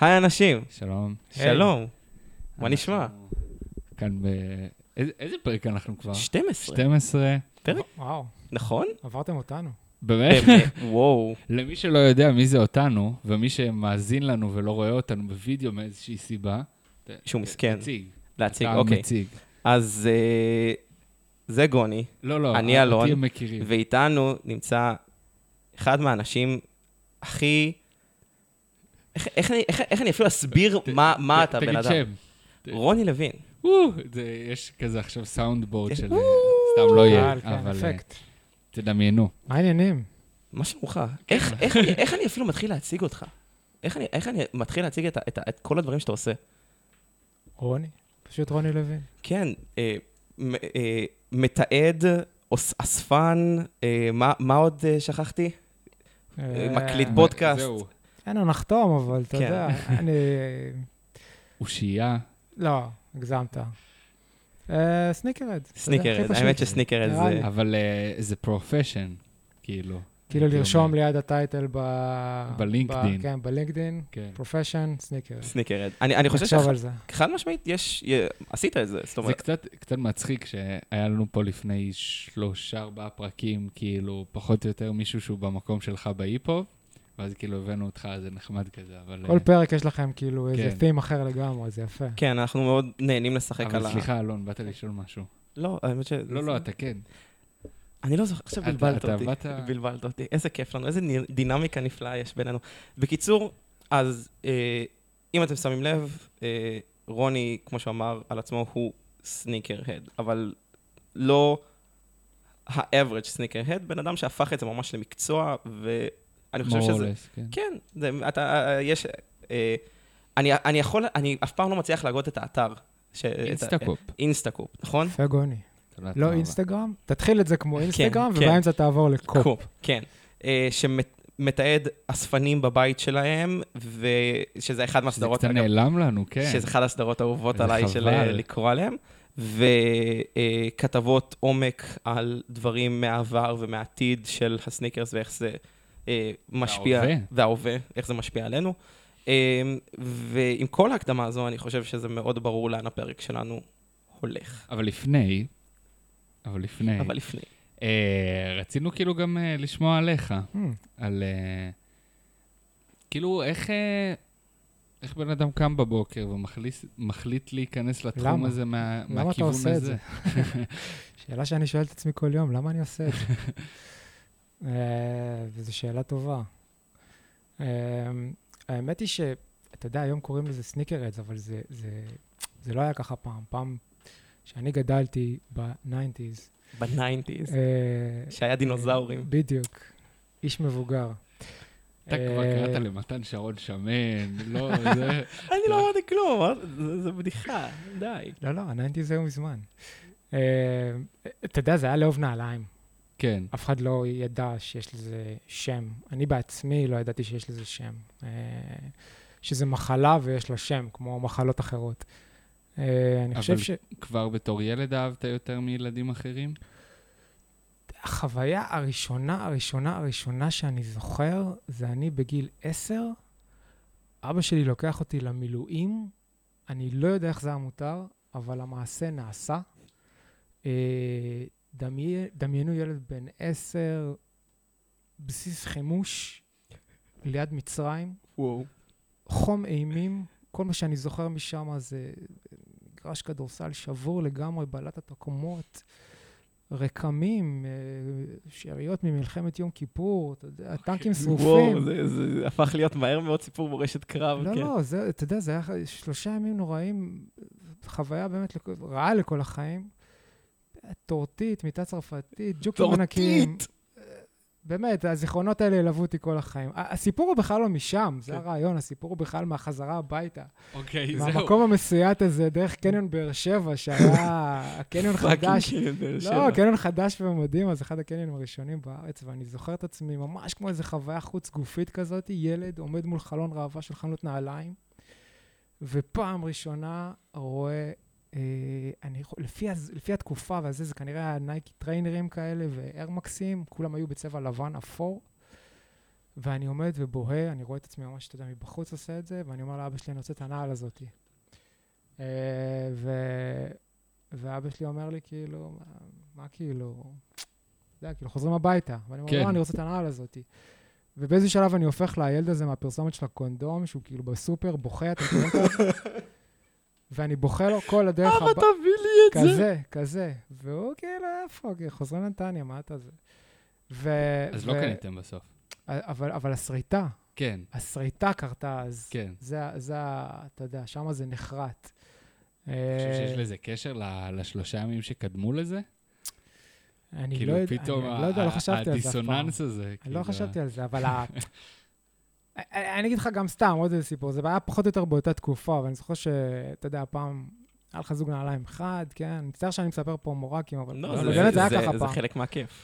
היי אנשים. שלום. שלום. מה נשמע? כאן איזה פרק אנחנו כבר? 12. 12. פרק? וואו, נכון? עברתם אותנו. באמת? וואו. למי שלא יודע מי זה אותנו, ומי שמאזין לנו ולא רואה אותנו בווידאו מאיזושהי סיבה, שהוא מסכן. להציג, אתה אוקיי. מציג. אז זה גוני. לא, אני אלון. אותי הם מכירים. ואיתנו נמצא אחד מהאנשים הכי... איך אני אפילו אסביר מה אתה בן אדם? תגיד שם. רוני לוין. יש כזה עכשיו סאונד בורד של... סתם לא יהיה, אבל תדמיינו. מה העניינים? מה שלומך? איך אני אפילו מתחיל להציג אותך? איך אני מתחיל להציג את כל הדברים שאתה עושה? רוני, פשוט רוני לוין. כן, מתעד, אספן, מה עוד שכחתי? מקליט פודקאסט. זהו. אין לו נחתום, אבל אתה יודע, אני... אושייה. לא, הגזמת. סניקרד. סניקרד, האמת שסניקרד זה... אבל זה פרופשן, כאילו. כאילו לרשום ליד הטייטל בלינקדין. כן, בלינקדין, פרופשן, סניקרד. סניקרד. אני חושב שחד משמעית עשית את זה. זה קצת מצחיק שהיה לנו פה לפני 3-4 פרקים, כאילו פחות או יותר מישהו שהוא במקום שלך בהיפ-הופ, ואז כאילו הבאנו אותך, זה נחמד כזה, אבל... כל פרק יש לכם כאילו איזה תים אחר לגמרי, זה יפה. כן, אנחנו מאוד נהנים לשחק על ה... אבל סליחה, אלון, באת לשאול משהו. לא, האמת ש... לא, אתה כן. אני לא זוכר, עכשיו בלבלת אותי. איזה כיף לנו, איזה דינמיקה נפלאה יש בינינו. בקיצור, אז אם אתם שמים לב, רוני, כמו שאמר על עצמו, הוא סניקר-הד, אבל לא ה-average סניקר-הד, בן אדם שהפך את זה ממש למקצוע, ואני חושב שזה... כן, יש... אני אף פעם לא מצליח להגות את האתר. אינסטקופ. אינסטקופ, נכון? פגוני. לא אינסטגרם? תתחיל את זה כמו אינסטגרם, ובאמצע תעבור לקופ. כן, שמתעד אספנים בבית שלהם, ושזה אחד מהסדרות... זה קצת נעלם לנו, כן. שזה אחד הסדרות האהובות עליי של לקרוא עליהם, וכתבות עומק על דברים מהעבר ומהעתיד של הסניקרס, ואיך זה משפיע... וההווה, איך זה משפיע עלינו. ועם כל ההקדמה הזו, אני חושב שזה מאוד ברור לאן הפרק שלנו הולך. אבל לפני, רצינו כאילו גם לשמוע עליך, על כאילו איך בן אדם קם בבוקר ומחליט להיכנס לתחום הזה מהכיוון הזה. למה אתה עושה את זה? שאלה שאני שואל את עצמי כל יום, למה אני עושה את זה? וזו שאלה טובה. האמת היא שאתה יודע, היום קוראים לזה סניקרדס, אבל זה לא היה ככה פעם. פעם שאני גדלתי ב-90s. ב-90s? שהיה דינוזאורים. בדיוק. איש מבוגר. אתה כבר קראת למתן שרון שמן, לא, זה... אני לא אמרתי כלום, זה בדיחה, די. לא, ה-90s היו מזמן. אתה יודע, זה היה לאהוב נעליים. כן. אף אחד לא ידע שיש לזה שם. אני בעצמי לא ידעתי שיש לזה שם. שזה מחלה ויש לה שם, כמו מחלות אחרות. אני חושב כבר בתור ילד אהבת יותר מילדים אחרים? החוויה הראשונה שאני זוכר, זה אני בגיל 10. אבא שלי לוקח אותי למילואים. אני לא יודע איך זה המותר, אבל המעשה נעשה. דמיינו ילד בן 10, בסיס חימוש, ליד מצרים. וואו. חום אימים. כל מה שאני זוכר משם זה מגרש כדורסל שבור לגמרי, בלטת הקומות, רקמים, שאריות ממלחמת יום כיפור, אתה יודע, טנקים שרופים. וואו, זה הפך להיות מהר מאוד סיפור מורשת קרב. לא, אתה יודע, זה היה 3 ימים נוראים, חוויה באמת רעה לכל החיים. טורטית, מיטה צרפתית, ג'וקים ענקיים. באמת, הזיכרונות האלה ילוו אותי כל החיים. הסיפור הוא בכלל לא משם, זה הרעיון, הסיפור הוא בכלל מהחזרה הביתה. אוקיי, זהו. מהמקום המסויט הזה, דרך קניון באר שבע, שהיה קניון חדש. לא, קניון חדש ומדהים, אז אחד הקניונים הראשונים בארץ, ואני זוכר את עצמי ממש כמו איזו חוויה חוץ גופית כזאת, ילד עומד מול חלון ראווה של חנות נעליים, ופעם ראשונה רואה, לפי התקופה והזה, זה כנראה נייקי טריינרים כאלה וארמקסים, כולם היו בצבע לבן, אפור, ואני עומד ובוהה, אני רואה את עצמי ממש, אתה יודע, מבחוץ עושה את זה, ואני אומר לאבא שלי, אני רוצה את הנעל הזאת. ואבא שלי אומר לי, כאילו, מה כאילו, אתה יודע, כאילו, חוזרים הביתה. ואני אומר, לא, אני רוצה את הנעל הזאת. ובאיזה שלב אני הופך לילד הזה מהפרסומת של הקונדום, שהוא כאילו בסופר, בוכה, אתה מכירים את זה? ואני בוכה לו כל הדרך הבא. תביא לי את זה. כזה. והוא כאילו, איפה? חוזרים לנתניה, מה אתה זה? אז לא קניתם בסוף. אבל הסריטה. כן. הסריטה קרתה, אז כן. זה, אתה יודע, שם זה נחרט. אני חושב שיש לזה קשר לשלושה ימים שקדמו לזה? אני לא יודע, לא חשבתי על זה אף פעם. הדיסוננס הזה. אני לא חשבתי על זה, אבל אני אגיד לך גם סתם, עוד איזה סיפור, זה היה פחות או יותר באותה תקופה, אבל אני זוכר שאתה יודע, פעם היה לך זוג נעליים אחד, כן? אני מצטער שאני מספר פה מורקים, אבל באמת זה היה ככה פעם. זה חלק מהכיף.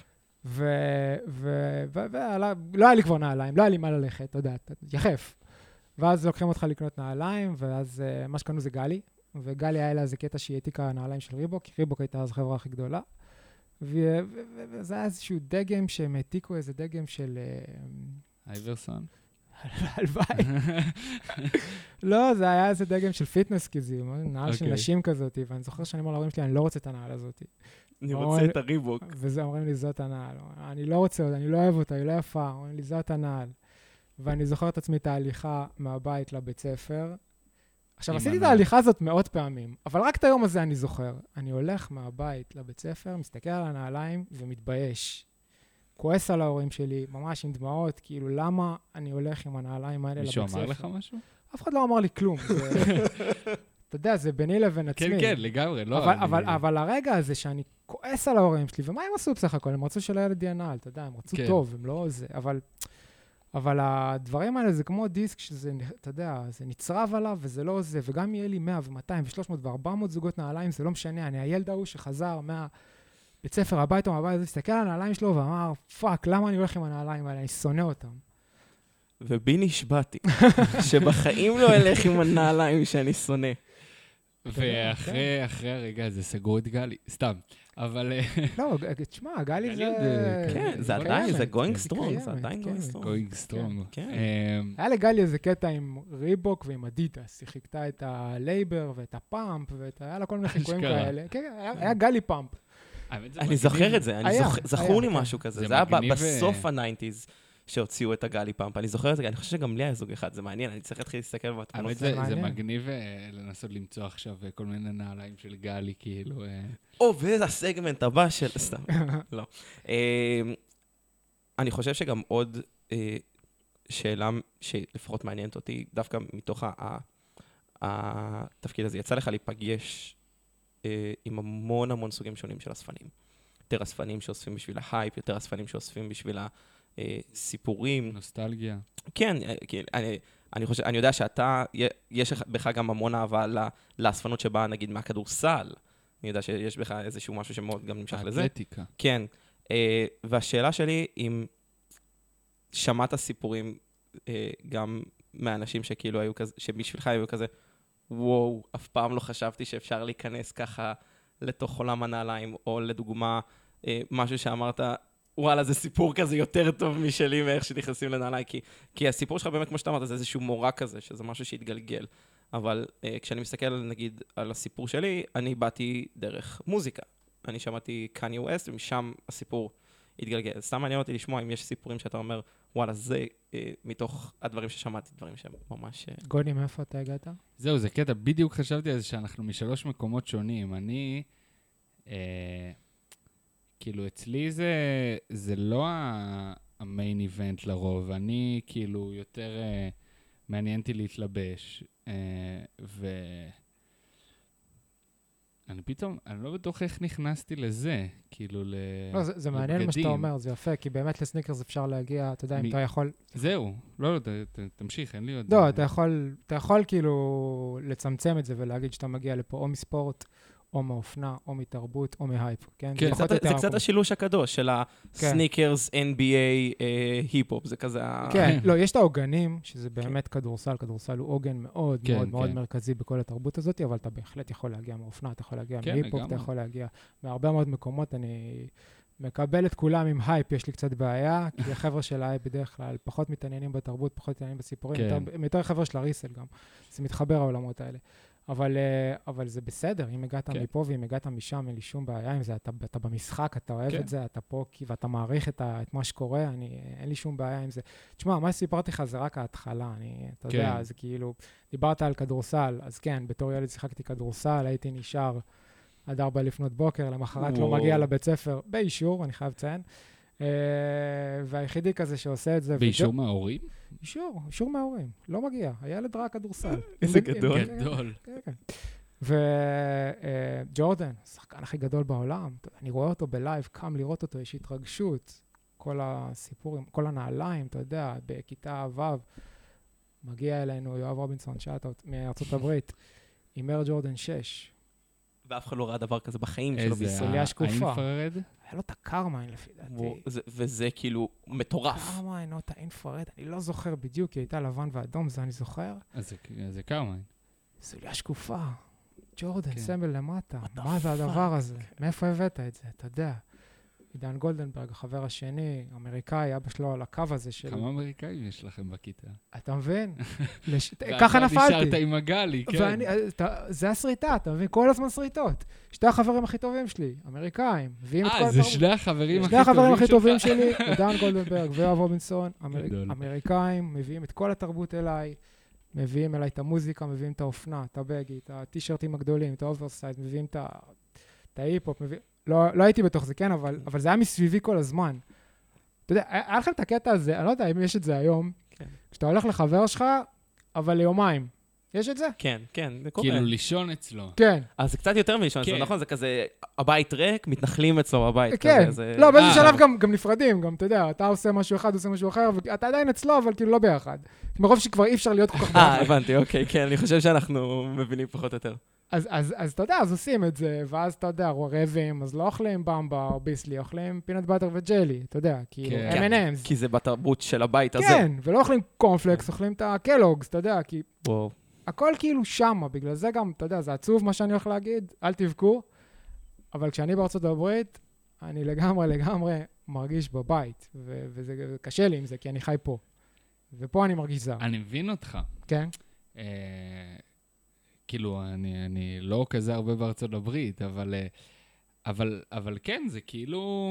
ולא היה לי כבר נעליים, לא היה לי מה ללכת, אתה יודע, יחף. ואז לוקחים אותך לקנות נעליים, ואז מה שקנו זה גלי, וגלי היה לה איזה קטע שהיא העתיקה נעליים של ריבוק, כי ריבוק הייתה אז החברה הכי גדולה. וזה היה איזשהו דגם שהם העתיקו, איזה דגם של... אייברסון? הלוואי. לא, זה היה איזה דגם של פיטנס כזה, נעל של נשים כזאת, ואני זוכר שאני אומר להורים שלי, אני לא רוצה את הנעל הזאת. אני רוצה את הריבוק. וזה אומרים לי, זאת הנעל. אני לא רוצה אותה, אני לא אוהב אותה, היא לא יפה. אומרים לי, זאת הנעל. ואני זוכר את עצמי את ההליכה מהבית לבית ספר. עכשיו, עשיתי את ההליכה הזאת מאות פעמים, אבל רק את היום הזה אני זוכר. אני הולך מהבית לבית ספר, מסתכל על הנעליים ומתבייש. כועס על ההורים שלי, ממש עם דמעות, כאילו, למה אני הולך עם הנעליים האלה לבית ספר? מישהו אמר לך משהו? אף אחד לא אמר לי כלום. אתה יודע, זה ביני לבין עצמי. כן, כן, לגמרי, לא. אבל הרגע הזה שאני כועס על ההורים שלי, ומה הם עשו בסך הכל? הם רצו שלילד יהיה נעל, אתה יודע, הם רצו טוב, הם לא זה, אבל הדברים האלה זה כמו דיסק שזה, אתה יודע, זה נצרב עליו וזה לא זה, וגם יהיה לי 100 ו-200 ו-300 ו-400 זוגות נעליים, זה לא משנה, אני הילד ההוא שחזר מהבית ספר הביתה, מהבית הזה, הסתכל על הנעליים שלו ואמר, פאק, למה אני הולך עם הנעליים האלה? אני שונא אותם. ובי נשבעתי, שבחיים לא אלך עם הנעליים שאני שונא. ואחרי הרגע הזה סגרו את גלי, סתם, אבל... לא, תשמע, גלי זה... כן, זה עדיין, זה going strong, זה עדיין going strong. היה לגלי איזה קטע עם ריבוק ועם אדידס, היא חיכתה את הלייבר ואת הפאמפ, היה לה כל מיני חיקויים כאלה. כן, היה גלי פאמפ. אני זוכר את זה, זכור לי משהו כזה, זה היה בסוף ה-90s. שהוציאו את הגלי פאמפ. אני זוכר את זה, אני חושב שגם לי היה זוג אחד, זה מעניין, אני צריך להתחיל להסתכל בתמונות. זה מגניב לנסות למצוא עכשיו כל מיני נעליים של גלי, כאילו... וזה הסגמנט הבא של... סתם, לא. אני חושב שגם עוד שאלה שלפחות מעניינת אותי, דווקא מתוך התפקיד הזה, יצא לך להיפגש עם המון המון סוגים שונים של אספנים. יותר אספנים שאוספים בשביל ההייפ, יותר אספנים שאוספים בשביל סיפורים. נוסטלגיה. כן, אני יודע שאתה, יש בך גם המון אהבה לאספנות שבאה, נגיד, מהכדורסל. אני יודע שיש בך איזשהו משהו שמאוד גם נמשך לזה. האתלטיקה. כן. והשאלה שלי, אם שמעת סיפורים גם מאנשים שכאילו היו כזה, שבשבילך היו כזה, וואו, אף פעם לא חשבתי שאפשר להיכנס ככה לתוך עולם הנעליים, או לדוגמה, משהו שאמרת, וואלה, זה סיפור כזה יותר טוב משלי מאיך שנכנסים לנעליים, כי הסיפור שלך באמת, כמו שאתה אמרת, זה איזשהו מורה כזה, שזה משהו שהתגלגל. אבל כשאני מסתכל, נגיד, על הסיפור שלי, אני באתי דרך מוזיקה. אני שמעתי קניה ווסט, ומשם הסיפור התגלגל. סתם מעניין אותי לשמוע אם יש סיפורים שאתה אומר, וואלה, זה מתוך הדברים ששמעתי, דברים שהם ממש... גוני, מאיפה אתה הגעת? זהו, זה קטע. בדיוק חשבתי על זה שאנחנו משלוש מקומות שונים. אני... כאילו, אצלי זה לא המיין איבנט לרוב, אני כאילו יותר מעניינתי להתלבש, אני פתאום, אני לא בטוח איך נכנסתי לזה, כאילו לא, זה מעניין מה שאתה אומר, זה יפה, כי באמת לסניקרס אפשר להגיע, אתה יודע, אם אתה יכול... זהו, לא, תמשיך, אין לי עוד... לא, אתה יכול כאילו לצמצם את זה ולהגיד שאתה מגיע לפה או מספורט, או מאופנה, או מתרבות, או מהייפ, כן? כן, זה קצת השילוש הקדוש של הסניקרס, NBA, היפ-הופ, זה כזה... כן, לא, יש את העוגנים, שזה באמת כדורסל, כדורסל הוא עוגן מאוד מאוד מאוד מרכזי בכל התרבות הזאת, אבל אתה בהחלט יכול להגיע מאופנה, אתה יכול להגיע מהיפ-הופ, אתה יכול להגיע מהרבה מאוד מקומות, אני מקבל את כולם עם הייפ, יש לי קצת בעיה, כי החבר'ה של ההייפ בדרך כלל פחות מתעניינים בתרבות, פחות מתעניינים בסיפורים, הם יותר חבר'ה של הריסל גם, זה מתחבר העולמות האלה. אבל זה בסדר, אם הגעת מפה ואם הגעת משם, אין לי שום בעיה עם זה, אתה במשחק, אתה אוהב את זה, אתה פה, ואתה מעריך את מה שקורה, אין לי שום בעיה עם זה. תשמע, מה שסיפרתי לך זה רק ההתחלה, אתה יודע, זה כאילו, דיברת על כדורסל, אז כן, בתור ילד שיחקתי כדורסל, הייתי נשאר עד 4 לפנות בוקר, למחרת לא מגיע לבית ספר, באישור, אני חייב לציין, והיחידי כזה שעושה את זה... באישור מההורים? אישור מההורים, לא מגיע, הילד ראה כדורסל. איזה גדול. גדול. וג'ורדן, השחקן הכי גדול בעולם, אני רואה אותו בלייב, קם לראות אותו, יש התרגשות, כל הסיפורים, כל הנעליים, אתה יודע, בכיתה ו', מגיע אלינו יואב רובינסון, שאטות מארצות הברית, עם אייר ג'ורדן 6. ואף אחד לא ראה דבר כזה בחיים שלו. סוליה שקופה. האינפרד? היה לו את הקרמיין לפי דעתי. וזה כאילו מטורף. קרמיין או את האינפרד, אני לא זוכר בדיוק, היא הייתה לבן ואדום, זה אני זוכר. אז זה קרמיין. סוליה שקופה. ג'ורדן, סמל למטה. מה זה הדבר הזה? מאיפה הבאת את זה? אתה יודע. עידן גולדנברג, החבר השני, אמריקאי, אבא שלו על הקו הזה של... כמה אמריקאים יש לכם בכיתה? אתה מבין? ככה נפלתי. ואתה נשארת עם הגלי, כן. זה הסריטה, אתה מבין? כל הזמן סריטות. שתי החברים הכי טובים שלי, אמריקאים. זה שני החברים הכי טובים שלך? שני החברים הכי טובים שלי, עידן גולדנברג ויואב רובינסון, אמריקאים, מביאים את כל התרבות אליי, מביאים אליי את המוזיקה, מביאים את האופנה, את הבגי, את הטישרטים הגדולים, את האוברסייד, מביאים את ההיפ-הופ, לא הייתי בתוך זה, כן, אבל זה היה מסביבי כל הזמן. אתה יודע, היה לכם את הקטע הזה, אני לא יודע אם יש את זה היום, כשאתה הולך לחבר שלך, אבל ליומיים. יש את זה? כן, זה קורה. כאילו לישון אצלו. כן. אז זה קצת יותר מלישון אצלו, נכון? זה כזה, הבית ריק, מתנחלים אצלו בבית. כן, לא, באיזה שלב גם נפרדים, גם, אתה יודע, אתה עושה משהו אחד, עושה משהו אחר, ואתה עדיין אצלו, אבל כאילו לא ביחד. מרוב שכבר אי אפשר להיות כל כך ביחד. הבנתי, אוקיי, כן, אני חושב שאנחנו מבינים פחות או יותר. אז אתה יודע, אז עושים את זה, ואז אתה יודע, רעבים, אז לא אוכלים במבה או ביסלי, אוכלים פינט באטר וג'לי, אתה יודע, כאילו, M&M's. כי זה בתרבות של הבית הזה. כן, ולא אוכלים קורנפלקס, אוכלים את הקלוגס, אתה יודע, כי הכל כאילו שמה, בגלל זה גם, אתה יודע, זה עצוב מה שאני הולך להגיד, אל תבכו, אבל כשאני בארצות הברית, אני לגמרי מרגיש בבית, וזה קשה לי עם זה, כי אני חי פה. ופה אני מרגיש זר. אני מבין אותך. כן. כאילו, אני לא כזה הרבה בארצות הברית, אבל כן, זה כאילו...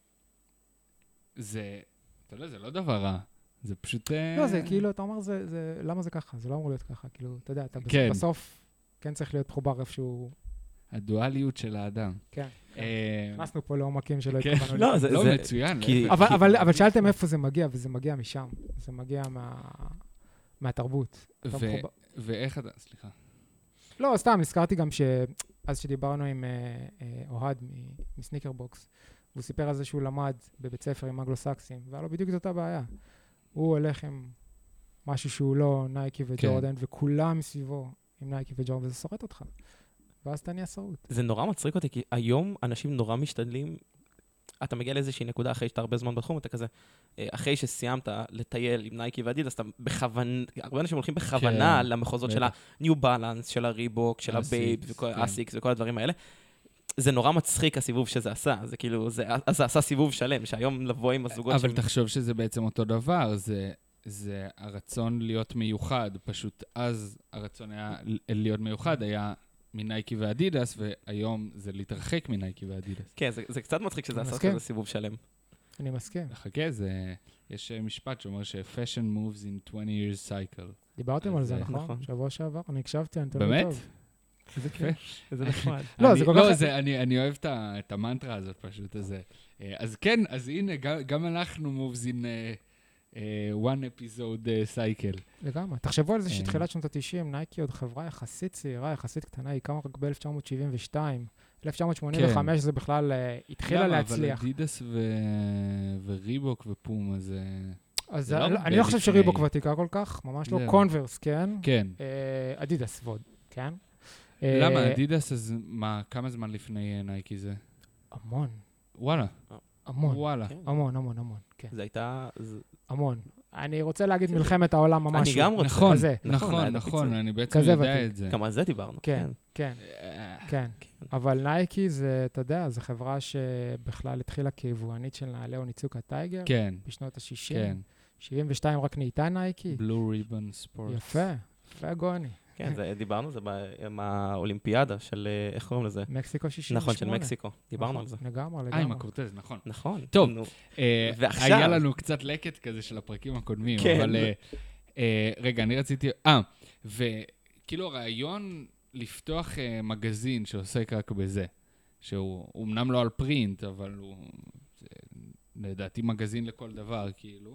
זה, אתה יודע, זה לא דבר רע. זה פשוט... לא, זה כאילו, אתה אומר, למה זה ככה? זה לא אמור להיות ככה. כאילו, אתה יודע, אתה בסוף כן צריך להיות מחובר איפשהו... הדואליות של האדם. כן. נכנסנו פה לעומקים שלא התכוונו. לא, זה מצוין. אבל שאלתם איפה זה מגיע, וזה מגיע משם. זה מגיע מהתרבות. ואיך אתה... סליחה. לא, סתם, הזכרתי גם אז שדיברנו עם אוהד מסניקר בוקס, והוא סיפר על זה שהוא למד בבית ספר עם אנגלו-סקסים, והיה לו בדיוק את אותה בעיה. הוא הולך עם משהו שהוא לא נייקי וג'ורדן, וכולם מסביבו עם נייקי וג'ורדן, וזה שורט אותך. ואז אתה נהיה שרוט. זה נורא מצחיק אותי, כי היום אנשים נורא משתדלים, אתה מגיע לאיזושהי נקודה אחרי שאתה הרבה זמן בתחום, אתה כזה, אחרי שסיימת לטייל עם נייקי ואדידס, אתה בכוונה, הרבה אנשים הולכים בכוונה למחוזות של ה-New Balance, של הריבוק, של הבייב, אסיקס וכל הדברים האלה. זה נורא מצחיק הסיבוב שזה עשה, זה כאילו, זה עשה סיבוב שלם, שהיום לבוא עם הזוגות... אבל תחשוב שזה בעצם אותו דבר, זה הרצון להיות מיוחד, פשוט אז הרצון היה להיות מיוחד, היה מנייקי ואדידס, והיום זה להתרחק מנייקי ואדידס. כן, זה קצת מצחיק שזה עשה כזה סיבוב שלם. אני מסכים. חכה, יש משפט שאומר ש-fashion moves in 20 years cycle. דיברתם על זה, נכון? שבוע שעבר, אני הקשבתי, אני תמיד באמת? טוב. איזה כיף, איזה נחמד. לא, זה כל כך... אני אוהב את המנטרה הזאת פשוט, אז כן, אז הנה, גם אנחנו moves in one episode cycle. לגמרי. תחשבו על זה שתחילת שנות ה-90, נייקי עוד חברה יחסית צעירה, יחסית קטנה, היא קמה רק ב-1972. 1985 זה בכלל התחילה להצליח. אבל אדידס וריבוק ופום, אז אני לא חושב שריבוק ותיקה כל כך, ממש לא. קונברס, כן? כן. אדידס ווד, כן? למה? אדידס, אז מה, כמה זמן לפני נייקי זה? המון. וואלה. המון. וואלה. המון, כן. זה הייתה... המון. אני רוצה להגיד מלחמת העולם ממש. אני גם רוצה. נכון, אני בעצם יודע את זה. גם על זה דיברנו. כן. אבל נייקי זה, אתה יודע, זו חברה שבכלל התחילה כיבואנית של נעלי אוניצוקה טייגר. כן. בשנות ה-60. 72 רק נהייתה נייקי. בלו ריבון ספורט. יפה גוני. כן, דיברנו, זה עם האולימפיאדה של, איך קוראים לזה? מקסיקו 68. נכון, של מקסיקו. דיברנו על זה. לגמרי. עם הקורטז, נכון. נכון. טוב, היה לנו קצת לקט כזה של הפרקים הקודמים, אבל רגע, אני רציתי... וכאילו הרעיון לפתוח מגזין שעוסק רק בזה, שהוא אמנם לא על פרינט, אבל הוא לדעתי מגזין לכל דבר, כאילו.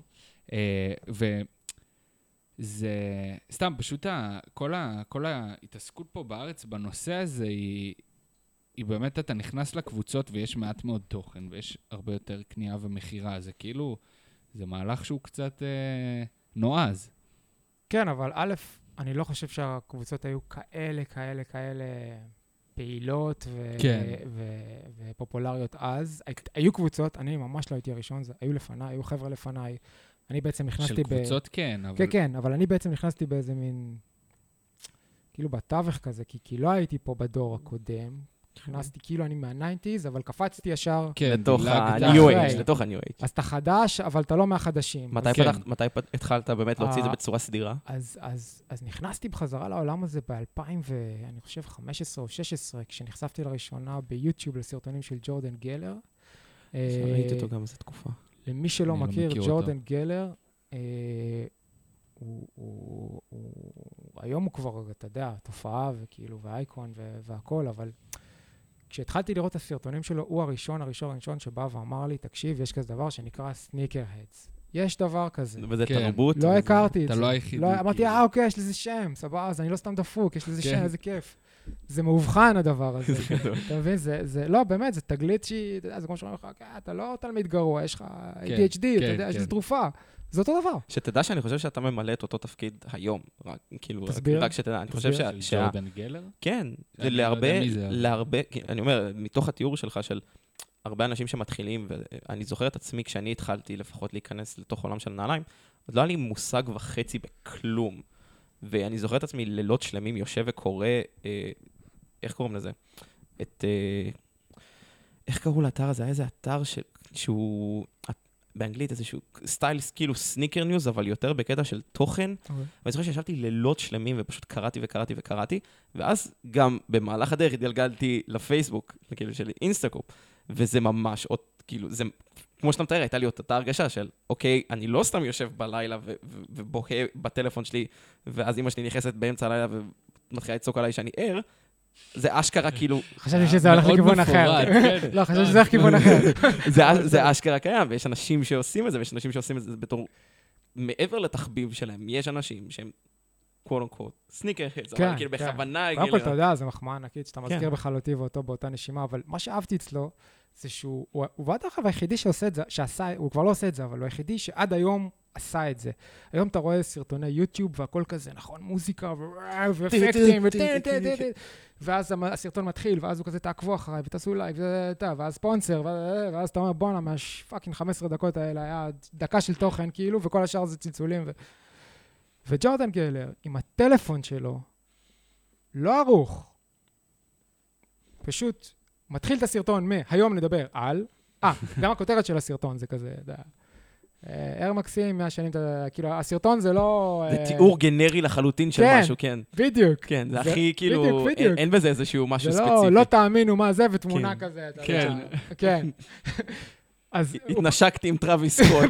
זה סתם, פשוט כל ההתעסקות פה בארץ בנושא הזה היא באמת, אתה נכנס לקבוצות ויש מעט מאוד תוכן, ויש הרבה יותר קנייה ומחירה, זה כאילו, זה מהלך שהוא קצת נועז. כן, אבל א', אני לא חושב שהקבוצות היו כאלה פעילות ופופולריות אז. היו קבוצות, אני ממש לא הייתי הראשון, היו לפניי, היו חבר'ה לפניי. אני בעצם נכנסתי של קבוצות כן, אבל... כן, אבל אני בעצם נכנסתי באיזה מין... כאילו בתווך כזה, כי לא הייתי פה בדור הקודם. נכנסתי כאילו אני מה-90s, אבל קפצתי ישר... כן, לתוך ה-New Age. אז אתה חדש, אבל אתה לא מהחדשים. מתי התחלת באמת להוציא את זה בצורה סדירה? אז נכנסתי בחזרה לעולם הזה ב-2000, ואני חושב 15 או 16, כשנחשפתי לראשונה ביוטיוב לסרטונים של ג'ורדן גלר. ראיתי אותו גם איזו תקופה. למי שלא מכיר, ג'ורדן גלר, היום הוא כבר, אתה יודע, תופעה וכאילו, והאייקון והכל, אבל כשהתחלתי לראות את הסרטונים שלו, הוא הראשון שבא ואמר לי, תקשיב, יש כזה דבר שנקרא סניקר הדס. יש דבר כזה. וזה תרבות. לא הכרתי את זה. אתה לא היחידי. אמרתי, אוקיי, יש לזה שם, סבבה, אז אני לא סתם דפוק, יש לזה שם, איזה כיף. זה מאובחן הדבר הזה. אתה מבין? זה, לא, באמת, זה תגלית שהיא, אתה יודע, זה כמו שאומרים לך, אתה לא תלמיד גרוע, יש לך ADHD, אתה יודע, יש לזה תרופה. זה אותו דבר. שתדע שאני חושב שאתה ממלא את אותו תפקיד היום. כאילו, רק שתדע, אני חושב ג'ורדן גלר? כן, זה להרבה, אני אומר, מתוך התיאור שלך של הרבה אנשים שמתחילים, ואני זוכר את עצמי כשאני התחלתי לפחות להיכנס לתוך עולם של נעליים, עוד לא היה לי מושג וחצי בכלום. ואני זוכר את עצמי לילות שלמים יושב וקורא, איך קוראים לזה? איך קראו לאתר הזה? היה איזה אתר שהוא באנגלית איזשהו סטייל, כאילו סניקר ניוז, אבל יותר בקטע של תוכן. ואני זוכר שישבתי לילות שלמים ופשוט קראתי, ואז גם במהלך הדרך התגלגלתי לפייסבוק, כאילו של אינסטגרם, וזה ממש עוד, כאילו, זה... כמו שאתה מתאר, הייתה לי אותה הרגשה של, אוקיי, אני לא סתם יושב בלילה ובוכה בטלפון שלי, ואז אמא שלי נכנסת באמצע הלילה ומתחילה לצעוק עליי שאני ער, זה אשכרה כאילו... חשבתי שזה הולך לכיוון אחר. לא, חשבתי שזה הולך לכיוון אחר. זה אשכרה קיים, ויש אנשים שעושים את זה, ויש אנשים שעושים את זה בתור... מעבר לתחביב שלהם, יש אנשים שהם, קוואט אונקוואט, סניקר הדס, אבל כאילו בכוונה... קודם כל, אתה יודע, זה מחמאה ענקית, שאתה מזכיר בכלל אותי ואותו באותה נשימה, אבל מה שאהבתי אצלו, זה שהוא בטח היחידי שעושה את זה, הוא כבר לא עושה את זה, אבל הוא היחידי שעד היום עשה את זה. היום אתה רואה סרטוני יוטיוב והכל כזה, נכון, מוזיקה ואפקטים, ואז הסרטון מתחיל, ואז הוא כזה תעקבו אחריי, ותעשו לייק, ואז ספונסר, ואז אתה אומר, בואנה, מהפאקינג 15 דקות האלה, היה דקה של תוכן כאילו, וכל השאר זה צלצולים. וג'ורדן גלר, עם הטלפון שלו, לא ערוך, פשוט מתחיל את הסרטון מהיום נדבר על, גם הכותרת של הסרטון זה כזה, ער מקסים, מהשנים, כאילו, הסרטון זה לא... זה תיאור גנרי לחלוטין של משהו, כן. בדיוק. כן, זה הכי, כאילו, אין בזה איזשהו משהו ספציפי. זה לא תאמינו מה זה, ותמונה כזה. כן. כן. התנשקתי עם טראביס סקוט.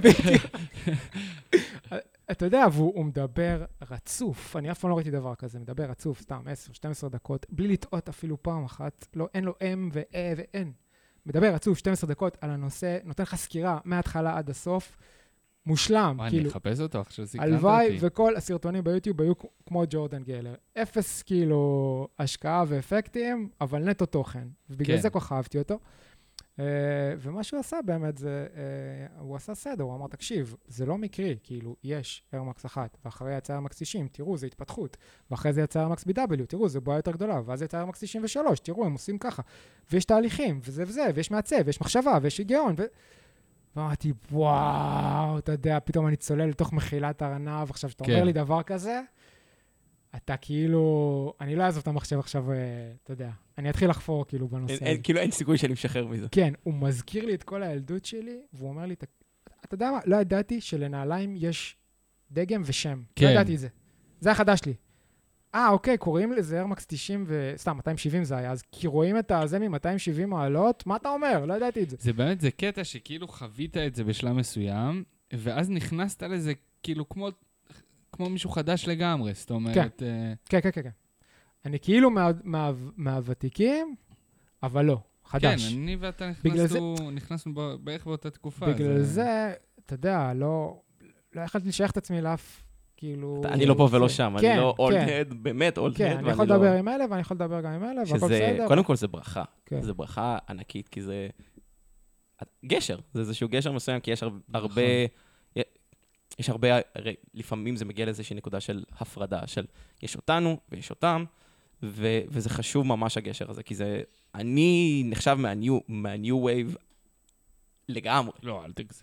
אתה יודע, והוא מדבר רצוף, אני אף פעם לא ראיתי דבר כזה, מדבר רצוף, סתם 10-12 דקות, בלי לטעות אפילו פעם אחת, לא, אין לו M ואין. מדבר רצוף 12 דקות על הנושא, נותן לך סקירה מההתחלה עד הסוף, מושלם. אני אחפש אותו, עכשיו סיקרת אותי. הלוואי וכל הסרטונים ביוטיוב היו כמו ג'ורדן גלר. אפס כאילו השקעה ואפקטים, אבל נטו תוכן. ובגלל זה כל כך אהבתי אותו. ומה שהוא עשה באמת זה, הוא עשה סדר, הוא אמר, תקשיב, זה לא מקרי, כאילו, יש איירמקס 1, ואחרי יצא איירמקס 90, תראו, זה התפתחות, ואחרי זה יצא איירמקס BW, תראו, זה בועה יותר גדולה, ואז יצא איירמקס 93, תראו, הם עושים ככה, ויש תהליכים, וזה וזה, ויש מעצב, ויש מחשבה, ויש היגיון, ואמרתי, וואו, אתה יודע, פתאום אני צולל לתוך מחילת הרנב, עכשיו שאתה אומר לי דבר כזה, אתה כאילו, אני לא אעזוב את המחשב עכשיו, אתה יודע, אני אתחיל לחפור כאילו בנושא. כאילו אין סיכוי שאני משחרר מזה. כן, הוא מזכיר לי את כל הילדות שלי, והוא אומר לי, אתה יודע מה, לא ידעתי שלנעליים יש דגם ושם. לא ידעתי את זה. זה החדש לי. אוקיי, קוראים לזה איירמקס 90 סתם, 270 זה היה, אז כי רואים את זה מ-270 מעלות, מה אתה אומר? לא ידעתי את זה. זה באמת, זה קטע שכאילו חווית את זה בשלב מסוים, ואז נכנסת לזה כאילו כמו מישהו חדש לגמרי, זאת אומרת... כן. אני כאילו מהוותיקים, אבל לא, חדש. כן, אני ואתה נכנסנו בערך באותה תקופה. בגלל זה, אתה יודע, לא יכולתי לשייך את עצמי לאף, כאילו... אני לא פה ולא שם, אני לא אולד-הד, באמת אולד-הד, כן, אני יכול לדבר עם אלה, ואני יכול לדבר גם עם אלה, והכל בסדר. קודם כל זה ברכה, זה ברכה ענקית, כי זה גשר, זה איזשהו גשר מסוים, כי יש הרבה... יש הרבה, לפעמים זה מגיע לאיזושהי נקודה של הפרדה, של יש אותנו ויש אותם, וזה חשוב ממש הגשר הזה, כי זה, אני נחשב מהניו וייב לגמרי. לא, אל תגזים.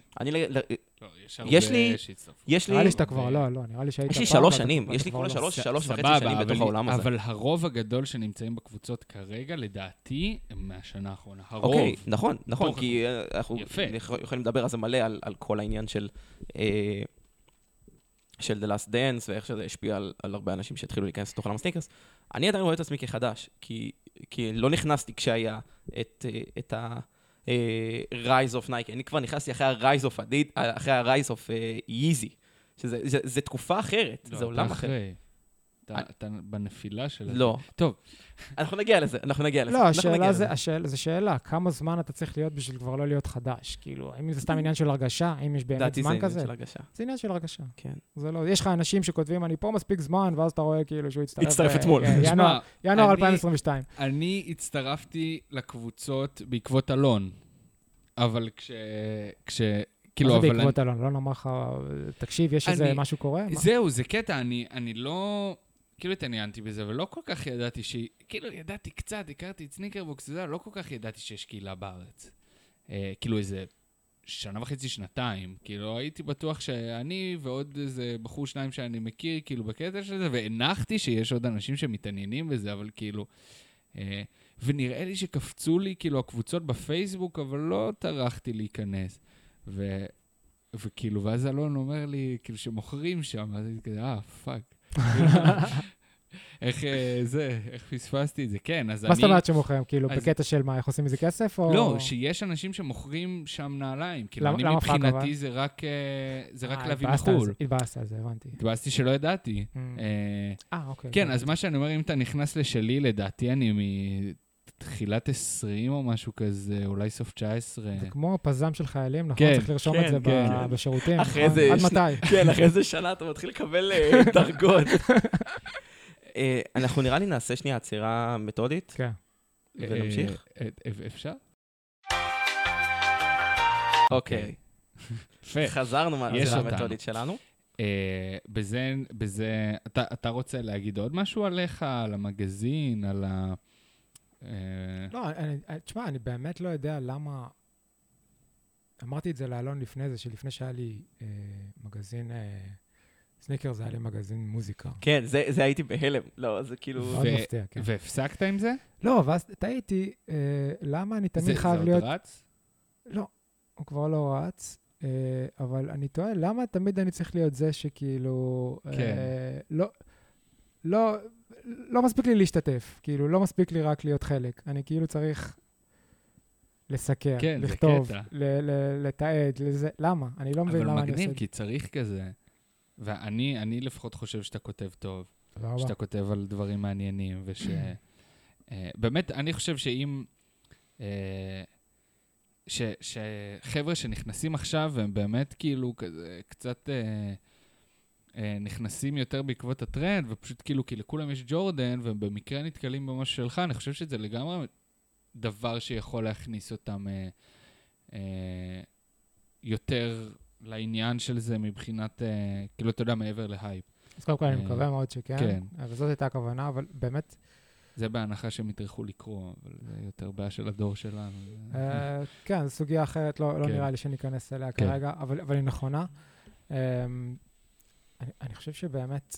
יש לי... נראה לי שאתה כבר, לא, נראה לי שהיית... יש לי 3 שנים, יש לי כולה 3.5 שנים בתוך העולם הזה. אבל הרוב הגדול שנמצאים בקבוצות כרגע, לדעתי, הם מהשנה האחרונה. הרוב. אוקיי, נכון, כי אנחנו יכולים לדבר על זה מלא, על כל העניין של The Last Dance, ואיך שזה השפיע על הרבה אנשים שהתחילו להיכנס לתוך עולם הסניקרס. אני עדיין רואה את עצמי כחדש, כי לא נכנסתי כשהיה את ה-Rise of Nike. אני כבר נכנסתי אחרי ה-Rise of Adidas, אחרי ה-Rise of Yeezy, שזה תקופה אחרת, זה עולם אחר. אתה בנפילה של זה. לא. טוב. אנחנו נגיע לזה. לא, זו שאלה, כמה זמן אתה צריך להיות בשביל כבר לא להיות חדש? כאילו, האם זה סתם עניין של הרגשה? האם יש באמת זמן כזה? זה עניין של הרגשה. זה עניין של הרגשה. כן. זה לא, יש לך אנשים שכותבים, אני פה מספיק זמן, ואז אתה רואה כאילו שהוא הצטרף אתמול. ינואר 2022. אני הצטרפתי לקבוצות בעקבות אלון, אבל מה זה בעקבות אלון? לא נאמר לך, תקשיב, יש איזה משהו קורה? זהו, זה קטע, אני לא... כאילו התעניינתי בזה, ולא כל כך ידעתי כאילו ידעתי קצת, הכרתי את סניקרבוקס, לא כל כך ידעתי שיש קהילה בארץ. כאילו איזה 1.5 שנתיים, כאילו הייתי בטוח שאני ועוד איזה בחור 2 שאני מכיר, כאילו בקטע של זה, והנחתי שיש עוד אנשים שמתעניינים בזה, אבל כאילו... ונראה לי שקפצו לי כאילו הקבוצות בפייסבוק, אבל לא טרחתי להיכנס. וכאילו, ואז אלון אומר לי, כאילו שמוכרים שם, אז הייתי כזה, פאק. איך פספסתי את זה? כן, אז אני... מה זאת אומרת שמוכרים? כאילו, בקטע של מה, איך עושים מזה כסף? לא, שיש אנשים שמוכרים שם נעליים. כאילו, אני מבחינתי זה רק להביא מחול. התבאסת על זה, הבנתי. התבאסתי שלא ידעתי. אוקיי. כן, אז מה שאני אומר, אם אתה נכנס לשלי, לדעתי אני תחילת 20 או משהו כזה, אולי סוף 19. זה כמו פזם של חיילים, נכון? צריך לרשום את זה בשירותים, נכון? עד מתי? כן, אחרי איזה שנה אתה מתחיל לקבל דרגות. אנחנו נראה לי נעשה שנייה עצירה מתודית. כן. ונמשיך. אפשר? אוקיי. חזרנו מהעצירה המתודית שלנו. בזה, אתה רוצה להגיד עוד משהו עליך, על המגזין, על ה... לא, תשמע, אני באמת לא יודע למה... אמרתי את זה לאלון לפני זה, שלפני שהיה לי מגזין סניקר, זה היה לי מגזין מוזיקה. כן, זה הייתי בהלם. לא, זה כאילו... מאוד מפתיע, כן. והפסקת עם זה? לא, ואז טעיתי, למה אני תמיד חייב להיות... זה עוד רץ? לא, הוא כבר לא רץ, אבל אני טועה, למה תמיד אני צריך להיות זה שכאילו... כן. לא מספיק לי להשתתף, כאילו, לא מספיק לי רק להיות חלק. אני כאילו צריך לסקר, כן, לכתוב, לתעד, למה? אני לא מבין למה אני עושה. אבל מגניב, כי צריך כזה. ואני לפחות חושב שאתה כותב טוב. שאתה כותב על דברים מעניינים, באמת, אני חושב שאם... שחבר'ה שנכנסים עכשיו, הם באמת כאילו כזה קצת... נכנסים יותר בעקבות הטרנד, ופשוט כאילו, כי לכולם יש ג'ורדן, והם במקרה נתקלים במשהו שלך, אני חושב שזה לגמרי דבר שיכול להכניס אותם יותר לעניין של זה מבחינת, כאילו, אתה יודע, מעבר להייפ. אז קודם כל אני מקווה מאוד שכן, כן. וזאת הייתה הכוונה, אבל באמת... זה בהנחה שהם יתרחו לקרוא, אבל זה יותר בעיה של הדור שלנו. כן, זו סוגיה אחרת, לא נראה לי שניכנס אליה כרגע, אבל היא נכונה. אני חושב שבאמת,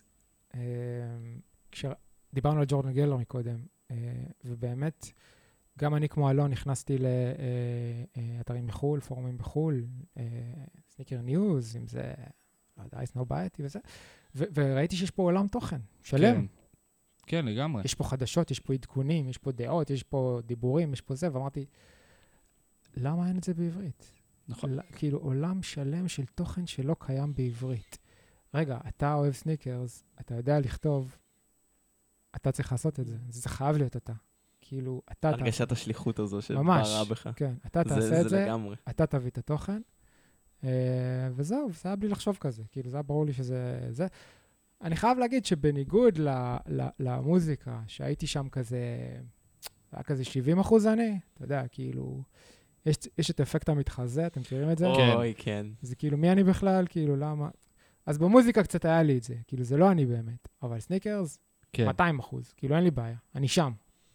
כשדיברנו על ג'ורדן גלר מקודם, ובאמת, גם אני כמו אלון נכנסתי לאתרים בחול, פורומים בחול, סניקר ניוז, אם זה, לא יודע, אייסנאו בעייתי וזה, וראיתי שיש פה עולם תוכן, שלם. כן, לגמרי. יש פה חדשות, יש פה עדכונים, יש פה דעות, יש פה דיבורים, יש פה זה, ואמרתי, למה אין את זה בעברית? נכון. כאילו, עולם שלם של תוכן שלא קיים בעברית. רגע, אתה אוהב סניקרס, אתה יודע לכתוב, אתה צריך לעשות את זה. זה חייב להיות אתה. כאילו, אתה... הרגשת השליחות הזו שבערה בך. כן, אתה תעשה את זה, אתה תביא את התוכן, וזהו, זה היה בלי לחשוב כזה. כאילו, זה היה ברור לי שזה... זה. אני חייב להגיד שבניגוד למוזיקה, שהייתי שם כזה, היה כזה 70% אני, אתה יודע, כאילו, יש את אפקט המתחזה, אתם מכירים את זה? אוי, כן. זה כאילו, מי אני בכלל? כאילו, למה? אז במוזיקה קצת היה לי את זה, כאילו, זה לא אני באמת, אבל סניקרס, 200%, כאילו, אין לי בעיה, אני שם.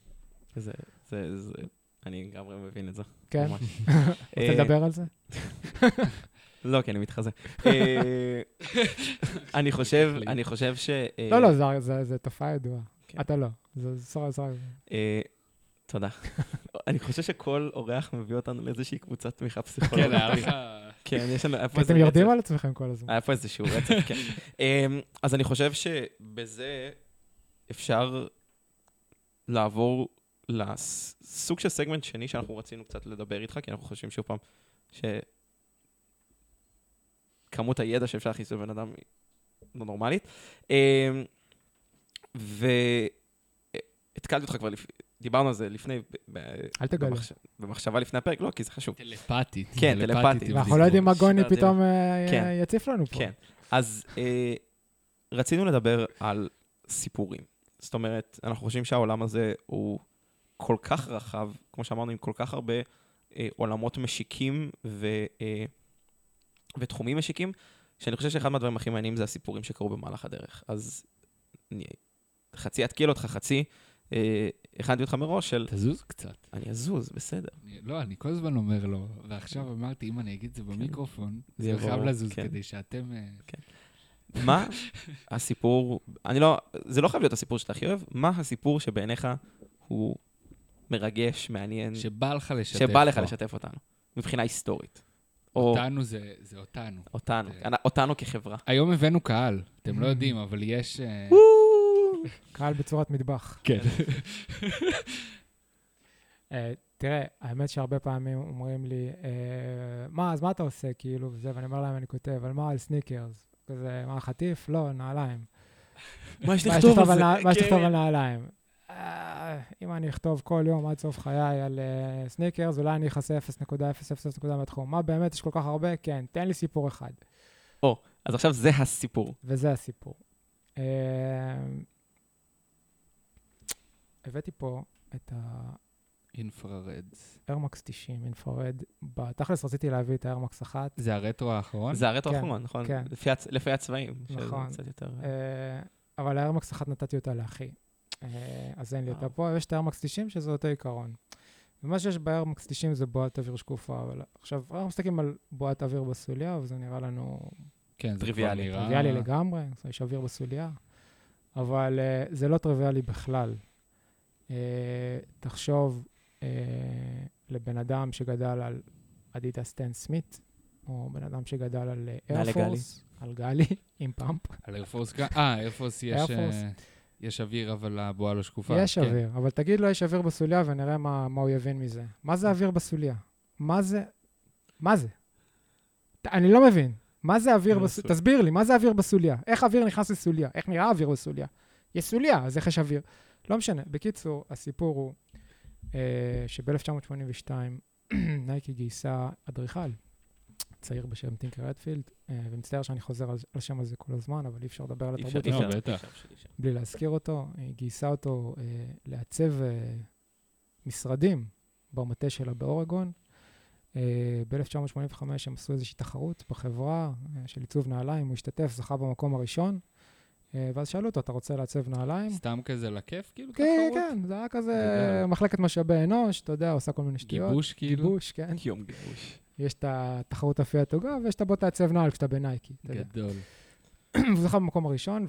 אני גם מבין את זה. כן? רוצה לדבר על זה? לא, כי אני מתחזה. אני חושב ש... לא, זה תופעה ידועה. אתה לא. זה סורר. תודה. אני חושב שכל אורח מביא אותנו לאיזושהי קבוצת תמיכה פסיכולוגית. כן, יש לנו... אתם יורדים על עצמכם כל הזמן. היה פה איזשהו רצף, כן. אז אני חושב שבזה אפשר לעבור לסוג של סגמנט שני שאנחנו רצינו קצת לדבר איתך, כי אנחנו חושבים שוב פעם כמות הידע שאפשר להכניס לבן אדם היא לא נורמלית. והתקלתי אותך כבר, דיברנו על זה לפני, אל תגלה. במחשבה לפני הפרק, לא, כי זה חשוב. טלפתית. כן, טלפתית. ואנחנו לא יודעים מה גוני פתאום יציף לנו פה. כן, אז רצינו לדבר על סיפורים. זאת אומרת, אנחנו חושבים שהעולם הזה הוא כל כך רחב, כמו שאמרנו, עם כל כך הרבה עולמות משיקים ותחומים משיקים, שאני חושב שאחד מהדברים הכי מעניינים זה הסיפורים שקרו במהלך הדרך. אז אני חצי אתקיל אותך, חצי הכנתי אותך מראש של... תזוז קצת. אני אזוז, בסדר. לא, אני כל הזמן אומר לו, ועכשיו אמרתי, אם אני אגיד את זה במיקרופון, זה חייב לזוז כדי שאתם... מה הסיפור, זה לא חייב להיות הסיפור שאתה הכי אוהב, מה הסיפור שבעיניך הוא מרגש, מעניין, שבא לך לשתף אותנו, מבחינה היסטורית. אותנו זה אותנו. אותנו כחברה. היום הבאנו קהל, אתם לא יודעים, אבל יש... קהל בצורת מטבח. כן. תראה, האמת שהרבה פעמים אומרים לי, אז מה אתה עושה, כאילו, וזה, ואני אומר להם, אני כותב, אבל מה על סניקרס? כזה, מה, חטיף? לא, נעליים. מה יש לכתוב על זה? מה יש לכתוב על נעליים? אם אני אכתוב כל יום עד סוף חיי על סניקרס, אולי אני אכסה 0.00 בתחום. מה באמת, יש כל כך הרבה? כן, תן לי סיפור אחד. אז עכשיו זה הסיפור. וזה הסיפור. הבאתי פה את אינפרארד. איירמקס 90, אינפרארד. בתכלס רציתי להביא את האיירמקס 1. זה הרטרו האחרון? זה הרטרו האחרון, נכון. כן. לפי הצבעים. נכון. אבל האיירמקס 1 נתתי אותה לאחי. אז אין לי אותה פה. יש את האיירמקס 90 שזה אותו עיקרון. ומה שיש באיירמקס 90 זה בועת אוויר שקופה. עכשיו, אנחנו מסתכלים על בועת אוויר בסוליה, וזה נראה לנו... כן, זה טריוויאלי. טריוויאלי לגמרי, יש אוויר בסוליה. אבל זה לא טריוויאלי בכלל. תחשוב לבן אדם שגדל על אדידס סטן סמית, או בן אדם שגדל על איירפורס, על גלי, עם פאמפ. על איירפורס, איירפורס יש אוויר, אבל הבועה לא שקופה. יש אוויר, אבל תגיד לו יש אוויר בסוליה ונראה מה הוא יבין מזה. מה זה אוויר בסוליה? מה זה? אני לא מבין. מה זה אוויר בסוליה? תסביר לי, מה זה אוויר בסוליה? איך אוויר נכנס לסוליה? איך נראה אוויר בסוליה? יש סוליה, אז איך יש אוויר? לא משנה. בקיצור, הסיפור הוא שב-1982 נייקי גייסה אדריכל, צעיר בשם טינקר רדפילד, ומצטער שאני חוזר על השם הזה כל הזמן, אבל אי אפשר לדבר על התרבות בלי להזכיר אותו. היא גייסה אותו לעצב משרדים במטה שלה באורגון. ב-1985 הם עשו איזושהי תחרות בחברה של עיצוב נעליים, הוא השתתף, זכה במקום הראשון, ואז שאלו אותו, אתה רוצה לעצב נעליים? סתם כזה לכיף, כאילו? כן, כן, זה היה כזה מחלקת משאבי אנוש, אתה יודע, עושה כל מיני שטויות. גיבוש, כאילו? גיבוש, כן. יום גיבוש. יש את התחרות הפי הטוגה, ויש את הבוא תעצב נעל כשאתה בנייקי. גדול. הוא זכה במקום הראשון,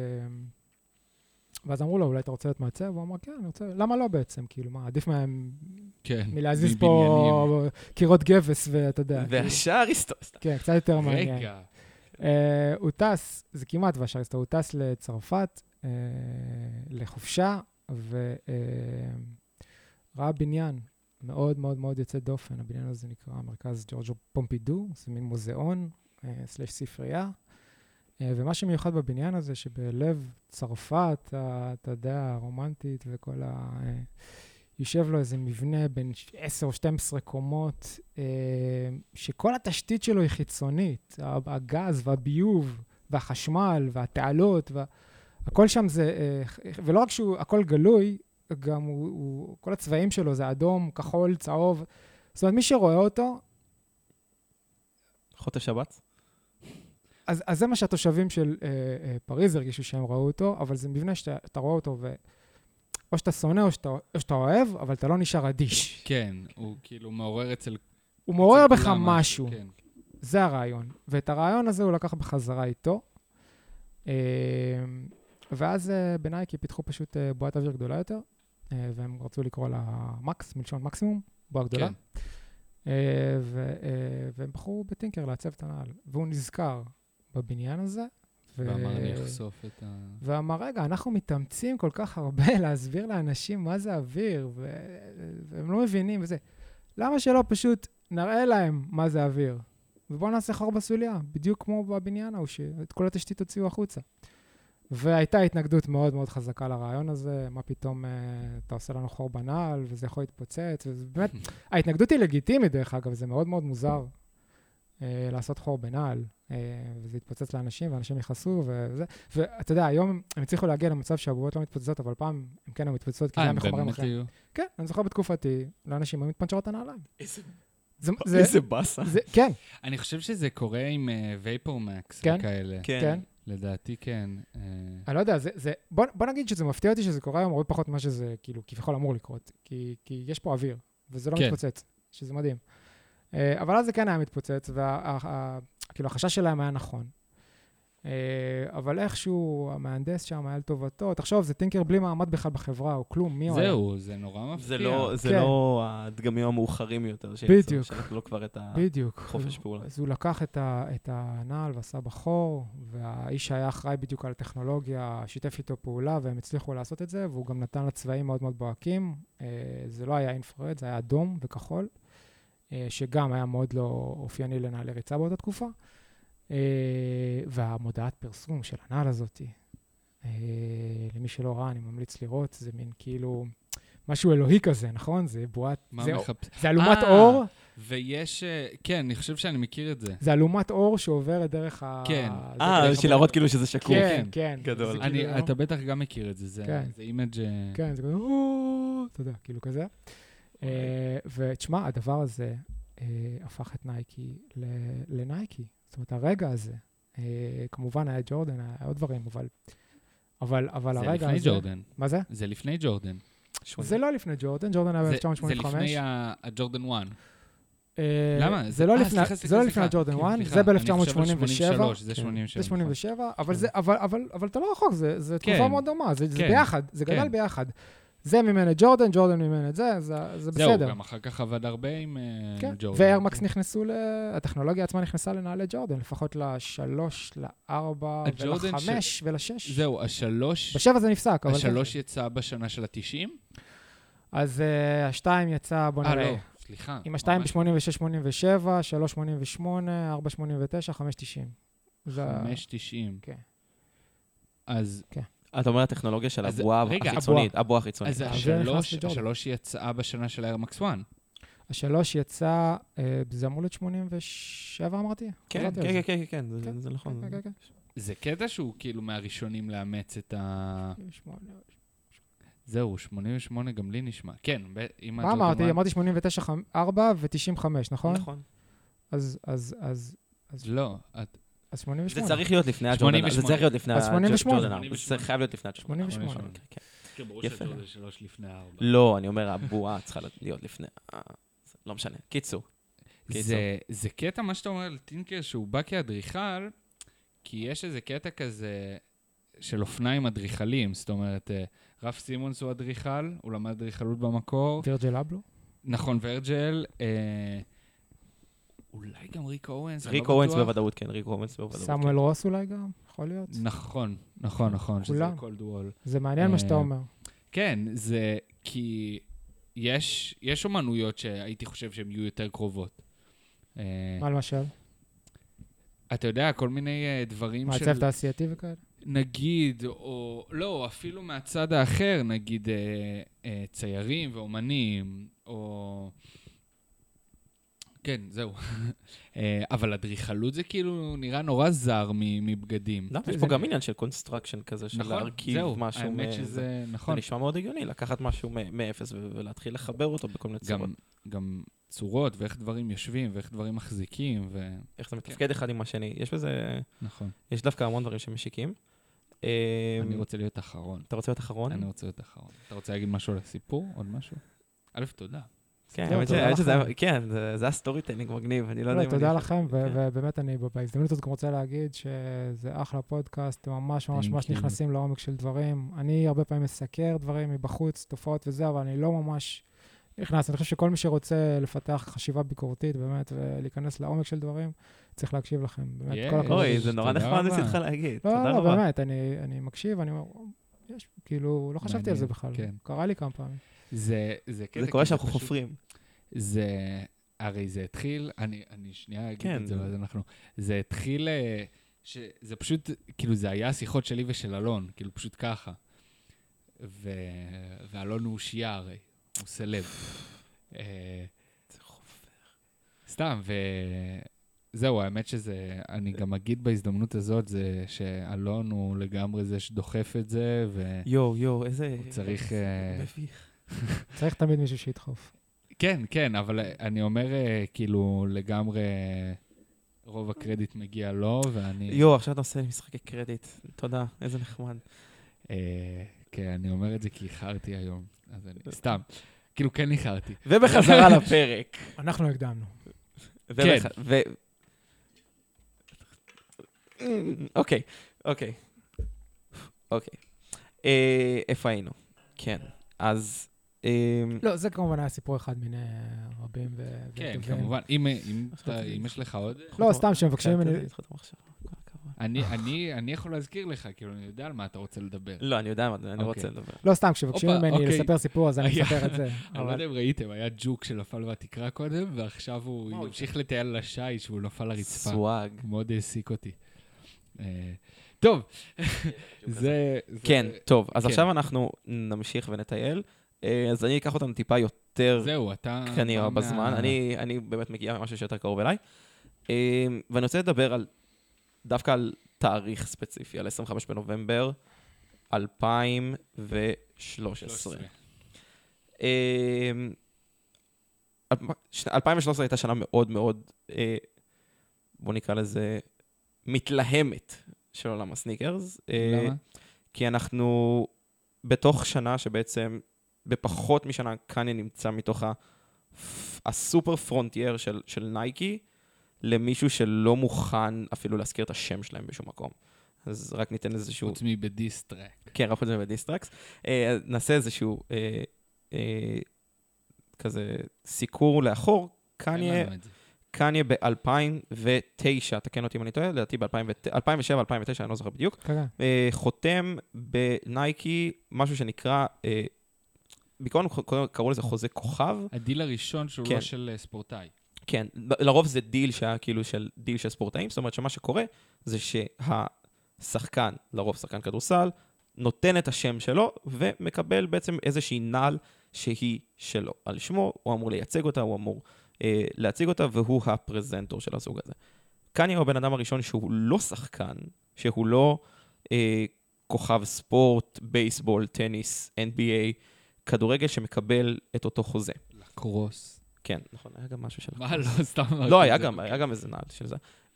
ואז אמרו לו, אולי אתה רוצה להיות מעצב? הוא אמר, כן, אני רוצה, למה לא בעצם? כאילו, מה, עדיף מהם מלהזיז פה קירות גבס, ואתה יודע. והשאר היסטוריה. כן, קצת יותר מעניין. רגע. הוא טס, זה כמעט והשאר היסטוריה, הוא טס לצרפת, לחופשה, וראה בניין מאוד מאוד מאוד יוצא דופן. הבניין הזה נקרא מרכז ג'ורג'ו פומפידו, זה מין מוזיאון, סלש ספרייה. ומה שמיוחד בבניין הזה, שבלב צרפת, אתה יודע, הרומנטית וכל יושב לו איזה מבנה בין 10 או 12 קומות, שכל התשתית שלו היא חיצונית, הגז והביוב והחשמל והתעלות, הכל שם זה, ולא רק שהוא הכל גלוי, גם כל הצבעים שלו זה אדום, כחול, צהוב. זאת אומרת, מי שרואה אותו... חוטף שבת? אז זה מה שהתושבים של פריז הרגישו שהם ראו אותו, אבל זה מבנה שאתה רואה אותו, או שאתה שונא או שאתה אוהב, אבל אתה לא נשאר אדיש. כן, הוא כאילו מעורר אצל... הוא מעורר בך משהו. כן. זה הרעיון. ואת הרעיון הזה הוא לקח בחזרה איתו. ואז בנייקי פיתחו פשוט בועת אוויר גדולה יותר, והם רצו לקרוא לה מקס, מלשון מקסימום, בועה גדולה. כן. והם בחרו בטינקר לעצב את הנעל. והוא נזכר בבניין הזה. ואמר לי לחשוף את ואמר, רגע, אנחנו מתאמצים כל כך הרבה להסביר לאנשים מה זה אוויר, והם לא מבינים וזה. למה שלא פשוט נראה להם מה זה אוויר? ובואו נעשה חור בסוליה, בדיוק כמו בבניין ההוא, שאת כל התשתית הוציאו החוצה. והייתה התנגדות מאוד מאוד חזקה לרעיון הזה, מה פתאום אתה עושה לנו חור בנעל, וזה יכול להתפוצץ, ובאמת, ההתנגדות היא לגיטימית דרך אגב, זה מאוד מאוד מוזר לעשות חור בנעל, וזה התפוצץ לאנשים, ואנשים יכעסו, ואתה יודע, היום הם הצליחו להגיע למצב שהבועות לא מתפוצצות, אבל פעם הם כן מתפוצצות, כי זה היה מחומרים אחרים. כן, אני זוכר בתקופתי, לאנשים היו מתפנצ'רות את הנעליים. איזה בסה. כן. אני חושב שזה קורה עם וייפורמקס וכאלה. כן. לדעתי כן. אני לא יודע, בוא נגיד שזה מפתיע אותי שזה קורה היום הרבה פחות ממה שזה כאילו כביכול אמור לקרות, כי יש פה אוויר, וזה לא מתפוצץ, שזה מדהים. אבל אז זה כן היה מתפוצץ, וכאילו החשש שלהם היה נכון. אבל איכשהו המהנדס שם היה לטובתו, תחשוב, זה טינקר בלי מעמד בכלל בחברה, או כלום, מי הוא היה? זהו, זה נורא מפתיע. זה לא הדגמים המאוחרים יותר, בדיוק. שאנחנו לא כבר את החופש פעולה. אז הוא לקח את הנעל ועשה בחור, והאיש היה אחראי בדיוק על הטכנולוגיה, שיתף איתו פעולה, והם הצליחו לעשות את זה, והוא גם נתן לה צבעים מאוד מאוד בוהקים. זה לא היה אינפרד, זה היה אדום וכחול, שגם היה מאוד לא אופייני לנעלי ריצה באותה תקופה. והמודעת פרסום של הנעל הזאת, למי שלא ראה, אני ממליץ לראות, זה מין כאילו משהו אלוהי כזה, נכון? זה בועת, זה אלומת אור. ויש, כן, אני חושב שאני מכיר את זה. זה אלומת אור שעוברת דרך כן. בשביל להראות כאילו שזה שקוף. כן, כן. גדול. אתה בטח גם מכיר את זה, זה אימג' כן, זה כזה, אתה יודע, כאילו כזה. ותשמע, הדבר הזה הפך את נייקי לנייקי. זאת אומרת, הרגע הזה, כמובן היה ג'ורדן, היה עוד דברים, אבל הרגע הזה... זה לפני ג'ורדן. מה זה? זה לפני ג'ורדן. זה לא לפני ג'ורדן, ג'ורדן היה ב-1985. זה לפני הג'ורדן 1. למה? זה לא לפני הג'ורדן 1, זה ב-1987. זה 87. זה 87, אבל אתה לא רחוק, זה תקופה מאוד דומה, זה ביחד, זה גדל ביחד. זה ממנו ג'ורדן, ג'ורדן ממנו זה בסדר. זהו, גם אחר כך עבד הרבה עם ג'ורדן. ואיירמקס נכנסו, הטכנולוגיה עצמה נכנסה לנעלי ג'ורדן, לפחות ל-3, ל-4, ול-5 ול-6. זהו, ה-3... ב-7 זה נפסק. ה-3 יצא בשנה של ה-90? אז ה-2 יצא, בוא נראה. לא, סליחה. עם ה-2 ב-86-87, 3-88, 4-89, 5-90. 5-90. כן. אז... כן. אתה אומר הטכנולוגיה של הבועה החיצונית, הבועה החיצונית. אז ה-3 יצאה בשנה של איירמקס 1. ה-3 יצא, זה אמור להיות 87 אמרתי? כן, זה נכון. זה קטע שהוא כאילו מהראשונים לאמץ את ה... זהו, 88 גם לי נשמע. כן, מה אמרתי? אמרתי 89.4 ו-95, נכון? נכון. אז לא, אז 88. זה צריך להיות לפני הג'ורדן. זה צריך להיות לפני הג'ורדן. זה חייב להיות לפני הג'ורדן. 88. כן, ברור שהג'ורדן 3 לפני 4. לא, אני אומר, הבועה צריכה להיות לפני. לא משנה. קיצור. זה קטע, מה שאתה אומר על טינקר, שהוא בא כאדריכל, כי יש איזה קטע כזה של אופניים אדריכלים. זאת אומרת, רף סימונס הוא אדריכל, הוא למד אדריכלות במקור. וירג'ל אבלו? נכון, וירג'ל. אולי גם ריק אורנס. ריק אורנס בוודאות, כן, ריק אורנס בוודאות. סמואל רוס אולי גם, יכול להיות. נכון, שזה קולד וול. זה מעניין מה שאתה אומר. כן, זה כי יש אומנויות שהייתי חושב שהן יהיו יותר קרובות. מה למשל? אתה יודע, כל מיני דברים של... מעצב תעשייתי וכאלה? נגיד, או לא, אפילו מהצד האחר, נגיד ציירים ואומנים, או... כן, זהו. אבל אדריכלות זה כאילו נראה נורא זר מבגדים. לא, יש פה גם עניין של קונסטרקשן כזה, של להרכיב משהו. האמת שזה נכון. זה נשמע מאוד הגיוני, לקחת משהו מאפס ולהתחיל לחבר אותו בכל מיני צורות. גם צורות, ואיך דברים יושבים, ואיך דברים מחזיקים, איך זה מתפקד אחד עם השני. יש בזה... נכון. יש דווקא המון דברים שמשיקים. אני רוצה להיות אחרון. אתה רוצה להיות אחרון? אני רוצה להיות אחרון. אתה רוצה להגיד משהו על הסיפור? עוד משהו? א', תודה. כן, זה הסטורי טיילינג מגניב, אני לא יודע אם... תודה לכם, ובאמת אני בהזדמנות הזאת גם רוצה להגיד שזה אחלה פודקאסט, אתם ממש ממש ממש נכנסים לעומק של דברים. אני הרבה פעמים מסקר דברים מבחוץ, תופעות וזה, אבל אני לא ממש נכנס. אני חושב שכל מי שרוצה לפתח חשיבה ביקורתית, באמת, ולהיכנס לעומק של דברים, צריך להקשיב לכם. אוי, זה נורא נחמד מצדך להגיד. לא, באמת, אני מקשיב, אני אומר, כאילו, לא חשבתי על זה בכלל. קרה לי כמה פעמים. זה קורה שאנחנו חופרים. הרי זה התחיל, אני שנייה אגיד את זה, אז זה התחיל, זה פשוט, כאילו זה היה שיחות שלי ושל אלון, כאילו פשוט ככה. ואלון הוא שיעה הרי, הוא סלב. זה חופר. סתם, וזהו, האמת שזה, אני גם אגיד בהזדמנות הזאת, זה שאלון הוא לגמרי זה שדוחף את זה, יו, איזה... הוא צריך... צריך תמיד מישהו שידחוף. כן, אבל אני אומר, כאילו, לגמרי, רוב הקרדיט מגיע לו, ואני... עכשיו אתה עושה לי משחקי קרדיט. תודה, איזה נחמד. כן, אני אומר את זה כי איחרתי היום, אז אני... סתם, כאילו, כן איחרתי. ובחזרה לפרק. אנחנו הקדמנו. כן. אוקיי. איפה היינו? כן, אז... לא, זה כמובן היה סיפור אחד מיני רבים כן, כמובן. אם יש לך עוד... לא, סתם שמבקשים ממני... אני יכול להזכיר לך, כאילו, אני יודע על מה אתה רוצה לדבר. לא, אני יודע מה, אני רוצה לדבר. לא, סתם, כשבקשים ממני לספר סיפור, אז אני אספר את זה. אני לא יודע אם ראיתם, היה ג'וק שנפל בתקרה קודם, ועכשיו הוא ימשיך לטייל על השי, שהוא נפל לרצפה. סוואג. מאוד העסיק אותי. טוב, זה... כן, טוב, אז עכשיו אנחנו נמשיך ונטייל. אז אני אקח אותנו טיפה יותר... זהו, אתה... כנראה בזמן. אני באמת מגיע ממשהו שיותר קרוב אליי. ואני רוצה לדבר דווקא על תאריך ספציפי, על 25 בנובמבר 2013. 2013 הייתה שנה מאוד מאוד, בוא נקרא לזה, מתלהמת של עולם הסניקרס. למה? כי אנחנו בתוך שנה שבעצם בפחות משנה קניה נמצא מתוך הסופר פרונטייר של נייקי, למישהו שלא מוכן אפילו להזכיר את השם שלהם בשום מקום. אז רק ניתן איזשהו... חוץ מבדיסטרק. כן, רק חוץ מבדיסטרקס. נעשה איזשהו כזה סיקור לאחור. קניה ב-2009, תקן אותי אם אני טועה, לדעתי ב-2007-2009, אני לא זוכר בדיוק. חותם בנייקי משהו שנקרא... בעיקרון קראו לזה חוזה כוכב. הדיל הראשון שהוא לא של ספורטאי. כן, לרוב זה דיל שהיה כאילו של דיל של ספורטאים, זאת אומרת שמה שקורה זה שהשחקן, לרוב שחקן כדורסל, נותן את השם שלו ומקבל בעצם איזושהי נעל שהיא שלו. על שמו, הוא אמור לייצג אותה, הוא אמור להציג אותה, והוא הפרזנטור של הסוג הזה. קניה הוא הבן אדם הראשון שהוא לא שחקן, שהוא לא כוכב ספורט, בייסבול, טניס, NBA, כדורגל שמקבל את אותו חוזה. לקרוס. כן, נכון, היה גם משהו של... מה, לא, סתם... לא, היה גם איזה נעל של זה.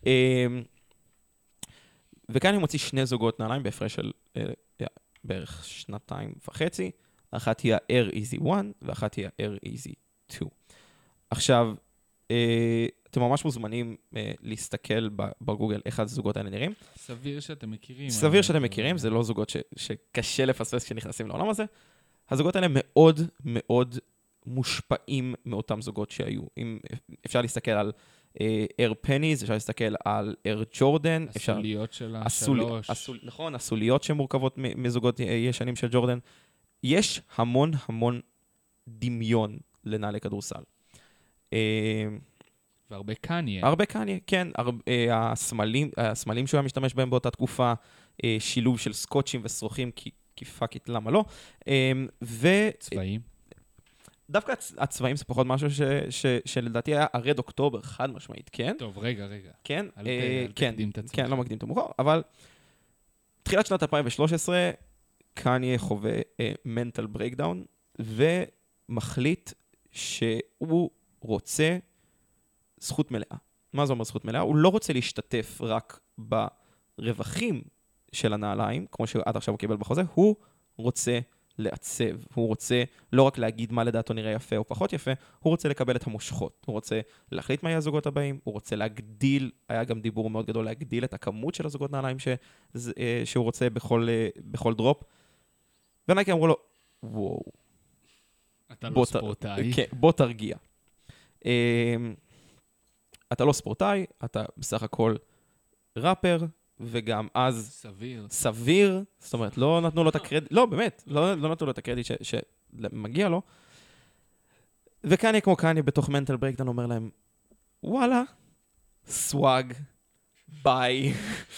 וכאן אני מוציא 2 זוגות נעליים בהפרש של בערך 2.5. אחת היא ה-Air Easy 1, ואחת היא ה-Air Easy 2. עכשיו, אתם ממש מוזמנים להסתכל בגוגל איך הזוגות האלה נראים. סביר שאתם מכירים. סביר שאתם מכירים, זה לא זוגות שקשה לפספס כשנכנסים לעולם הזה. הזוגות האלה מאוד מאוד מושפעים מאותם זוגות שהיו. אם אפשר להסתכל על Air Pennies, אפשר להסתכל על Air Jordan. הסוליות של השלוש. נכון, הסוליות שמורכבות מזוגות ישנים של ג'ורדן. יש המון המון דמיון לנעלי כדורסל. והרבה קניה. הרבה קניה, כן. הסמלים שהוא היה משתמש בהם באותה תקופה, שילוב של סקוטשים וסרוכים, כי פאקית, למה לא? צבעים? דווקא הצבעים זה פחות משהו שלדעתי היה הרד אוקטובר, חד משמעית, כן? טוב, רגע. כן, אל תקדים את עצמך. כן, לא מקדים את המאוחר, אבל תחילת שנת 2013, קניה חווה mental breakdown, ומחליט שהוא רוצה זכות מלאה. מה זה אומר זכות מלאה? הוא לא רוצה להשתתף רק ברווחים של הנעליים, כמו שעד עכשיו הוא קיבל בחוזה, הוא רוצה לעצב. הוא רוצה לא רק להגיד מה לדעתו נראה יפה או פחות יפה, הוא רוצה לקבל את המושכות. הוא רוצה להחליט מה יהיה הזוגות הבאים, הוא רוצה להגדיל, היה גם דיבור מאוד גדול להגדיל את הכמות של הזוגות נעליים שהוא רוצה בכל דרופ. ונייקי אמרו לו, וואו. אתה לא ספורטאי. כן, בוא תרגיע. אתה לא ספורטאי, אתה בסך הכל ראפר, וגם אז... סביר. זאת אומרת, לא נתנו לו את הקרדיט, לא, באמת, לא נתנו לו את הקרדיט שמגיע לו. וקניה כמו קניה בתוך מנטל ברייקדאון אומר להם, וואלה, סוואג, ביי.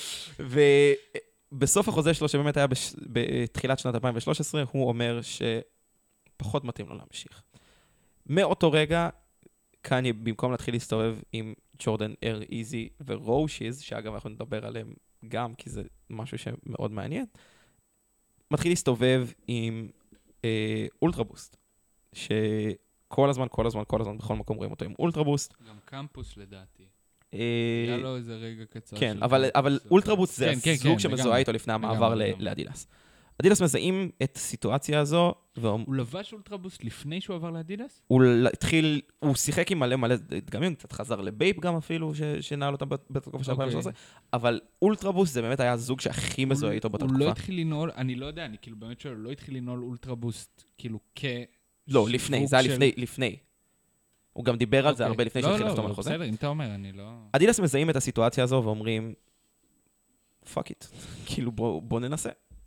ובסוף החוזה שלו, שבאמת היה בתחילת שנת 2013, הוא אומר שפחות מתאים לו להמשיך. מאותו רגע, קניה, במקום להתחיל להסתובב עם ג'ורדן אר איזי ורושיז, שאגב אנחנו נדבר עליהם גם, כי זה משהו שמאוד מעניין, מתחיל להסתובב עם אולטרבוסט, שכל הזמן, בכל מקום רואים אותו עם אולטרבוסט. גם קמפוס לדעתי. היה לו איזה רגע קצר. כן, אבל אולטרבוסט זה הזוג שמזוהה איתו לפני המעבר לאדידס. אדידס מזהים את הסיטואציה הזו. הוא לבש אולטרבוסט לפני שהוא עבר לאדידס? הוא שיחק עם מלא דגמים, קצת חזר לבייפ גם אפילו, שנעל אותם בתקופה של 2013, אבל אולטרבוסט זה באמת היה הזוג שהכי מזוהה איתו בתקופה. הוא לא התחיל לנעול, אני לא יודע, אני כאילו באמת שואל, הוא לא התחיל לנעול אולטרבוסט כאילו לא, לפני, זה היה לפני. הוא גם דיבר על זה הרבה לפני שהתחיל לחתום על החוזה. בסדר, אם אתה אומר, אני לא... אדידס מזהים את הסיטואציה הזו ואומרים, fuck it, כאילו בוא ננסה.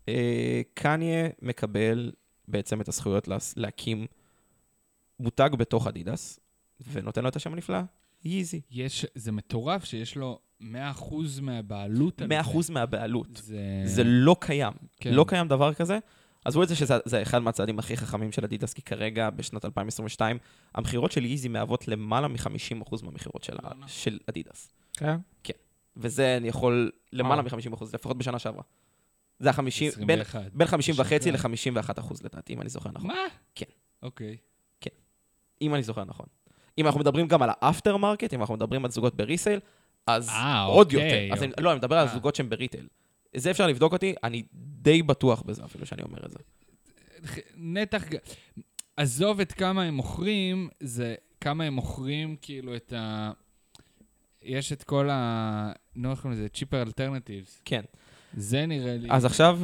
קניה מקבל בעצם את הזכויות להקים מותג בתוך אדידס, ונותן לו את השם הנפלא, ייזי. זה מטורף שיש לו 100% מהבעלות. 100% מהבעלות. זה לא קיים. לא קיים דבר כזה. עזבו את זה שזה אחד מהצעדים הכי חכמים של אדידס, כי כרגע בשנת 2022, המחירות של ייזי מהוות למעלה מ-50% מהמחירות של אדידס. כן? כן. וזה אני יכול למעלה מ-50%, לפחות בשנה שעברה. זה בין 50.5 ל-51% לדעתי, אם אני זוכר נכון. מה? כן. אוקיי. כן. אם אני זוכר נכון. אם אנחנו מדברים גם על האפטר מרקט, אם אנחנו מדברים על זוגות בריסייל, אז עוד יותר. לא, אני מדבר על זוגות שהם בריטייל. זה אפשר לבדוק אותי, אני די בטוח בזה אפילו שאני אומר את זה. נתח, עזוב את כמה הם מוכרים, זה כמה הם מוכרים כאילו את ה... יש את כל ה... נו, איך קוראים לזה? cheaper alternatives. כן. זה נראה לי... אז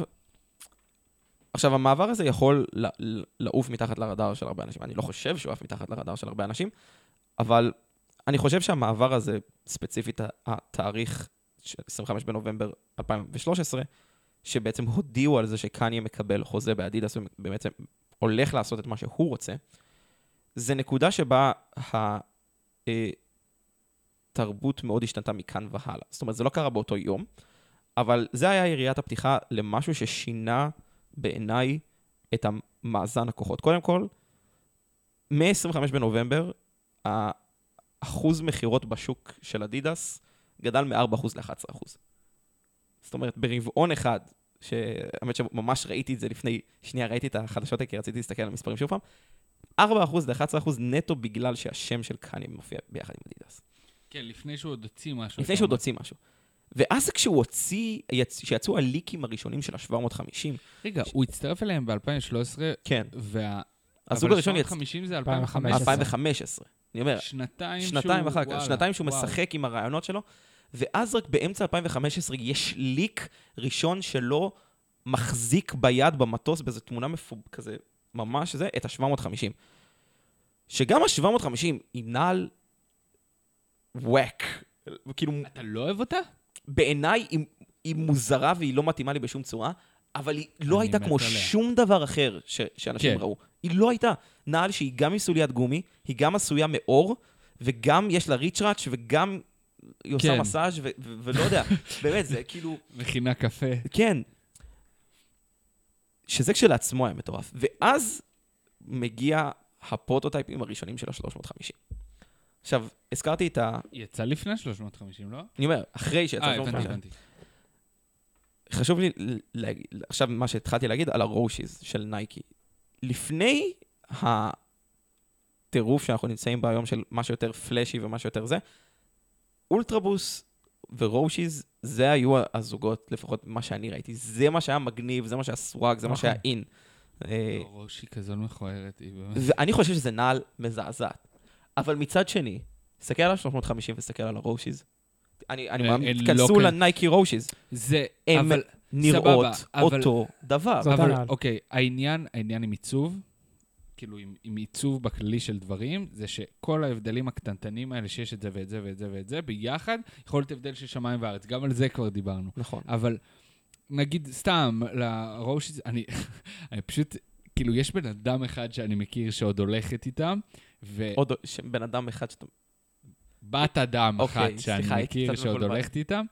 עכשיו המעבר הזה יכול לעוף מתחת לרדאר של הרבה אנשים. אני לא חושב שהוא עף מתחת לרדאר של הרבה אנשים, אבל אני חושב שהמעבר הזה, ספציפית התאריך של 25 בנובמבר 2013, שבעצם הודיעו על זה שקניה מקבל חוזה באדידס, ובאמת הולך לעשות את מה שהוא רוצה, זה נקודה שבה התרבות מאוד השתנתה מכאן והלאה. זאת אומרת, זה לא קרה באותו יום, אבל זה היה יריית הפתיחה למשהו ששינה בעיניי את המאזן הכוחות. קודם כל, מ-25 בנובמבר, האחוז מחירות בשוק של אדידס גדל מ-4% ל-11%. זאת אומרת, ברבעון אחד שהאמת שממש ראיתי את זה לפני שנייה, ראיתי את החדשות, כי רציתי להסתכל על המספרים שוב פעם, 4% ל-11% נטו בגלל שהשם של קניה מופיע ביחד עם אדידס. כן, לפני שהוא עוד הוציא משהו. לפני שהוא עוד הוציא משהו. ואז כשהוא הוציא, שיצאו הליקים הראשונים של ה-750. רגע, הוא הצטרף אליהם ב-2013. כן. הזוג הראשון יצא. 750 זה 2015. אני אומר, שנתיים אחר כך, שנתיים שהוא משחק עם הרעיונות שלו, ואז רק באמצע 2015 יש ליק ראשון שלו מחזיק ביד במטוס, באיזו תמונה כזה, ממש זה, את ה-750. שגם ה-750 היא נעל וואק. כאילו... אתה לא אוהב אותה? בעיניי היא מוזרה והיא לא מתאימה לי בשום צורה, אבל היא לא הייתה כמו שום דבר אחר שאנשים ראו. היא לא הייתה נעל שהיא גם מסוליית גומי, היא גם עשויה מאור, וגם יש לה ריצ'ראץ' וגם היא עושה מסאז' ולא יודע. באמת, זה כאילו... מכינה קפה. כן. שזה כשלעצמו היה מטורף. ואז מגיע הפרוטוטייפים הראשונים של ה-350. עכשיו, הזכרתי את ה... יצא לפני 350, לא? אני אומר, אחרי שיצא 350. הבנתי. חשוב לי להגיד, עכשיו מה שהתחלתי להגיד על הרושיז של נייקי. לפני הטירוף שאנחנו נמצאים ביום של משהו יותר פלשי ומשהו יותר זה, אולטרבוס ורושיז, זה היו הזוגות, לפחות מה שאני ראיתי. זה מה שהיה מגניב, זה מה שהיה סוואג, זה מה שהיה אין. רושי כזאת מכוערת. ואני חושב שזה נעל מזעזעת. אבל מצד שני, סתכל על ה-350 וסתכל על הרושיז. אני מאמין, תכנסו לנייקי רושיז. הם נראות אותו דבר. אבל אוקיי, העניין עם עיצוב, כאילו עם עיצוב בכללי של דברים, זה שכל ההבדלים הקטנטנים האלה שיש את זה ואת זה ואת זה ואת זה, ביחד יכול להיות הבדל של שמיים וארץ. גם על זה כבר דיברנו. נכון. אבל נגיד סתם, לרושיז, אני פשוט... כאילו, יש בן אדם אחד שאני מכיר שעוד הולכת איתם, עוד בן אדם אחד שאתה... בת אדם אחת שאני מכיר שעוד הולכת איתם,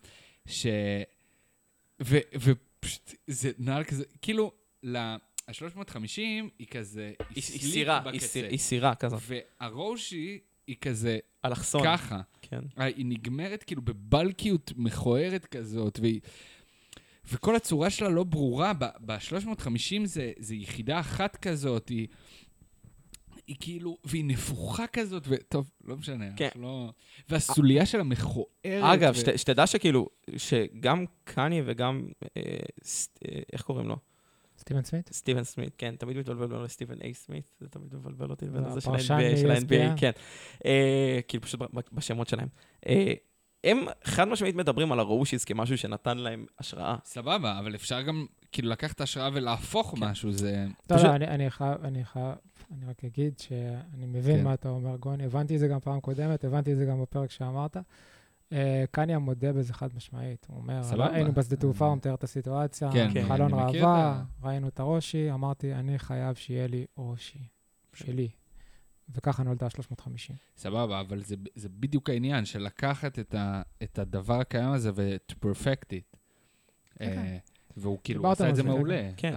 ופשוט זה נעל כזה, כאילו, ה-350 היא כזה... היא סירה כזאת. והרושי היא כזה... אלכסון. ככה. כן. היא נגמרת כאילו בבלקיות מכוערת כזאת, וכל הצורה שלה לא ברורה. ב-350 זה יחידה אחת כזאת, היא כאילו, והיא נפוחה כזאת, וטוב, לא משנה. כן. והסוליה שלה מכוערת. אגב, שתדע שכאילו, שגם קניה וגם, איך קוראים לו? סטיבן סמית? סטיבן סמית, כן. תמיד מתבלבל לו לסטיבן איי סמית, זה תמיד מבלבל אותי. הפרשן ב-NBA, כן. כאילו פשוט בשמות שלהם. הם חד משמעית מדברים על הרושיז כמשהו שנתן להם השראה. סבבה, אבל אפשר גם כאילו לקחת השראה ולהפוך משהו, זה... טוב, אני רק אגיד שאני מבין מה אתה אומר, גוני. הבנתי את זה גם פעם קודמת, הבנתי את זה גם בפרק שאמרת. קניה מודה בזה חד משמעית. הוא אומר, היינו בשדה תעופה, הוא מתאר את הסיטואציה, חלון ראווה, ראינו את הרושי, אמרתי, אני חייב שיהיה לי רושי שלי. וככה נולדה 350. סבבה, אבל זה בדיוק העניין של לקחת את הדבר הקיים הזה ו-to perfect it. והוא כאילו עשה את זה מעולה. כן,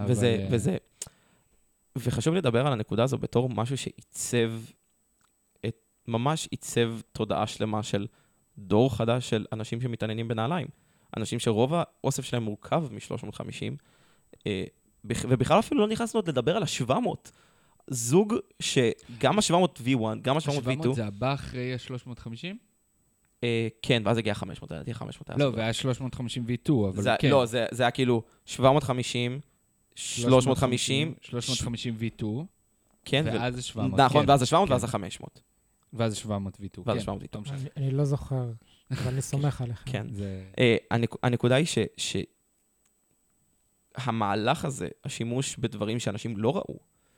וחשוב לדבר על הנקודה הזו בתור משהו שעיצב, ממש עיצב תודעה שלמה של דור חדש של אנשים שמתעניינים בנעליים. אנשים שרוב האוסף שלהם מורכב מ-350, ובכלל אפילו לא נכנסנו עוד לדבר על ה-700. זוג שגם ה-700 V1, גם ה-700 V2... ה-700 זה הבא אחרי ה-350? כן, ואז הגיע 500, זה היה 500. לא, והיה 350 V2, אבל כן. לא, זה היה כאילו 750, 350... 350 V2, כן, ואז ה-700. נכון, ואז ה-700 ואז ה-500. ואז ה-700 V2, ואז ה-700 V2. אני לא זוכר, אבל אני סומך עליכם. כן. הנקודה היא שהמהלך הזה, השימוש בדברים שאנשים לא ראו,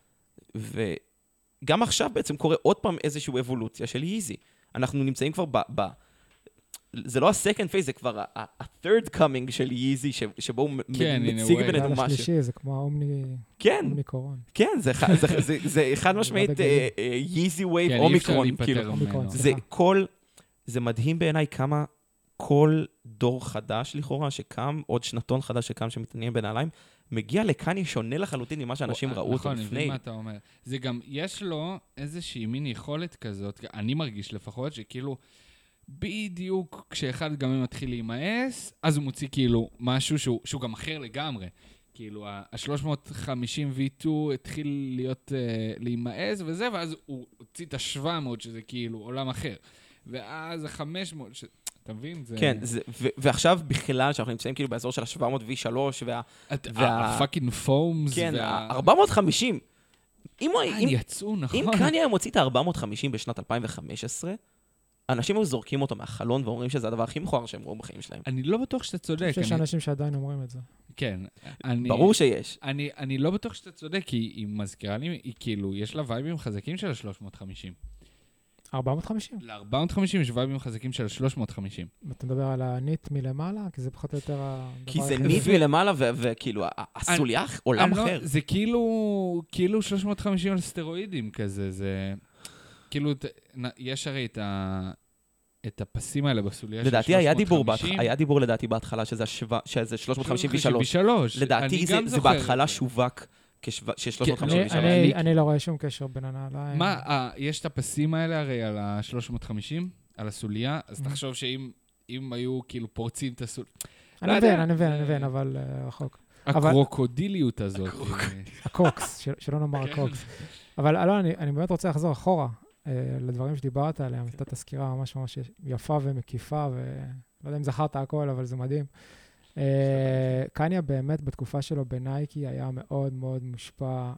וגם עכשיו בעצם קורה עוד פעם איזושהי אבולוציה של ייזי. אנחנו נמצאים כבר זה לא ה-second phase, זה כבר ה-third coming של ייזי, שבו הוא מציג בינינו משהו. השלישי, זה כמו האומניקורון. כן, זה חד משמעית ייזי וייב אומיקרון. זה מדהים בעיניי כמה כל דור חדש לכאורה, שקם, עוד שנתון חדש שקם שמתעניין בנעליים, מגיע לכאן שונה לחלוטין ממה שאנשים ראו אותו לפני. נכון, אני מבין מה אתה אומר. זה גם, יש לו איזושהי מין יכולת כזאת, אני מרגיש לפחות, שכאילו, בדיוק כשאחד גם מתחיל להימאס, אז הוא מוציא כאילו משהו שהוא גם אחר לגמרי. כאילו, ה-350 V2 התחיל להיות להימאס וזה, ואז הוא הוציא את ה-700, שזה כאילו עולם אחר. ואז ה-500, אתה מבין? כן, ועכשיו בכלל, שאנחנו נמצאים כאילו באזור של ה-700 V3, הפאקינג פומס. כן, 450. יצאו, נכון. אם קניה היה מוציא את ה-450 בשנת 2015, אנשים היו זורקים אותו מהחלון ואומרים שזה הדבר הכי מכוער שהם ראו בחיים שלהם. אני לא בטוח שאתה צודק. יש אנשים שעדיין אומרים את זה. כן. ברור שיש. אני לא בטוח שאתה צודק, כי היא מזכירה לי, היא כאילו, יש לה וייבים חזקים של ה-350. 450? ל-450 יש וייבים חזקים של ה-350. אתה מדבר על הניט מלמעלה? כי זה פחות או יותר הדבר כי זה ניט מלמעלה, וכאילו, הסוליה עולם אחר. זה כאילו 350 על סטרואידים כזה, זה... כאילו, יש הרי את הפסים האלה בסוליה של 350. היה דיבור לדעתי בהתחלה שזה 353. לדעתי זה בהתחלה שווק כ-353. אני לא רואה שום קשר בין הנעליים. מה, יש את הפסים האלה הרי על ה-350, על הסוליה, אז תחשוב שאם היו כאילו פורצים את הסוליה... אני מבין, אבל רחוק. הקרוקודיליות הזאת. הקוקס, שלא נאמר הקוקס. אבל אלון, אני באמת רוצה לחזור אחורה לדברים שדיברת עליהם. הייתה תזכירה ממש ממש יפה ומקיפה, ולא יודע אם זכרת הכל, אבל זה מדהים. קניה באמת בתקופה שלו בנייקי היה מאוד מאוד מושפע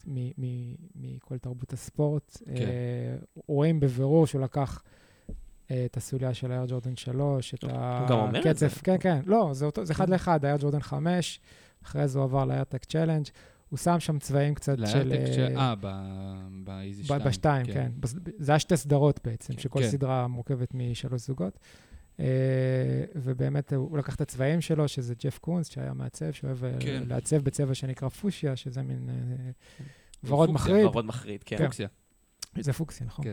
מכל תרבות הספורט. רואים בבירור שהוא לקח את הסוליה של אייר ג'ורדן 3, את הקצף. כן, כן, לא, זה אחד לאחד, אייר ג'ורדן 5, אחרי זה הוא עבר לאיירטק צ'לנג'. הוא שם שם צבעים קצת של... באיזי 2. ב-2, כן. זה היה שתי סדרות בעצם, שכל סדרה מורכבת משלוש זוגות. ובאמת הוא לקח את הצבעים שלו, שזה ג'ף קונס, שהיה מעצב, שאוהב לעצב בצבע שנקרא פושיה, שזה מין ורוד מחריד. ורוד מחריד, כן. פוקסיה. זה פוקסיה, נכון.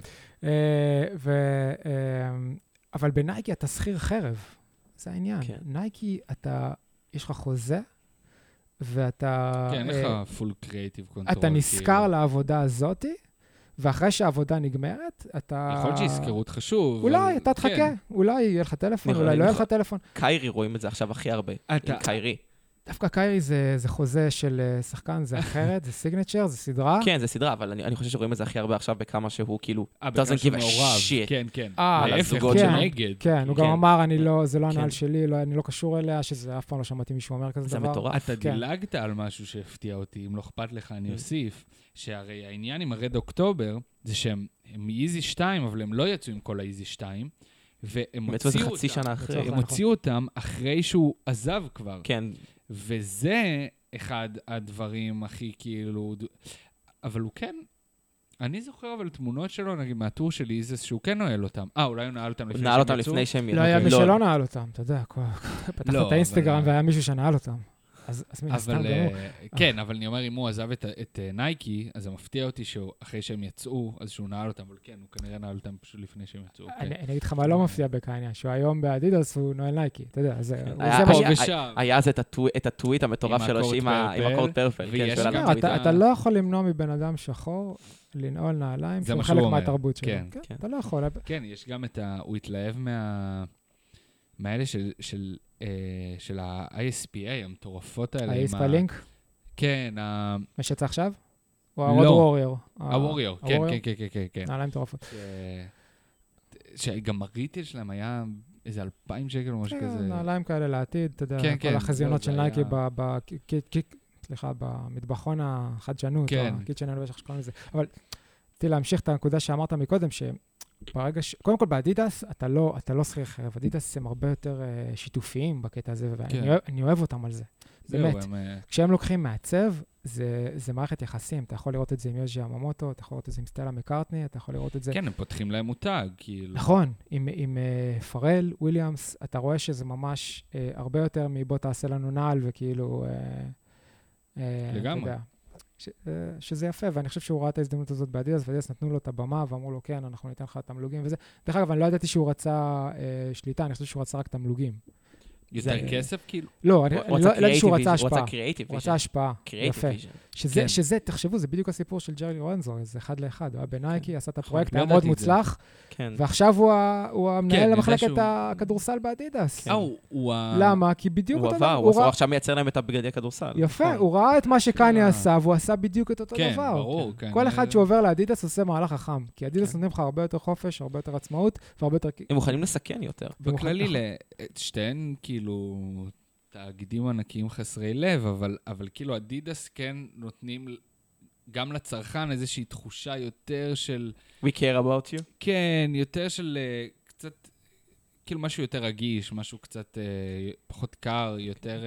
אבל בנייקי אתה שכיר חרב. זה העניין. נייקי, יש לך חוזה, ואתה... כן, לך פול קריאטיב קונטרול. אתה נזכר לעבודה הזאת, ואחרי שהעבודה נגמרת, אתה... יכול להיות שיזכרו אותך שוב. אולי, אתה תחכה. אולי יהיה לך טלפון, אולי לא יהיה לך טלפון. קיירי רואים את זה עכשיו הכי הרבה. עם קיירי. דווקא קיירי זה חוזה של שחקן, זה אחרת, זה סיגנצ'ר, זה סדרה. כן, זה סדרה, אבל אני חושב שרואים את זה הכי הרבה עכשיו בכמה שהוא כאילו... בכמה שהוא מעורב. כן, כן. להפך, שנגד. כן, הוא גם אמר, זה לא הנעל שלי, אני לא קשור אליה, שזה אף פעם לא שמעתי מישהו אומר כזה דבר. זה מטורף. אתה דילגת על משהו שהפתיע אותי, אם לא אכפת לך, אני אוסיף, שהרי העניין עם הרד אוקטובר, זה שהם מאיזי 2, אבל הם לא יצאו עם כל האיזי 2, והם הוציאו אותם אחרי שהוא עזב כבר. כן. וזה אחד הדברים הכי כאילו... אבל הוא כן... אני זוכר אבל תמונות שלו, נגיד מהטור שלי, איזס שהוא כן נועל אותם. אולי הוא נעל אותם לפני שהם יצאו? נעל אותם לפני שהם יצאו. לא היה מי שלא נעל אותם, אתה יודע. פתחת את האינסטגרם והיה מישהו שנעל אותם. אז מן הסתם גם הוא. כן, אבל אני אומר, אם הוא עזב את נייקי, אז זה מפתיע אותי שאחרי שהם יצאו, אז שהוא נעל אותם, אבל כן, הוא כנראה נעל אותם פשוט לפני שהם יצאו. אני אגיד לך מה לא מפתיע בקניה, שהוא היום באדידס הוא נועל נייקי, אתה יודע, היה אז את הטוויט המטורף שלו, עם הקוד פרפל. אתה לא יכול למנוע מבן אדם שחור לנעול נעליים, שהוא חלק מהתרבות שלו. אתה לא יכול. כן, יש גם הוא התלהב מהאלה של ה-ISPA, המטורפות האלה. ה-ISPA לינק? כן. מה שיצא עכשיו? או ה-Road Warrior? ה-Warrior, כן. נעליים מטורפות. שגם הריטל שלהם היה איזה 2,000 שקל או משהו כזה. נעליים כאלה לעתיד, אתה יודע, כל החזיונות של נייקי במטבחון החדשנות, או הקיצ'ן אלווה שקוראים לזה. אבל רציתי להמשיך את הנקודה שאמרת מקודם, ברגע קודם כל באדידס, אתה לא שכיר חרב. אדידס הם הרבה יותר שיתופיים בקטע הזה, ואני אוהב אותם על זה. באמת, כשהם לוקחים מעצב, זה מערכת יחסים. אתה יכול לראות את זה עם יוז'י יממוטו, אתה יכול לראות את זה עם סטלה מקארטני, אתה יכול לראות את זה... כן, הם פותחים להם מותג, כאילו. נכון, עם פרל, וויליאמס, אתה רואה שזה ממש הרבה יותר מבוא תעשה לנו נעל, וכאילו... לגמרי. שזה יפה, ואני חושב שהוא ראה את ההזדמנות הזאת באדידס, ואדידס נתנו לו את הבמה, ואמרו לו, כן, אנחנו ניתן לך תמלוגים וזה. דרך אגב, אני לא ידעתי שהוא רצה שליטה, אני חושב שהוא רצה רק תמלוגים. יותר כסף כאילו? לא, לא יודע שהוא רצה השפעה. הוא רצה השפעה. יפה. שזה, תחשבו, זה בדיוק הסיפור של ג'רי לורנזו, זה אחד לאחד. הוא היה בנייקי, עשה את הפרויקט, היה מאוד מוצלח, ועכשיו הוא המנהל למחלקת הכדורסל באדידס. למה? כי בדיוק אותו דבר. הוא עכשיו מייצר להם את הבגדי כדורסל. יפה, הוא ראה את מה שקניה עשה, והוא עשה בדיוק את אותו דבר. כן, ברור. כל אחד שעובר לאדידס עושה מהלך חכם, כי אדידס נותנים לך הרבה יותר חופש, הרבה יותר עצמאות, והרבה יותר... הם מוכנים לסכן יותר. בכללי, שתיהן כאילו תאגידים ענקיים חסרי לב, אבל כאילו אדידס כן נותנים גם לצרכן איזושהי תחושה יותר של... We care about you? כן, יותר של קצת, כאילו משהו יותר רגיש, משהו קצת פחות קר, יותר...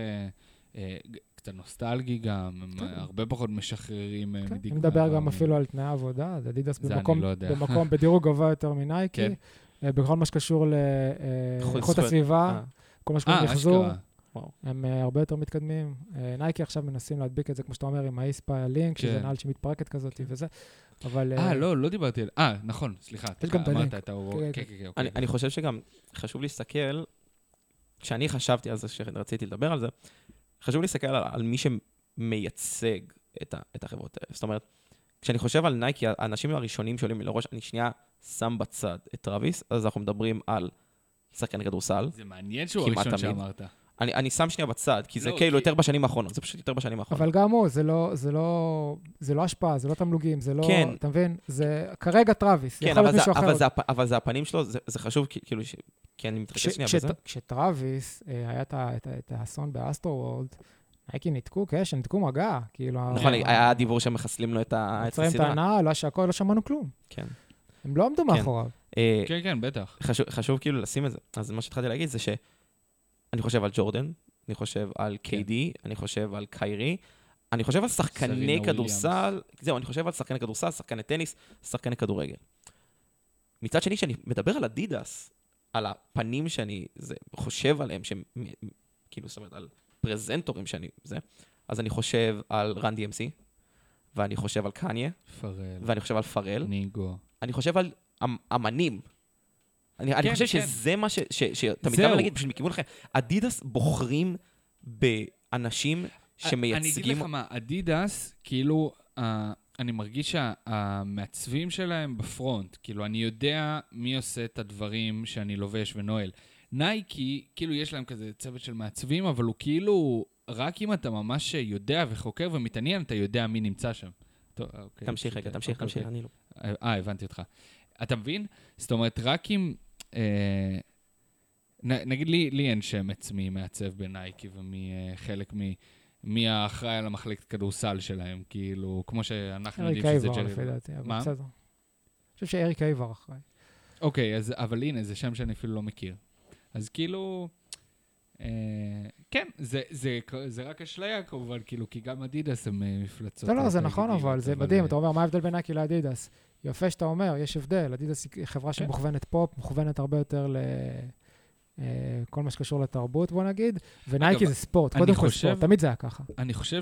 קצת נוסטלגי גם, הם הרבה פחות משחררים מדיוק. אני מדבר גם אפילו על תנאי עבודה, אדידס במקום בדירוג גבוה יותר מנייקי, בכל מה שקשור לאיכות הסביבה, כל מה שקשור למחזור, הם הרבה יותר מתקדמים. נייקי עכשיו מנסים להדביק את זה, כמו שאתה אומר, עם האיספא לינק, שזה נעל שמתפרקת כזאת וזה, אבל... לא דיברתי על... נכון, סליחה. יש גם את הלינק. אני חושב שגם חשוב להסתכל, כשאני חשבתי על זה, שרציתי לדבר על זה, חשוב להסתכל על מי שמייצג את החברות האלה. זאת אומרת, כשאני חושב על נייקי, האנשים הראשונים שעולים לי לראש, אני שנייה שם בצד את טרוויס, אז אנחנו מדברים על שחקן כדורסל. זה מעניין שהוא הראשון שאמרת. אני שם שנייה בצד, כי זה כאילו יותר בשנים האחרונות, זה פשוט יותר בשנים האחרונות. אבל גם הוא, זה לא השפעה, זה לא תמלוגים, זה לא, אתה מבין? זה כרגע טרוויס, יכול להיות מישהו אחר. אבל זה הפנים שלו, זה חשוב, כאילו, כי אני מתרכז שנייה בזה. כשטרוויס היה את האסון באסטרו וורלד, נייקי ניתקו קשר, ניתקו מגע, כאילו... נכון, היה דיבור שמחסלים לו את הסדרה. יוצרים את הענה, לא שמענו כלום. כן. הם לא עמדו מאחוריו. כן, בטח. חשוב כאילו לשים את זה. אז מה שהתחלתי להגיד זה שאני חושב על ג'ורדן, אני חושב על KD, אני חושב על קיירי, אני חושב על שחקני כדורסל, זהו, אני חושב על שחקני כדורסל, שחקני טניס, שחקני כדורגל. מצד שני, שאני מדבר על אדידס, על הפנים שאני חושב עליהם, שהם כאילו, זאת אומרת, על פרזנטורים שאני, אז אני חושב על רן DMC, ואני חושב על קניה, ואני חושב על פרל, ניגו. אני חושב על אמנים, אני חושב שזה מה שתמיד גם להגיד, פשוט מכיוון לכם, אדידס בוחרים באנשים שמייצגים... אני אגיד לך מה, אדידס, כאילו, אני מרגיש שהמעצבים שלהם בפרונט, כאילו, אני יודע מי עושה את הדברים שאני לובש ונועל. נייקי, כאילו, יש להם כזה צוות של מעצבים, אבל הוא כאילו, רק אם אתה ממש יודע וחוקר ומתעניין, אתה יודע מי נמצא שם. תמשיך רגע, תמשיך, אני לא. הבנתי אותך. אתה מבין? זאת אומרת, רק אם... נגיד לי אין שמץ מי מעצב בנייקי ומי חלק מי האחראי על המחלקת כדורסל שלהם, כאילו, כמו שאנחנו יודעים שזה ג'רי. אריק אייבר, לפי דעתי, אבל בסדר. אני חושב שאריק אייבר אחראי. אוקיי, אבל הנה, זה שם שאני אפילו לא מכיר. אז כאילו... כן, זה רק אשליה כמובן, כאילו, כי גם אדידס הם מפלצות. לא, זה נכון, אבל זה מדהים. אתה אומר, מה ההבדל בין נייקי לאדידס? יפה שאתה אומר, יש הבדל. אדידס היא חברה שמוכוונת פופ, מוכוונת הרבה יותר לכל מה שקשור לתרבות, בוא נגיד, ונייקי זה ספורט, קודם כל ספורט, תמיד זה היה ככה. אני חושב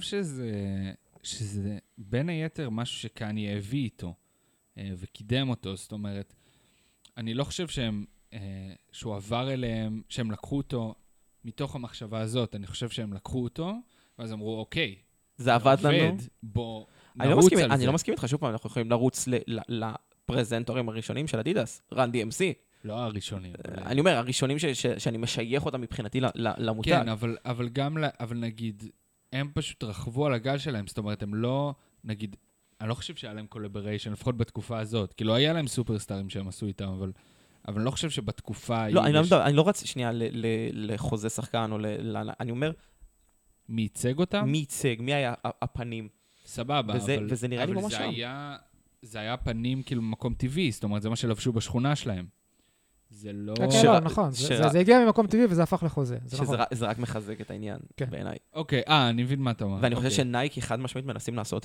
שזה בין היתר משהו שקניה הביא איתו, וקידם אותו, זאת אומרת, אני לא חושב שהוא עבר אליהם, שהם לקחו אותו מתוך המחשבה הזאת, אני חושב שהם לקחו אותו, ואז אמרו, אוקיי, זה עבד לנו. בוא נרוץ על זה. אני לא מסכים איתך, שוב פעם, אנחנו יכולים לרוץ לפרזנטורים הראשונים של אדידס, רן DMC. לא הראשונים. אני אומר, הראשונים שאני משייך אותם מבחינתי למותג. כן, אבל נגיד, הם פשוט רכבו על הגל שלהם, זאת אומרת, הם לא, נגיד, אני לא חושב שהיה להם קולבריישן, לפחות בתקופה הזאת, כאילו, היה להם סופרסטארים שהם עשו איתם, אבל אני לא חושב שבתקופה... לא, אני לא רץ שנייה לחוזה שחקן, או אני אומר... מי ייצג אותם? מי ייצג, מי היה הפנים. סבבה, וזה נראה לי ממש שם. זה היה פנים כאילו במקום טבעי, זאת אומרת, זה מה שלבשו בשכונה שלהם. זה לא... לא, נכון, זה הגיע ממקום טבעי וזה הפך לחוזה. שזה רק מחזק את העניין בעיניי. אוקיי, אני מבין מה אתה אומר. ואני חושב שנייק חד משמעית מנסים לעשות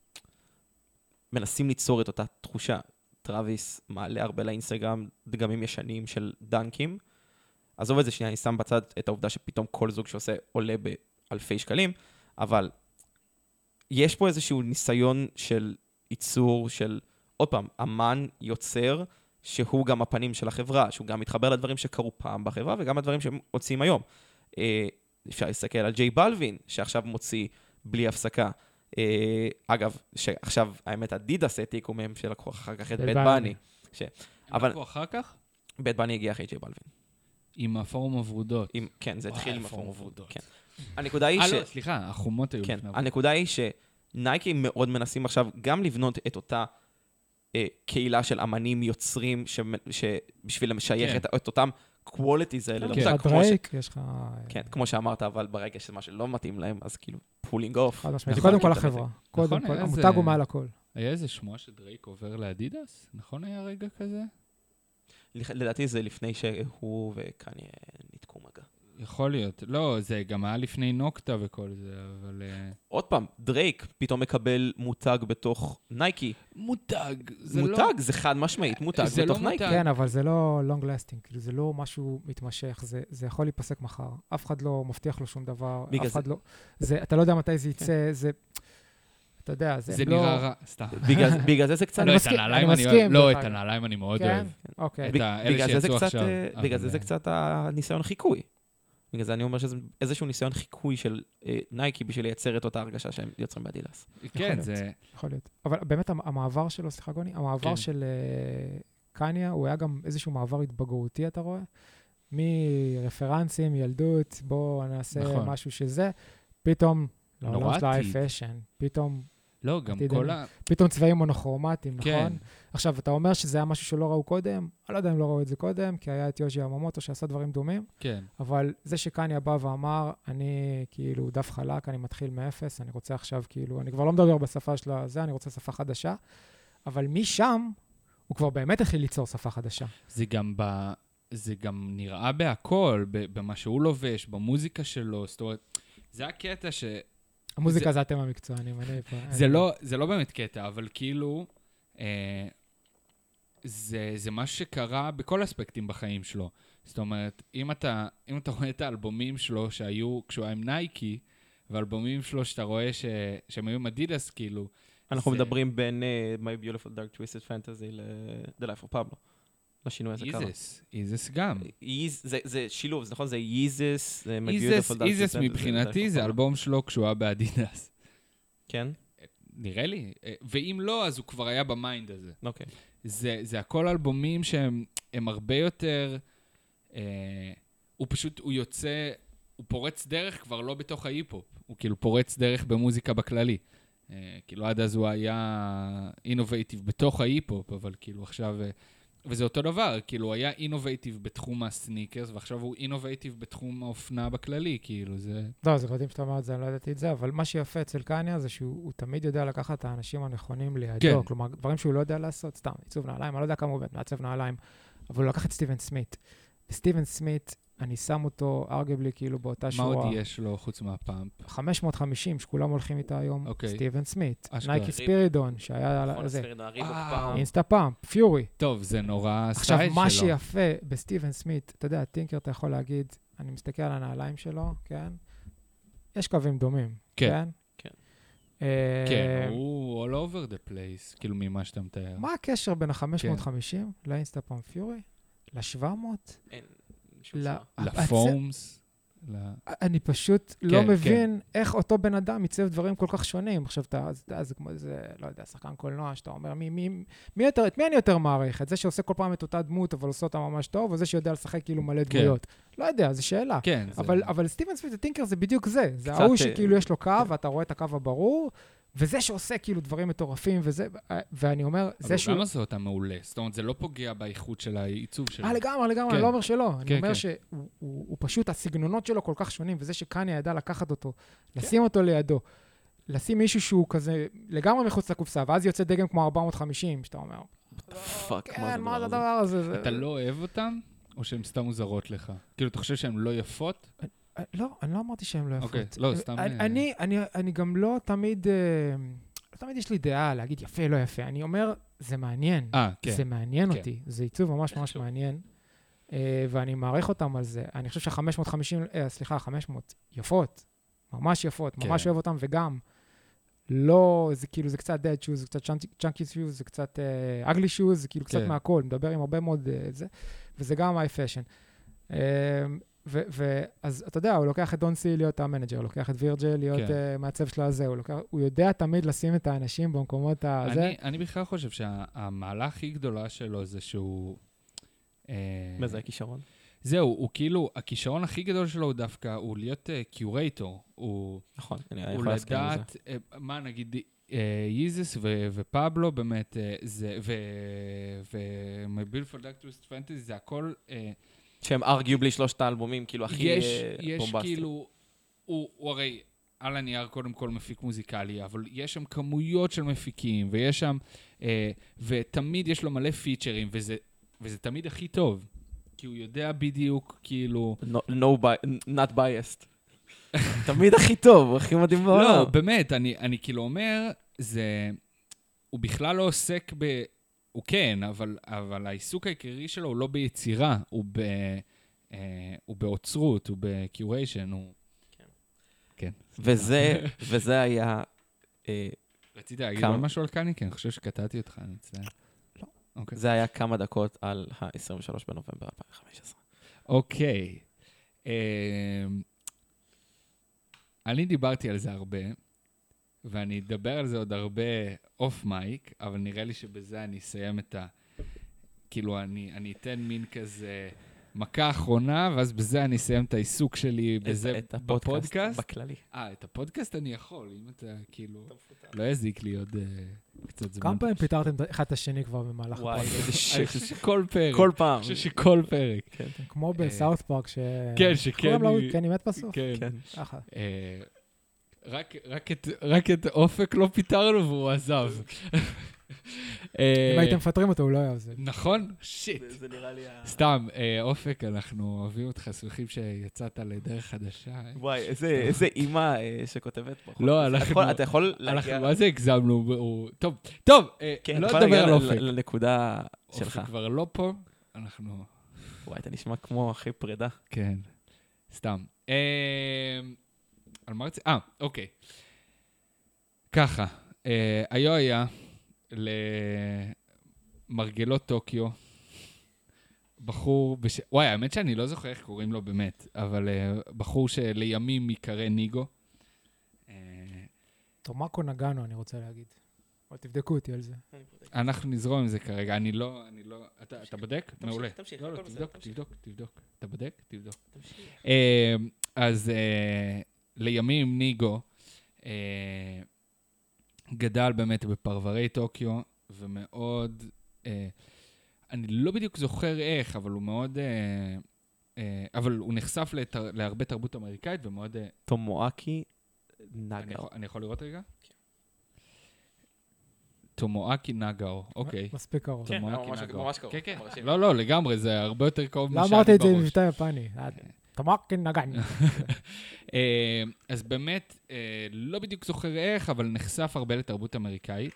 מנסים ליצור את אותה תחושה. טרוויס מעלה הרבה לאינסטגרם דגמים ישנים של דנקים. עזוב את זה שנייה, אני שם בצד את העובדה שפתאום כל זוג שעושה עולה באלפי שקלים, אבל יש פה איזשהו ניסיון של ייצור של, עוד פעם, אמן יוצר, שהוא גם הפנים של החברה, שהוא גם מתחבר לדברים שקרו פעם בחברה, וגם הדברים שהם הוצאים היום. אפשר להסתכל על ג'יי בלווין, שעכשיו מוציא בלי הפסקה. אגב, שעכשיו, האמת, אדידס העתיקו מהם שלקחו אחר כך את בית בני. הם לקחו אחר כך? בית בני הגיע אחרי ג'יי בלווין. עם הפורום הוורודות. כן, זה התחיל עם הפורום הוורודות. הנקודה היא לא, סליחה, החומות היו לפני. הנקודה היא שנייקי מאוד מנסים עכשיו גם לבנות את אותה קהילה של אמנים יוצרים, שבשביל לשייך את אותם qualities האלה. יש לך דרייק, יש לך... כן, כמו שאמרת, אבל ברגע שזה משהו לא מתאים להם, אז כאילו, פולינג אוף. קודם כל החברה. קודם כל, המותג הוא מעל הכל. היה איזה שמוע שדרייק עובר לאדידס? נכון היה רגע כזה? לדעתי זה לפני שהוא וקניה נתקו מגע. יכול להיות. לא, זה גם היה לפני נוקטה וכל זה, אבל... עוד פעם, דרייק פתאום מקבל מותג בתוך נייקי. מותג, זה לא... מותג, זה חד משמעית, מותג בתוך נייקי. כן, אבל זה לא long lasting, כאילו זה לא משהו מתמשך, זה יכול להיפסק מחר. אף אחד לא מבטיח לו שום דבר, אף אחד לא... אתה לא יודע מתי זה יצא, זה... אתה יודע, זה נראה רע, סתם. בגלל זה זה קצת... אני מסכים. לא, את הנעליים אני מאוד אוהב. אוקיי. בגלל זה זה קצת הניסיון חיקוי. בגלל זה אני אומר שזה איזשהו ניסיון חיקוי של נייקי בשביל לייצר את אותה הרגשה שהם יוצרים באדילס. כן, זה... יכול להיות. אבל באמת המעבר שלו, סליחה גוני, המעבר של קניה, הוא היה גם איזשהו מעבר התבגרותי, אתה רואה? מרפרנסים, ילדות, בואו נעשה משהו שזה, פתאום... נורא עתיד. פתאום... לא, גם כל פתאום צבעים מונוכרומטיים, נכון? עכשיו, אתה אומר שזה היה משהו שלא ראו קודם, אני לא יודע אם לא ראו את זה קודם, כי היה את יוז'י יממוטו שעשה דברים דומים, כן. אבל זה שקניה בא ואמר, אני כאילו דף חלק, אני מתחיל מאפס, אני רוצה עכשיו כאילו, אני כבר לא מדבר בשפה של זה, אני רוצה שפה חדשה, אבל משם, הוא כבר באמת התחיל ליצור שפה חדשה. זה גם נראה בהכל, במה שהוא לובש, במוזיקה שלו, זאת אומרת, זה הקטע ש... המוזיקה זה אתם המקצוענים, זה לא באמת קטע, אבל כאילו, זה מה שקרה בכל אספקטים בחיים שלו. זאת אומרת, אם אתה רואה את האלבומים שלו שהיו, כשהוא היה עם נייקי, והאלבומים שלו שאתה רואה שהם היו עם אדידס, כאילו... אנחנו מדברים בין My Beautiful Dark Twisted Fantasy ל-The Life of Pablo. לשינוי הזה קרה. איזס גם. זה שילוב, זה נכון? זה איזס, איזס מבחינתי זה אלבום שלו כשהוא היה באדידס. כן? נראה לי. ואם לא, אז הוא כבר היה במיינד הזה. אוקיי. זה הכל אלבומים שהם הרבה יותר... הוא יוצא... הוא פורץ דרך כבר לא בתוך ההיפ-הופ. הוא כאילו פורץ דרך במוזיקה בכללי. כאילו עד אז הוא היה אינובייטיב בתוך ההיפ-הופ, אבל כאילו עכשיו... וזה אותו דבר, כאילו, הוא היה אינובייטיב בתחום הסניקרס, ועכשיו הוא אינובייטיב בתחום האופנה בכללי, כאילו, זה... לא, זה מדהים שאתה אומר את זה, אני לא ידעתי את זה, אבל מה שיפה אצל קניה זה שהוא תמיד יודע לקחת את האנשים הנכונים לידו, כן. כלומר, דברים שהוא לא יודע לעשות, סתם, עיצוב נעליים, אני לא יודע כמה הוא עובד, מעצב נעליים, אבל הוא לקח את סטיבן סמית. וסטיבן סמית, אני שם אותו ארגבלי כאילו באותה שורה. מה עוד יש לו חוץ מהפאמפ? 550, שכולם הולכים איתה היום, סטיבן סמית. נייקי ספירידון, שהיה על זה. אינסטה פאמפ, פיורי. טוב, זה נורא סטייל שלו. עכשיו, מה שיפה בסטיבן סמית, אתה יודע, טינקר, אתה יכול להגיד, אני מסתכל על הנעליים שלו, כן? יש קווים דומים, כן? כן, הוא all over the place, כאילו ממה שאתה מתאר. מה הקשר בין ה-550 לאינסטה פאמפ פיורי? ל-700? אין. לפורמס. אני פשוט לא מבין איך אותו בן אדם ייצב דברים כל כך שונים. עכשיו, זה כמו איזה, לא יודע, שחקן קולנוע, שאתה אומר, את מי אני יותר מעריך? את זה שעושה כל פעם את אותה דמות, אבל עושה אותה ממש טוב, או זה שיודע לשחק כאילו מלא דמויות? לא יודע, זו שאלה. אבל סטיבן סמית הטינקר זה בדיוק זה. זה ההוא שכאילו יש לו קו, ואתה רואה את הקו הברור, וזה שעושה כאילו דברים מטורפים, ואני אומר, זה שהוא... אבל הוא גם עושה אותה מעולה. זאת אומרת, זה לא פוגע באיכות של העיצוב שלו. לגמרי, אני לא אומר שלא. אני אומר שהוא פשוט, הסגנונות שלו כל כך שונים, וזה שקניה ידע לקחת אותו, לשים אותו לידו, לשים מישהו שהוא כזה לגמרי מחוץ לקופסה, ואז יוצא דגם כמו 450, שאתה אומר, כן, מה זה הדבר הזה? אתה לא אוהב אותם, או שהן סתם מוזרות לך? כאילו, אתה חושב שהן לא יפות? לא, אני לא אמרתי שהן לא יפות. אוקיי, לא, סתם... אני גם לא תמיד יש לי דעה להגיד יפה, לא יפה. אני אומר, זה מעניין. זה מעניין אותי. זה עיצוב ממש ממש מעניין. ואני מעריך אותם על זה. אני חושב שה-500 יפות. ממש יפות. ממש אוהב אותם, וגם לא, זה כאילו, זה קצת dead shoes, זה קצת chunky shoes, זה קצת ugly shoes, זה כאילו קצת מהכל. מדבר עם הרבה מאוד זה. וזה גם high fashion. אז אתה יודע, הוא לוקח את דונסי להיות המנג'ר, לוקח את וירג'ל להיות מעצב שלו הזה, הוא יודע תמיד לשים את האנשים במקומות הזה. אני בכלל חושב שהמעלה הכי גדולה שלו זה שהוא... מה זה הכישרון? זהו, הוא כאילו, הכישרון הכי גדול שלו הוא דווקא, הוא להיות קיורייטור. נכון, אני יכול להסכים לזה. הוא לדעת, מה נגיד, ייזס ופאבלו באמת, ו-My Beautiful Dark Twisted Fantasy, זה הכל... שהם ארגיובלי שלושת האלבומים, כאילו הכי בומבסטיים. יש כאילו, הוא הרי על הנייר קודם כל מפיק מוזיקלי, אבל יש שם כמויות של מפיקים, ויש שם, ותמיד יש לו מלא פיצ'רים, וזה תמיד הכי טוב. כי הוא יודע בדיוק, כאילו... not biased. תמיד הכי טוב, הכי מדהים בעולם. לא, באמת, אני כאילו אומר, הוא בכלל לא עוסק הוא כן, אבל העיסוק העיקרי שלו הוא לא ביצירה, הוא באוצרות, הוא בקיוריישן, הוא... כן. וזה היה... רציתי להגיד על משהו על קני? כן, אני חושב שקטעתי אותך, אני אצלם. זה היה כמה דקות על ה-23 בנובמבר 2015. אוקיי. אני דיברתי על זה הרבה, ואני אדבר על זה עוד הרבה אוף מייק, אבל נראה לי שבזה אני אסיים את כאילו, אני אתן מין כזה מכה אחרונה, ואז בזה אני אסיים את העיסוק שלי בזה בפודקאסט. בכללי. את הפודקאסט אני יכול, אם אתה כאילו... לא יזיק לי עוד קצת זמן. כמה פעמים פיתרתם אחד את השני כבר במהלך הפודקאסט? וואי, איזה אני חושב שכל פרק. כל פעם. אני חושב שכל פרק. כמו בסאות' פארק, כן, שכן. כן, היא מת בסוף. כן. ככה. רק את אופק לא פיתרנו והוא עזב. אם הייתם מפטרים אותו, הוא לא היה עוזב. נכון? שיט. זה נראה לי... סתם, אופק, אנחנו אוהבים אותך, שמחים שיצאת לדרך חדשה. וואי, איזה אימא שכותבת פה. לא, אתה יכול להגיע... אנחנו, מה זה הגזמנו? טוב, לא נדבר על אופק. לנקודה שלך. אופק כבר לא פה, אנחנו... וואי, אתה נשמע כמו אחי פרידה. כן, סתם. על מה רציתי? אוקיי. ככה, היה למרגלות טוקיו, בחור, וואי, האמת שאני לא זוכר איך קוראים לו באמת, אבל בחור שלימים יקרא ניגו. תומאקו נגאנו, אני רוצה להגיד. אבל תבדקו אותי על זה. אנחנו נזרום עם זה כרגע, אני לא... אתה בודק? מעולה. תמשיך, לא, תבדוק. אתה בודק? תבדוק. אז לימים ניגו גדל באמת בפרברי טוקיו, ומאוד, אני לא בדיוק זוכר איך, אבל הוא מאוד, אבל הוא נחשף להרבה תרבות אמריקאית, ומאוד... טומואקי נגאו. אני יכול לראות רגע? כן. טומואקי נגאו, אוקיי. מספיק קרוב. כן, ממש קרוב. כן. לא, לגמרי, זה הרבה יותר קרוב לא אמרתי את זה במבטא יפני. טומאקי נגאו. אז באמת, לא בדיוק זוכר איך, אבל נחשף הרבה לתרבות אמריקאית.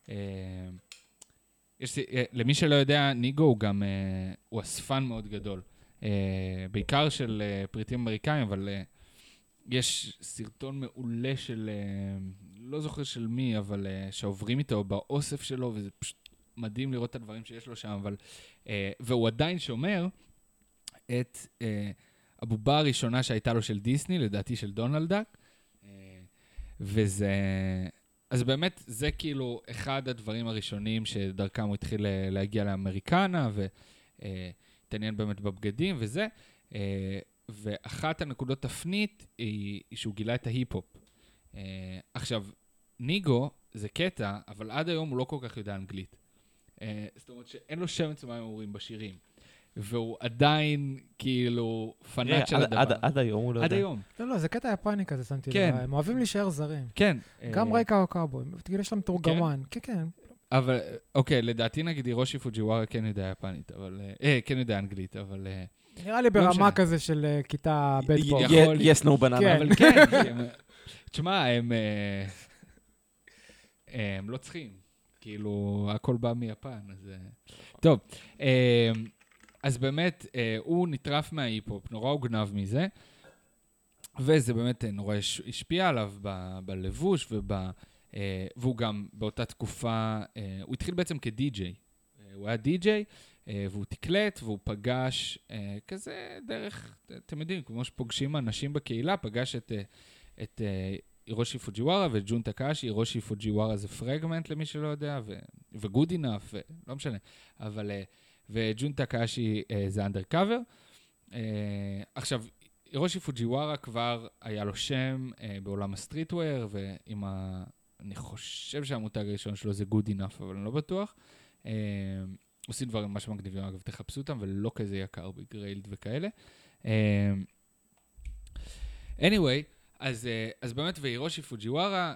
למי שלא יודע, ניגו הוא גם, הוא אספן מאוד גדול. בעיקר של פריטים אמריקאים, אבל יש סרטון מעולה של, לא זוכר של מי, אבל שעוברים איתו באוסף שלו, וזה פשוט מדהים לראות את הדברים שיש לו שם, אבל, והוא עדיין שומר את הבובה הראשונה שהייתה לו של דיסני, לדעתי של דונלד דאק, וזה... אז באמת, זה כאילו אחד הדברים הראשונים שדרכם הוא התחיל להגיע לאמריקנה, והתעניין באמת בבגדים וזה. ואחת הנקודות תפנית היא שהוא גילה את ההיפ-הופ. עכשיו, ניגו זה קטע, אבל עד היום הוא לא כל כך יודע אנגלית. זאת אומרת שאין לו שמץ מה הם אומרים בשירים. והוא עדיין כאילו פנאט של הדבר. עד היום הוא לא יודע. עד היום. לא, זה קטע יפני כזה, שמתי כן. לב. הם אוהבים להישאר זרים. כן. גם רייקה או קאובוי. תגיד, יש להם תורגמן. כן. אבל, אוקיי, לדעתי נגיד הירושי פוג'יווארה כן יודע יפנית, אבל... כן יודע אנגלית, אבל... נראה לי ברמה כזה של כיתה בית פה. yes, no banana. אבל כן. תשמע, הם לא צריכים. כאילו, הכל בא מיפן, אז... טוב. אז באמת, הוא נטרף מההיפ-הופ, נורא הוגנב מזה, וזה באמת נורא השפיע עליו בלבוש, והוא גם באותה תקופה, הוא התחיל בעצם כדי-ג'יי. הוא היה די-ג'יי, והוא תקלט, והוא פגש כזה דרך, אתם יודעים, כמו שפוגשים אנשים בקהילה, פגש את הירושי פוג'יווארה וג'ון טקאשי. הירושי פוג'יווארה זה פרגמנט למי שלא יודע, וגוד אינף, לא משנה, אבל, וג'ון טקאשי זה אנדרקאבר. עכשיו, הירושי פוג'יווארה כבר היה לו שם בעולם הסטריטוויר, אני חושב שהמותג הראשון שלו זה גוד אינף, אבל אני לא בטוח. עושים דברים ממש מגניבים, אגב, תחפשו אותם, ולא כזה יקר בגריילד וכאלה. anyway, אז באמת, והירושי פוג'יווארה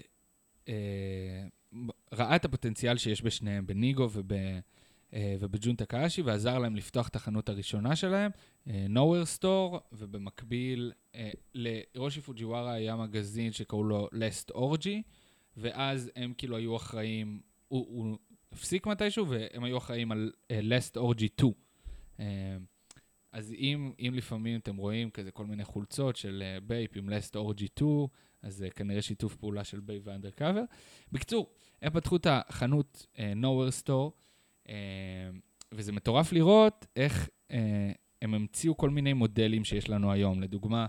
ראה את הפוטנציאל שיש בשניהם, בניגו ובג'ון טקאשי, ועזר להם לפתוח את החנות הראשונה שלהם, Nowhere Store, ובמקביל, להירושי פוג'יווארה היה מגזין שקראו לו Last Orgy, ואז הם כאילו היו אחראים, הוא הפסיק מתישהו, והם היו אחראים על Last Orgy 2. אז אם לפעמים אתם רואים כזה כל מיני חולצות של בייפ עם Last Orgy 2, אז זה כנראה שיתוף פעולה של בייפ ואנדרקאבר. בקיצור, הם פתחו את החנות Nowhere Store, וזה מטורף לראות איך הם המציאו כל מיני מודלים שיש לנו היום. לדוגמה,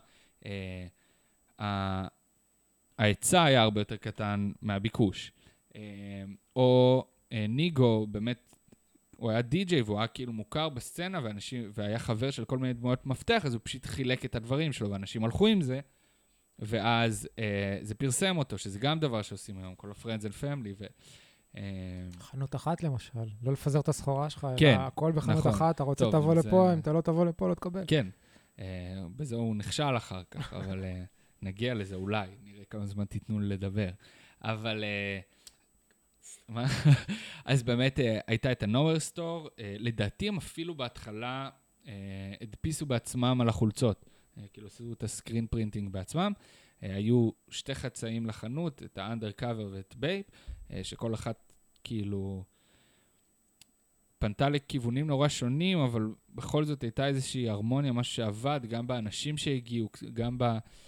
ההיצע היה הרבה יותר קטן מהביקוש. או ניגו, באמת, הוא היה די-ג'יי, והוא היה כאילו מוכר בסצנה, והיה חבר של כל מיני דמויות מפתח, אז הוא פשוט חילק את הדברים שלו, ואנשים הלכו עם זה, ואז זה פרסם אותו, שזה גם דבר שעושים היום, כל ה-Friends and Family. חנות אחת למשל, לא לפזר את הסחורה שלך, כן, אלא הכל בחנות נכון. אחת, אתה רוצה טוב, תבוא לפה, אם אתה לא תבוא לפה, לא תקבל. כן, בזה הוא נכשל אחר כך, אבל נגיע לזה אולי, נראה כמה זמן תיתנו לדבר. אבל אז באמת הייתה את ה-Nowhere Store, לדעתי הם אפילו בהתחלה הדפיסו בעצמם על החולצות, כאילו עשו את הסקרין פרינטינג בעצמם, היו שתי חצאים לחנות, את האנדרקאבר ואת בייפ, שכל אחת כאילו פנתה לכיוונים נורא שונים, אבל בכל זאת הייתה איזושהי הרמוניה, משהו שעבד, גם באנשים שהגיעו, גם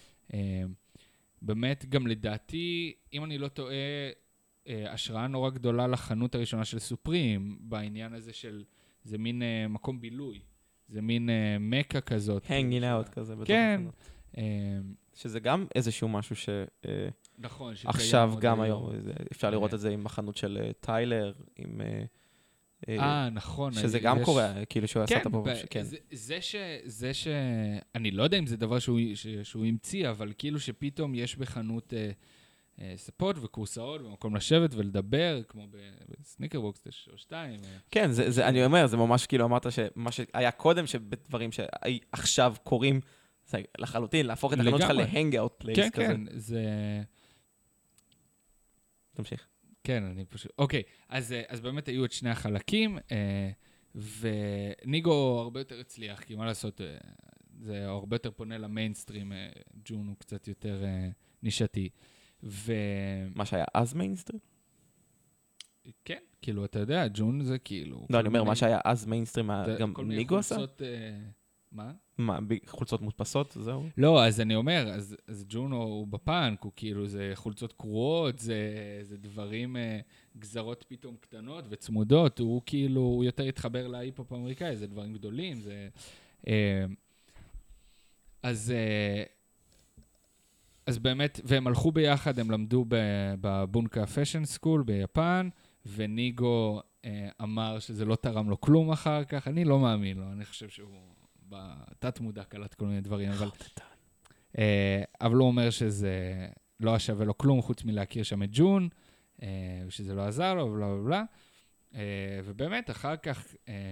באמת, גם לדעתי, אם אני לא טועה, השראה נורא גדולה לחנות הראשונה של סופרים, בעניין הזה של, זה מין מקום בילוי, זה מין מקה כזאת. hanging out כזה. כן. שזה גם איזשהו משהו ש... נכון. עכשיו גם היום, אפשר לראות את זה עם החנות של טיילר, עם... נכון. שזה גם קורה, כאילו שהוא עשה את הפופ. כן, זה ש... אני לא יודע אם זה דבר שהוא המציא, אבל כאילו שפתאום יש בחנות ספות וקורסאות, במקום לשבת ולדבר, כמו בסניקר בוקס או 2. כן, אני אומר, זה ממש כאילו אמרת שמה שהיה קודם, שבדברים שעכשיו קורים, לחלוטין, להפוך את החנות שלך להנג-אאוט פלייס כזה. כן, זה... תמשיך. כן, אני פשוט... אוקיי, אז באמת היו את שני החלקים, וניגו הרבה יותר הצליח, כי מה לעשות, זה הרבה יותר פונה למיינסטרים, ג'ון הוא קצת יותר נישתי. מה שהיה אז מיינסטרים? כן, כאילו, אתה יודע, ג'ון זה כאילו... לא, אני אומר, מה שהיה אז מיינסטרים, גם ניגו עשה? מה? מה, חולצות מודפסות, זהו? לא, אז אני אומר, אז ג'ון הוא בפאנק, הוא כאילו, זה חולצות קרועות, זה דברים, גזרות פתאום קטנות וצמודות, הוא כאילו, הוא יותר התחבר להיפ-הופ האמריקאי, זה דברים גדולים, זה... אז באמת, והם הלכו ביחד, הם למדו בבונקה פשן סקול ביפן, וניגו אמר שזה לא תרם לו כלום אחר כך, אני לא מאמין לו, אני חושב שהוא בתת מודע קלט כל מיני דברים, אבל הוא אומר שזה לא שווה לו כלום, חוץ מלהכיר שם את ג'ון, ושזה לא עזר לו, ובלה ובלה, ובאמת, אחר כך,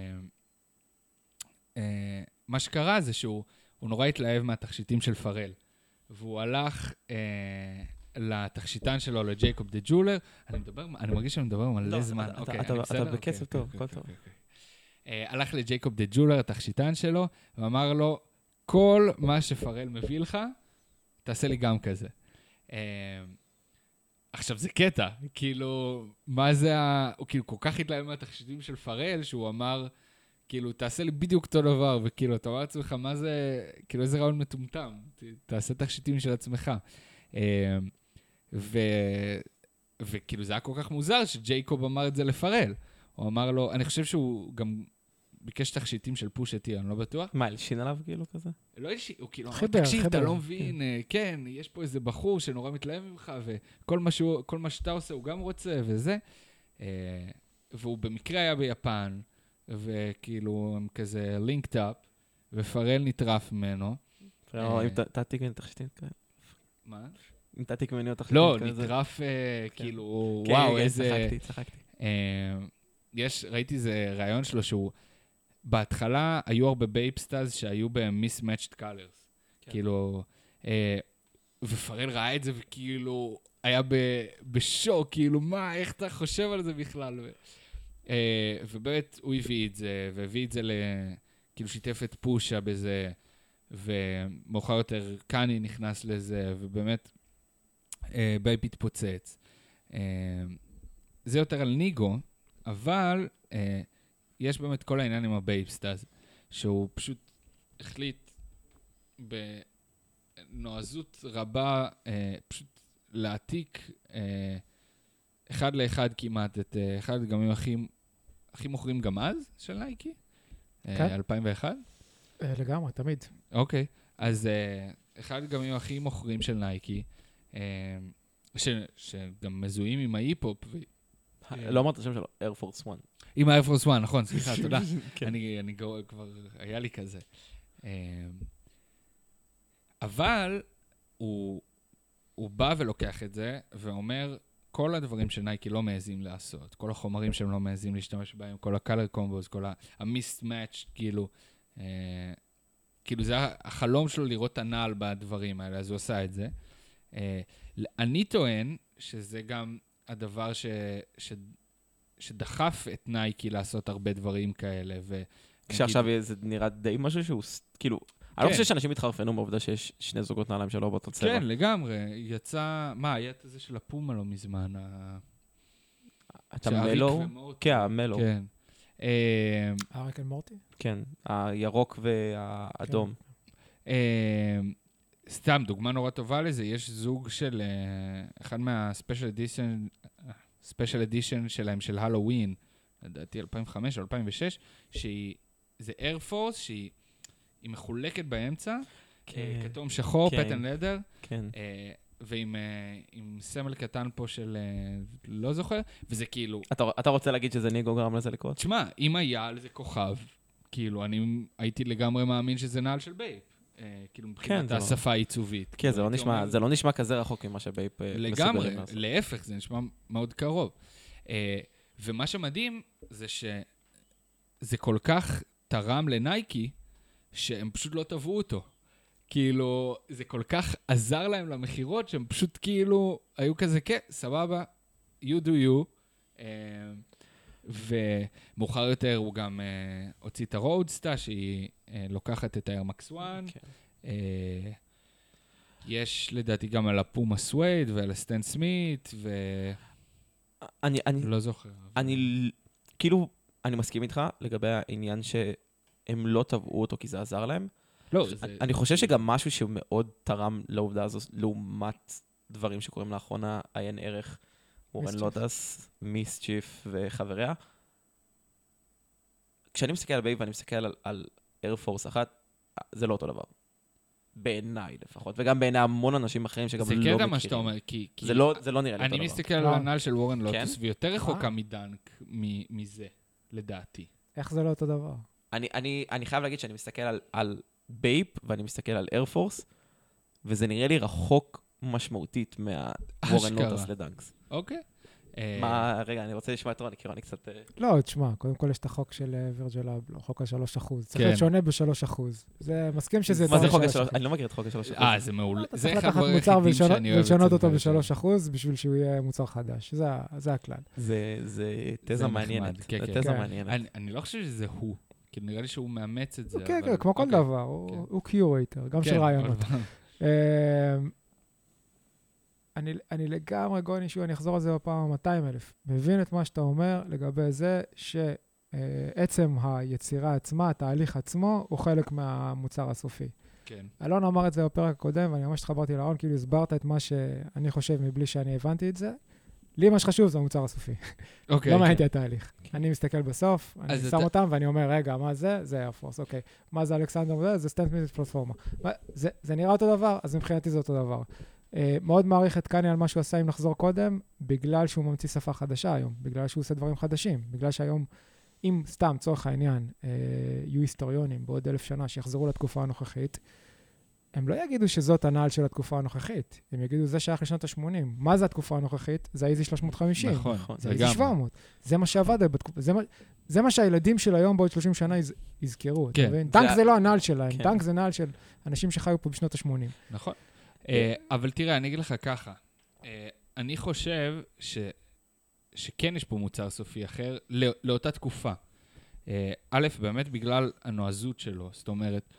מה שקרה זה שהוא נורא התלהב מהתכשיטים של פרל, והוא הלך לתכשיטן שלו, לג'ייקוב דה ג'ולר. אני מרגיש שאני מדבר מלא זמן. אתה בקצב טוב, הכל טוב. הלך לג'ייקוב דה ג'ולר, התכשיטן שלו, ואמר לו, כל מה שפרל מביא לך, תעשה לי גם כזה. עכשיו זה קטע, כאילו, מה זה הוא כאילו כל כך התלהב מהתכשיטים של פרל, שהוא אמר, כאילו, תעשה לי בדיוק אותו דבר, וכאילו, אתה אומר לעצמך, מה זה, כאילו, איזה רעיון מטומטם, תעשה תכשיטים של עצמך. וכאילו, זה היה כל כך מוזר שג'ייקוב אמר את זה לפרל. הוא אמר לו, אני חושב שהוא גם ביקש תכשיטים של פושה טי, אני לא בטוח. מה, אלשין עליו כאילו כזה? לא אלשין, הוא כאילו, תקשיב, אתה לא מבין, כן, יש פה איזה בחור שנורא מתלהב ממך, וכל מה שאתה עושה הוא גם רוצה, וזה. והוא במקרה היה ביפן, וכאילו הם כזה linked up, ופרל נטרף ממנו. אם תעתיק ממני תכשיטים כאלה. מה? אם תעתיק ממני תכשיטים כאלה. לא, נטרף כאילו, וואו, איזה... צחקתי. ראיתי איזה רעיון שלו שהוא, בהתחלה היו הרבה בייפסטאז שהיו בהם mismatched colors. כאילו, ופרל ראה את זה וכאילו היה בשוק, כאילו מה, איך אתה חושב על זה בכלל? ובאמת הוא הביא את זה, והביא את זה כאילו שיתף את פושה בזה, ומאוחר יותר קני נכנס לזה, ובאמת בייפ התפוצץ. זה יותר על ניגו, אבל יש באמת כל העניין עם הבייפסטאז, שהוא פשוט החליט בנועזות רבה, פשוט להעתיק אחד לאחד כמעט את אחד הדגמים הכי מוכרים גם אז של נייקי, 2001. לגמרי, תמיד. אוקיי, אז אחד הדגמים הכי מוכרים של נייקי, שגם מזוהים עם ההיפ-הופ. לא אמרת השם שלו, Air Force One. עם ה-Air Force One, נכון, סליחה, תודה. אני כבר, היה לי כזה. אבל הוא בא ולוקח את זה, ואומר, כל הדברים שנייקי לא מעזים לעשות, כל החומרים שהם לא מעזים להשתמש בהם, כל ה-color combos, כל ה-mismatch, כאילו זה החלום שלו לראות הנעל בדברים האלה, אז הוא עושה את זה. אני טוען שזה גם הדבר שדחף את נייקי לעשות הרבה דברים כאלה. כשעכשיו זה נראה די משהו שהוא, כאילו, אני לא חושב שאנשים התחרפנו מהעובדה שיש שני זוגות נעליים שלו באותו צבע. כן, לגמרי. יצא, היה את זה של הפומה לא מזמן? אתה מלו? כן, המלו. כן. אריק ומורטי? כן, הירוק והאדום. סתם, דוגמה נורא טובה לזה, יש זוג של אחד ספיישל אדישן שלהם, של הלווין, לדעתי 2005 או 2006, זה אייר פורס, שהיא מחולקת באמצע, כתום שחור, פטן לדר, ועם סמל קטן פה של, לא זוכר, וזה כאילו... אתה רוצה להגיד שזה ניגו גרם לזה לקרות? תשמע, אם היה על זה כוכב, כאילו, אני הייתי לגמרי מאמין שזה נעל של בייפ. כאילו, מבחינת השפה העיצובית. כן, זה לא נשמע כזה רחוק ממה שבייפ לגמרי, להפך, זה נשמע מאוד קרוב. ומה שמדהים זה שזה כל כך תרם לנייקי, שהם פשוט לא טבעו אותו. כאילו, זה כל כך עזר להם למחירות, שהם פשוט כאילו, היו כזה, כן, סבבה, you do you. ומאוחר יותר הוא גם הוציא את הרודסטה, שהיא לוקחת את האיירמקס 1. יש לדעתי גם על הפומה סווייד ועל הסטן סמית, לא זוכר. אני מסכים איתך לגבי העניין שהם לא טבעו אותו כי זה עזר להם. לא, אני חושב שגם משהו שהוא מאוד תרם לעובדה הזו, לעומת דברים שקוראים לאחרונה, עיין ערך, וורן לוטס, מיסצ'יף וחבריה. כשאני מסתכל על בייפ ואני מסתכל על אייר פורס אחת, זה לא אותו דבר. בעיניי לפחות, וגם בעיני המון אנשים אחרים שגם לא מכירים. זה קטע מה שאתה אומר, כי... זה לא נראה לי אותו דבר. אני מסתכל על הנעל של וורן לוטס, ויותר רחוקה מדנק מזה, לדעתי. איך זה לא אותו דבר? אני חייב להגיד שאני מסתכל על בייפ, ואני מסתכל על אייר פורס, וזה נראה לי רחוק משמעותית מהוורן לוטס לדנקס. אוקיי. רגע, אני רוצה לשמוע את רוני, כי רוני קצת... לא, תשמע, קודם כל יש את החוק של וירג'ל אב, חוק ה-3%. צריך להיות שונה ב-3%. זה מסכים שזה... מה זה חוק ה-3%? אני לא מכיר את חוק ה-3%. זה מעולה. זה אחד היחידים שאני אוהב את זה. ולשנות אותו ב-3% בשביל שהוא יהיה מוצר חדש. זה הכלל. זה תזה מעניינת. זה תזה מעניינת. אני לא חושב שזה הוא. כי נראה לי שהוא מאמץ את זה. כן, כמו כל דבר. הוא קיורייטר, גם של רעיונות. אני לגמרי גוני שהוא, אני אחזור על זה בפעם 200,000. מבין את מה שאתה אומר לגבי זה שעצם היצירה עצמה, התהליך עצמו, הוא חלק מהמוצר הסופי. כן. אלון אמר את זה בפרק הקודם, ואני ממש התחברתי לאלון, כאילו הסברת את מה שאני חושב מבלי שאני הבנתי את זה. לי מה שחשוב זה המוצר הסופי. לא מעניין אותי התהליך. אני מסתכל בסוף, אני שם אותם ואני אומר, רגע, מה זה? זה איירפורס, אוקיי. מה זה אלכסנדר? זה סטנד-מיניט פלטפורמה. זה נראה אותו דבר, אז מבחינתי זה אותו דבר. מאוד מעריך את קניה על מה שהוא עשה אם נחזור קודם, בגלל שהוא ממציא שפה חדשה היום, בגלל שהוא עושה דברים חדשים, בגלל שהיום, אם סתם, צורך העניין, יהיו היסטוריונים בעוד 1000 שנה שיחזרו לתקופה הנוכחית, הם לא יגידו שזאת הנעל של התקופה הנוכחית. הם יגידו, זה שייך לשנות ה-80. מה זה התקופה הנוכחית? זה ה-Easy 350. נכון. זה ה-Easy 700. זה מה שעבד בתקופה. זה מה שהילדים של היום בעוד 30 שנה יזכרו. טנק זה לא הנעל שלהם. טנק זה נעל של אנשים שחיו פה בשנות ה-80. נכון. אבל תראה, אני אגיד לך ככה. אני חושב שכן יש פה מוצר סופי אחר לאותה תקופה. א', באמת בגלל הנועזות שלו. זאת אומרת,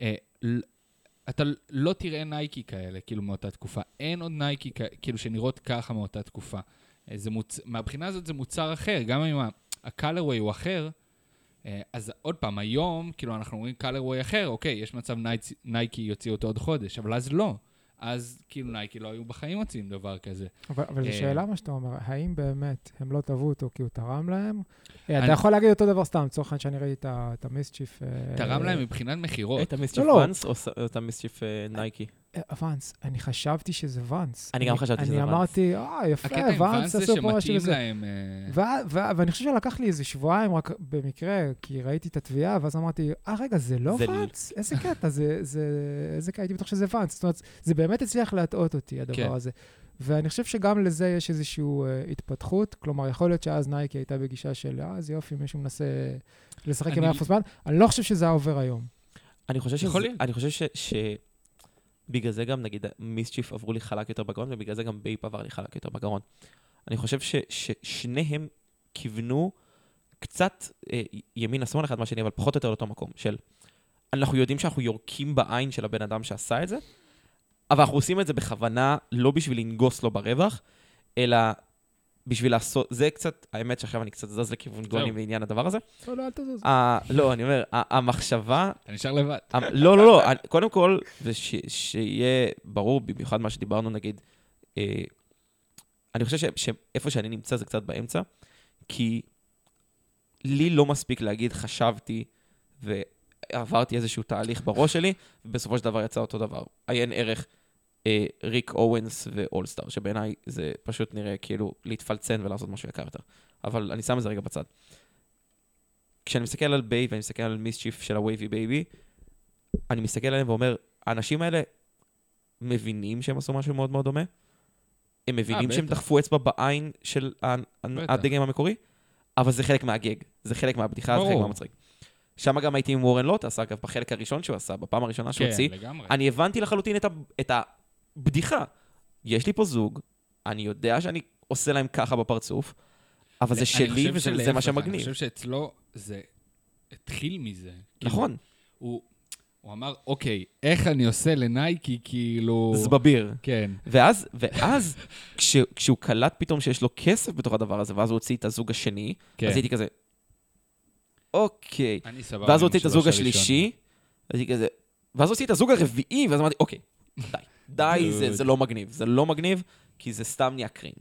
אתה לא תראה נייקי כאלה, כאילו, מאותה תקופה. אין עוד נייקי, כאילו, שנראות ככה מאותה תקופה. מהבחינה הזאת זה מוצר אחר. גם אם ה-colorway הוא אחר, אז עוד פעם, היום, כאילו, אנחנו אומרים colorway אחר, אוקיי, יש מצב נייקי יוציא אותו עוד חודש, אבל אז לא. אז כאילו נייקי לא היו בחיים מוצאים דבר כזה. אבל זו שאלה מה שאתה אומר, האם באמת הם לא טבעו אותו כי הוא תרם להם? אתה יכול להגיד אותו דבר סתם, צורך שאני ראיתי את המיסצ'יף... תרם להם מבחינת מחירות. את המיסצ'יף ואנס או את המיסצ'יף נייקי? ואנס, אני חשבתי שזה ואנס. אני גם חשבתי שזה ואנס. אני אמרתי, יפה, ואנס עשו פה משהו וזה. ואני חושב שלקח לי איזה שבועיים רק במקרה, כי ראיתי את התביעה, ואז אמרתי, רגע, זה לא ואנס? איזה קטע, איזה קטע, הייתי בטוח שזה ואנס. זאת אומרת, זה באמת הצליח להטעות אותי, הדבר הזה. ואני חושב שגם לזה יש איזושהי התפתחות, כלומר, יכול להיות שאז נייקי הייתה בגישה של, זה יופי, מישהו מנסה לשחק עם האפוסמן, אני לא חושב שזה העובר היום. אני חושב בגלל זה גם, נגיד, מיסצ'יף עברו לי חלק יותר בגרון, ובגלל זה גם בייפ עבר לי חלק יותר בגרון. אני חושב ששניהם כיוונו קצת ימין השמאל אחד מהשני, אבל פחות או יותר לאותו מקום, של אנחנו יודעים שאנחנו יורקים בעין של הבן אדם שעשה את זה, אבל אנחנו עושים את זה בכוונה, לא בשביל לנגוס לו ברווח, אלא בשביל לעשות, זה קצת, האמת שעכשיו אני קצת זז לכיוון גוני בעניין הדבר הזה. לא, אל תזוז. לא, אני אומר, המחשבה... אתה נשאר לבד. לא, קודם כל, ושיהיה ברור, במיוחד מה שדיברנו, נגיד, אני חושב שאיפה שאני נמצא זה קצת באמצע, כי לי לא מספיק להגיד, חשבתי ועברתי איזשהו תהליך בראש שלי, ובסופו של דבר יצא אותו דבר. עיין ערך ריק אוונס ואולסטאר, שבעיניי זה פשוט נראה כאילו להתפלצן ולעשות משהו יקר יותר. אבל אני שם את זה רגע בצד. כשאני מסתכל על ביי ואני מסתכל על מיסצ'יף של הווייבי בייבי, אני מסתכל עליהם ואומר, האנשים האלה מבינים שהם עשו משהו מאוד מאוד דומה? הם מבינים שהם דחפו אצבע בעין של הדגם המקורי? אבל זה חלק מהגג, זה חלק מהבדיחה, זה חלק מהמצחיק. שם גם הייתי עם וורן לוטס, אגב, בחלק הראשון שהוא עשה, בפעם הראשונה שהוא הוציא, אני הבנתי לחלוטין את הבדיחה. יש לי פה זוג, אני יודע שאני עושה להם ככה בפרצוף, אבל זה שלי וזה מה שמגניב. אני חושב שאצלו זה התחיל מזה. נכון. הוא אמר, אוקיי, איך אני עושה לנייקי, כאילו... זבביר. כן. ואז כשהוא קלט פתאום שיש לו כסף בתוך הדבר הזה, ואז הוא הוציא את הזוג השני, אז הייתי כזה, אוקיי. ואז הוא הוציא את הזוג השלישי, ואז הוא הוציא את הזוג הרביעי, ואז אמרתי, אוקיי, די, זה לא מגניב. זה לא מגניב, כי זה סתם נהיה קרינג'.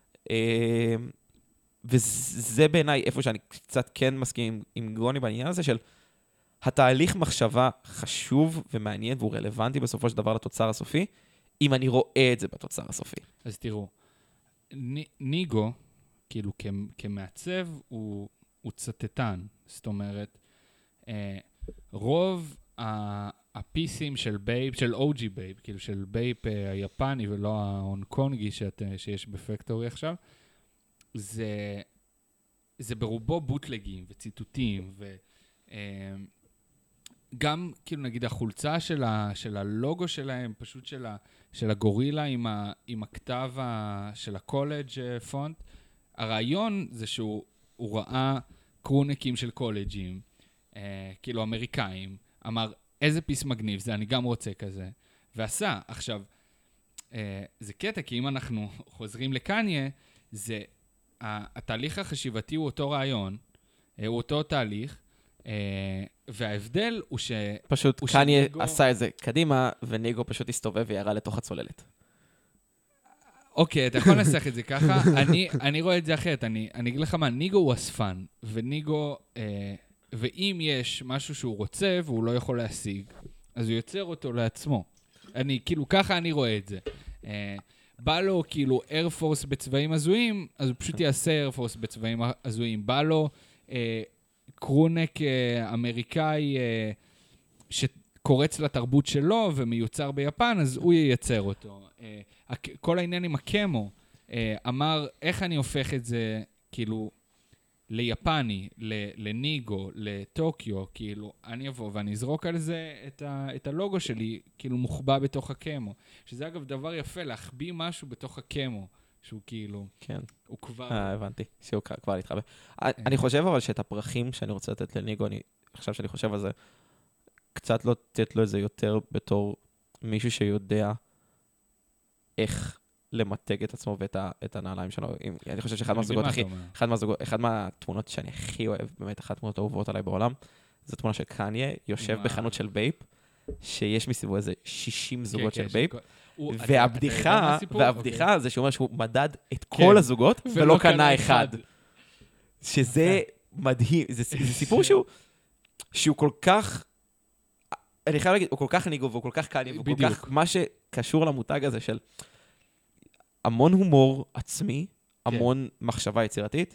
וזה בעיניי איפה שאני קצת כן מסכים עם גרוני בעניין הזה של התהליך מחשבה חשוב ומעניין והוא רלוונטי בסופו של דבר לתוצר הסופי, אם אני רואה את זה בתוצר הסופי. אז תראו, ניגו, כאילו כמעצב, הוא צטטן. זאת אומרת, רוב הפיסים של בייפ, של אוג'י בייפ, כאילו של בייפ היפני ולא ההונג קונגי שיש בפקטורי עכשיו, זה ברובו בוטלגים וציטוטים, וגם כאילו נגיד החולצה של הלוגו שלהם, פשוט של הגורילה עם הכתב של הקולג' פונט, הרעיון זה שהוא ראה קרונקים של קולג'ים, כאילו אמריקאים, אמר, איזה פיס מגניב זה, אני גם רוצה כזה, ועשה. עכשיו, זה קטע, כי אם אנחנו חוזרים לקניה, זה, התהליך החשיבתי הוא אותו רעיון, הוא אותו תהליך, וההבדל הוא ש... פשוט קניה עשה את זה קדימה, וניגו פשוט הסתובב וירה לתוך הצוללת. אוקיי, אתה יכול לנסח את זה ככה. אני רואה את זה אחרת. אני אגיד לך מה, ניגו הוא אספן, וניגו, ואם יש משהו שהוא רוצה והוא לא יכול להשיג, אז הוא יוצר אותו לעצמו. כאילו, ככה אני רואה את זה. בא לו כאילו איירפורס בצבעים הזויים, אז הוא פשוט יעשה איירפורס בצבעים הזויים. בא לו קרונק אמריקאי שקורץ לתרבות שלו ומיוצר ביפן, אז הוא ייצר אותו. כל העניין עם הקמו, אמר איך אני הופך את זה כאילו ליפני, לניגו, לטוקיו, כאילו אני אבוא ואני אזרוק על זה את הלוגו שלי, כאילו מוחבא בתוך הקמו. שזה אגב דבר יפה, להחביא משהו בתוך הקמו, שהוא כאילו, כן. הוא כבר... הבנתי, שהוא כבר להתחבא. אני חושב אבל שאת הפרחים שאני רוצה לתת לניגו, עכשיו שאני חושב על זה, קצת לא לתת לו את זה יותר בתור מישהו שיודע איך למתג את עצמו ואת הנעליים שלו. אני חושב שאחד מהזוגות אחד מהתמונות שאני הכי אוהב, באמת אחת התמונות האהובות עליי בעולם, זו תמונה של קניה, יושב בחנות של בייפ, שיש מסביבו איזה 60 זוגות של בייפ, והבדיחה זה שהוא אומר שהוא מדד את כל הזוגות ולא קנה אחד. שזה מדהים, זה סיפור שהוא כל כך, אני חייב להגיד, הוא כל כך ניגו והוא כל כך קניה, והוא כל כך מה שקשור למותג הזה של המון הומור עצמי, המון מחשבה יצירתית.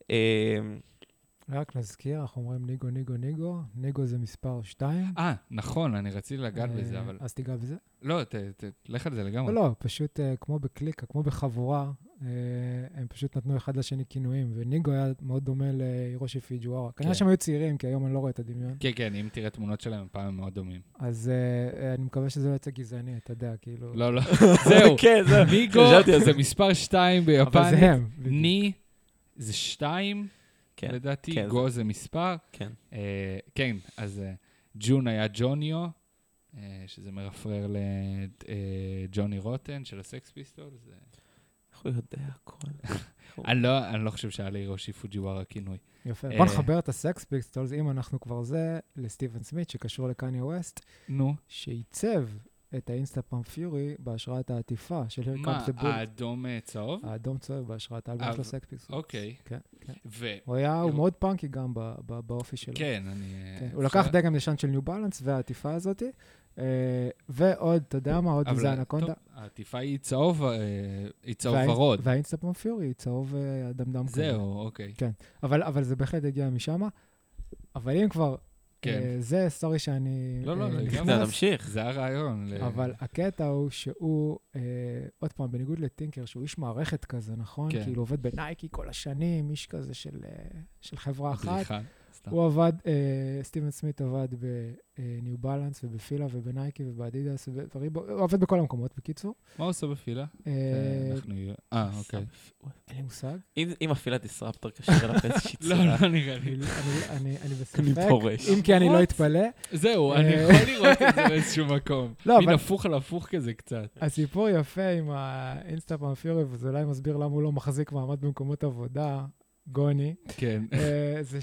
רק נזכיר, אנחנו אומרים ניגו, ניגו, ניגו. ניגו זה מספר 2. נכון, אני רציתי לגעת בזה, אבל... אז תיגע בזה? לא, לך על זה לגמרי. לא, פשוט כמו בקליקה, כמו בחבורה, הם פשוט נתנו אחד לשני כינויים, וניגו היה מאוד דומה להירושי פיג'וארה. כנראה שהם היו צעירים, כי היום אני לא רואה את הדמיון. כן, כן, אם תראה תמונות שלהם, הם פעם מאוד דומים. אז אני מקווה שזה לא יצא גזעני, אתה יודע, כאילו... לא, לא, זהו. ניגו זה מספר 2 ביפנית. אבל זה הם. ני זה 2, לדעתי, גו זה מספר. כן, אז ג'ון היה ג'וניו, שזה מרפרר לג'וני רוטן של הסקס פיסטולס. איך הוא יודע הכל? אני לא חושב שהיה להירושי פוג'יווארה כינוי. יפה. בוא נחבר את הסקס פיסטולס, אם אנחנו כבר זה, לסטיבן סמית, שקשור לקניה ווסט, שעיצב את האינסטגרם פיורי בהשראת העטיפה של Here Comes the Bull. מה, האדום צהוב? האדום צהוב בהשראת האלבום של הסקס פיסטולס. אוקיי. כן, כן. הוא מאוד פאנקי גם באופי שלו. כן, הוא לקח דגם ישן של ניו בלנס והעטיפה הזאת, ועוד, אתה יודע מה, עוד זה אנקונדה. העטיפה היא צהוב ורוד. והאינסטגרם פיורי היא צהוב דמדם כזה. זהו, אוקיי. כן, אבל זה בהחלט הגיע משם. אבל אם כבר... זה סטורי שאני... לא, לא, תמשיך. זה הרעיון. אבל הקטע הוא שהוא, עוד פעם, בניגוד לטינקר, שהוא איש מערכת כזה, נכון? כאילו עובד בנייקי כל השנים, איש כזה של חברה אחת. הוא עבד, סטיבן סמית עבד בניו בלנס ובפילה ובנייקי ובאדידס, הוא עובד בכל המקומות, בקיצור. מה הוא עושה בפילה? אוקיי. אין לי מושג. אם הפילה דיסרפטור קשר אליו איזושהי צורה. לא נראה לי. אני בספק, אם כי אני לא אתפלא. זהו, אני יכול לראות את זה באיזשהו מקום. מין הפוך על הפוך כזה קצת. הסיפור יפה עם האינסטגרם פיורי, וזה אולי מסביר למה הוא לא מחזיק מעמד במקומות עבודה, גוני, זה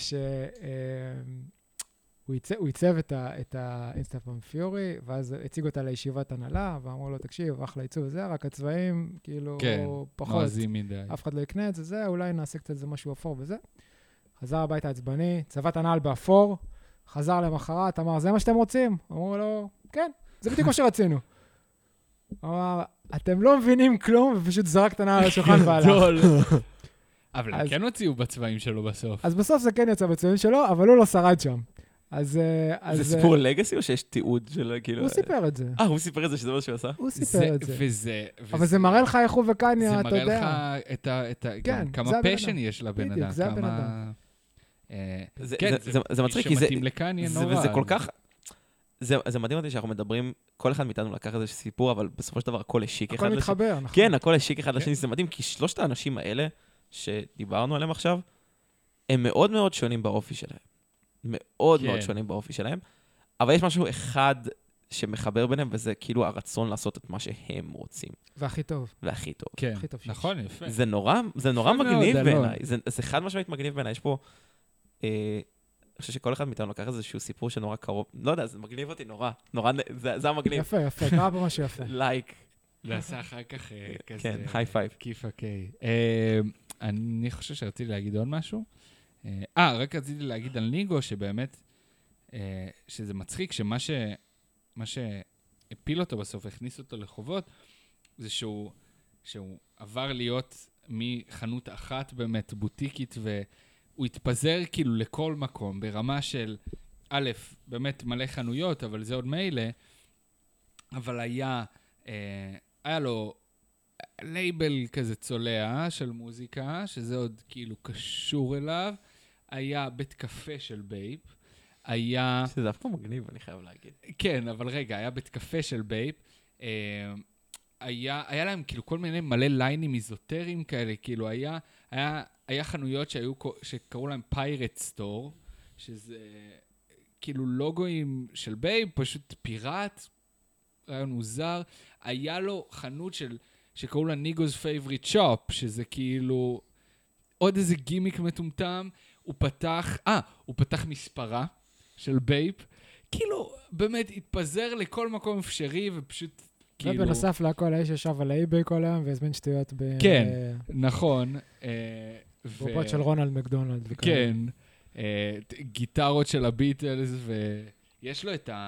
שהוא ייצב את האינסטגרם פיורי, ואז הציג אותה לישיבת הנהלה, ואמרו לו, תקשיב, אחלה ייצוב וזה, רק הצבעים, כאילו, פחות, אף אחד לא יקנה את זה, אולי נעשה קצת זה משהו אפור וזה. חזר הביתה עצבני, צבעת הנעל באפור, חזר למחרת, אמר, זה מה שאתם רוצים? אמרו לו, כן, זה בדיוק מה שרצינו. אמר, אתם לא מבינים כלום, ופשוט זרק את הנעל על השולחן והלך. אבל הם כן הוציאו בצבעים שלו בסוף. אז בסוף זה כן יצא בצבעים שלו, אבל הוא לא שרד שם. זה סיפור לגאסי או שיש תיעוד של כאילו... הוא סיפר את זה. הוא סיפר את זה שזה מה שהוא עשה? הוא סיפר את זה. אבל זה מראה לך איך הוא וקניה, אתה יודע. זה מראה לך כמה פשן יש לבן אדם. בדיוק, זה הבן אדם. זה מצחיק, כי שמתאים לקניה נורא. וזה כל כך... זה מדהים אותי שאנחנו מדברים, כל אחד מאיתנו לקח איזה סיפור, אבל בסופו של דבר הכל השיק אחד לשני. הכל מתחבר, נכון. כן, הכל השיק אחד לשני, זה מדהים, כי שלושת האנשים האלה שדיברנו עליהם עכשיו, הם מאוד מאוד שונים באופי שלהם. מאוד מאוד שונים באופי שלהם, אבל יש משהו אחד שמחבר ביניהם, וזה כאילו הרצון לעשות את מה שהם רוצים. והכי טוב. והכי טוב. כן, נכון, יפה. זה נורא מגניב בעיניי. זה חד משמעית מגניב בעיניי. יש פה... אני חושב שכל אחד מאיתנו לקח איזשהו סיפור שנורא קרוב. לא יודע, זה מגניב אותי נורא. זה המגניב. יפה, קרה פה משהו יפה. לייק. נעשה אחר כך כזה... כן, היי פייב. כיף הקיי. אני חושב שרציתי להגיד עוד משהו. רק רציתי להגיד על ניגו, שבאמת, שזה מצחיק, שמה שהפיל אותו בסוף, הכניס אותו לחובות, זה שהוא עבר להיות מחנות אחת באמת, בוטיקית, והוא התפזר כאילו לכל מקום, ברמה של, א', באמת מלא חנויות, אבל זה עוד מילא, אבל היה לו לייבל כזה צולע של מוזיקה, שזה עוד כאילו קשור אליו, היה בית קפה של בייפ, היה... שזה אף פעם מגניב, אני חייב להגיד. כן, אבל רגע, היה בית קפה של בייפ, היה להם כאילו כל מיני מלא ליינים איזוטריים כאלה, כאילו היה חנויות שקראו להם פיירט סטור, שזה כאילו לוגויים של בייפ, פשוט פיראט, רעיון מוזר. היה לו חנות שקראו לה ניגו's favorite shop, שזה כאילו עוד איזה גימיק מטומטם. הוא פתח מספרה של בייפ, כאילו באמת התפזר לכל מקום אפשרי ופשוט כאילו... ובנוסף להכל האיש ישב על האי-ביי כל היום והזמין שטויות כן, נכון. בובות של רונלד מקדונלד. כן, גיטרות של הביטלס, ויש לו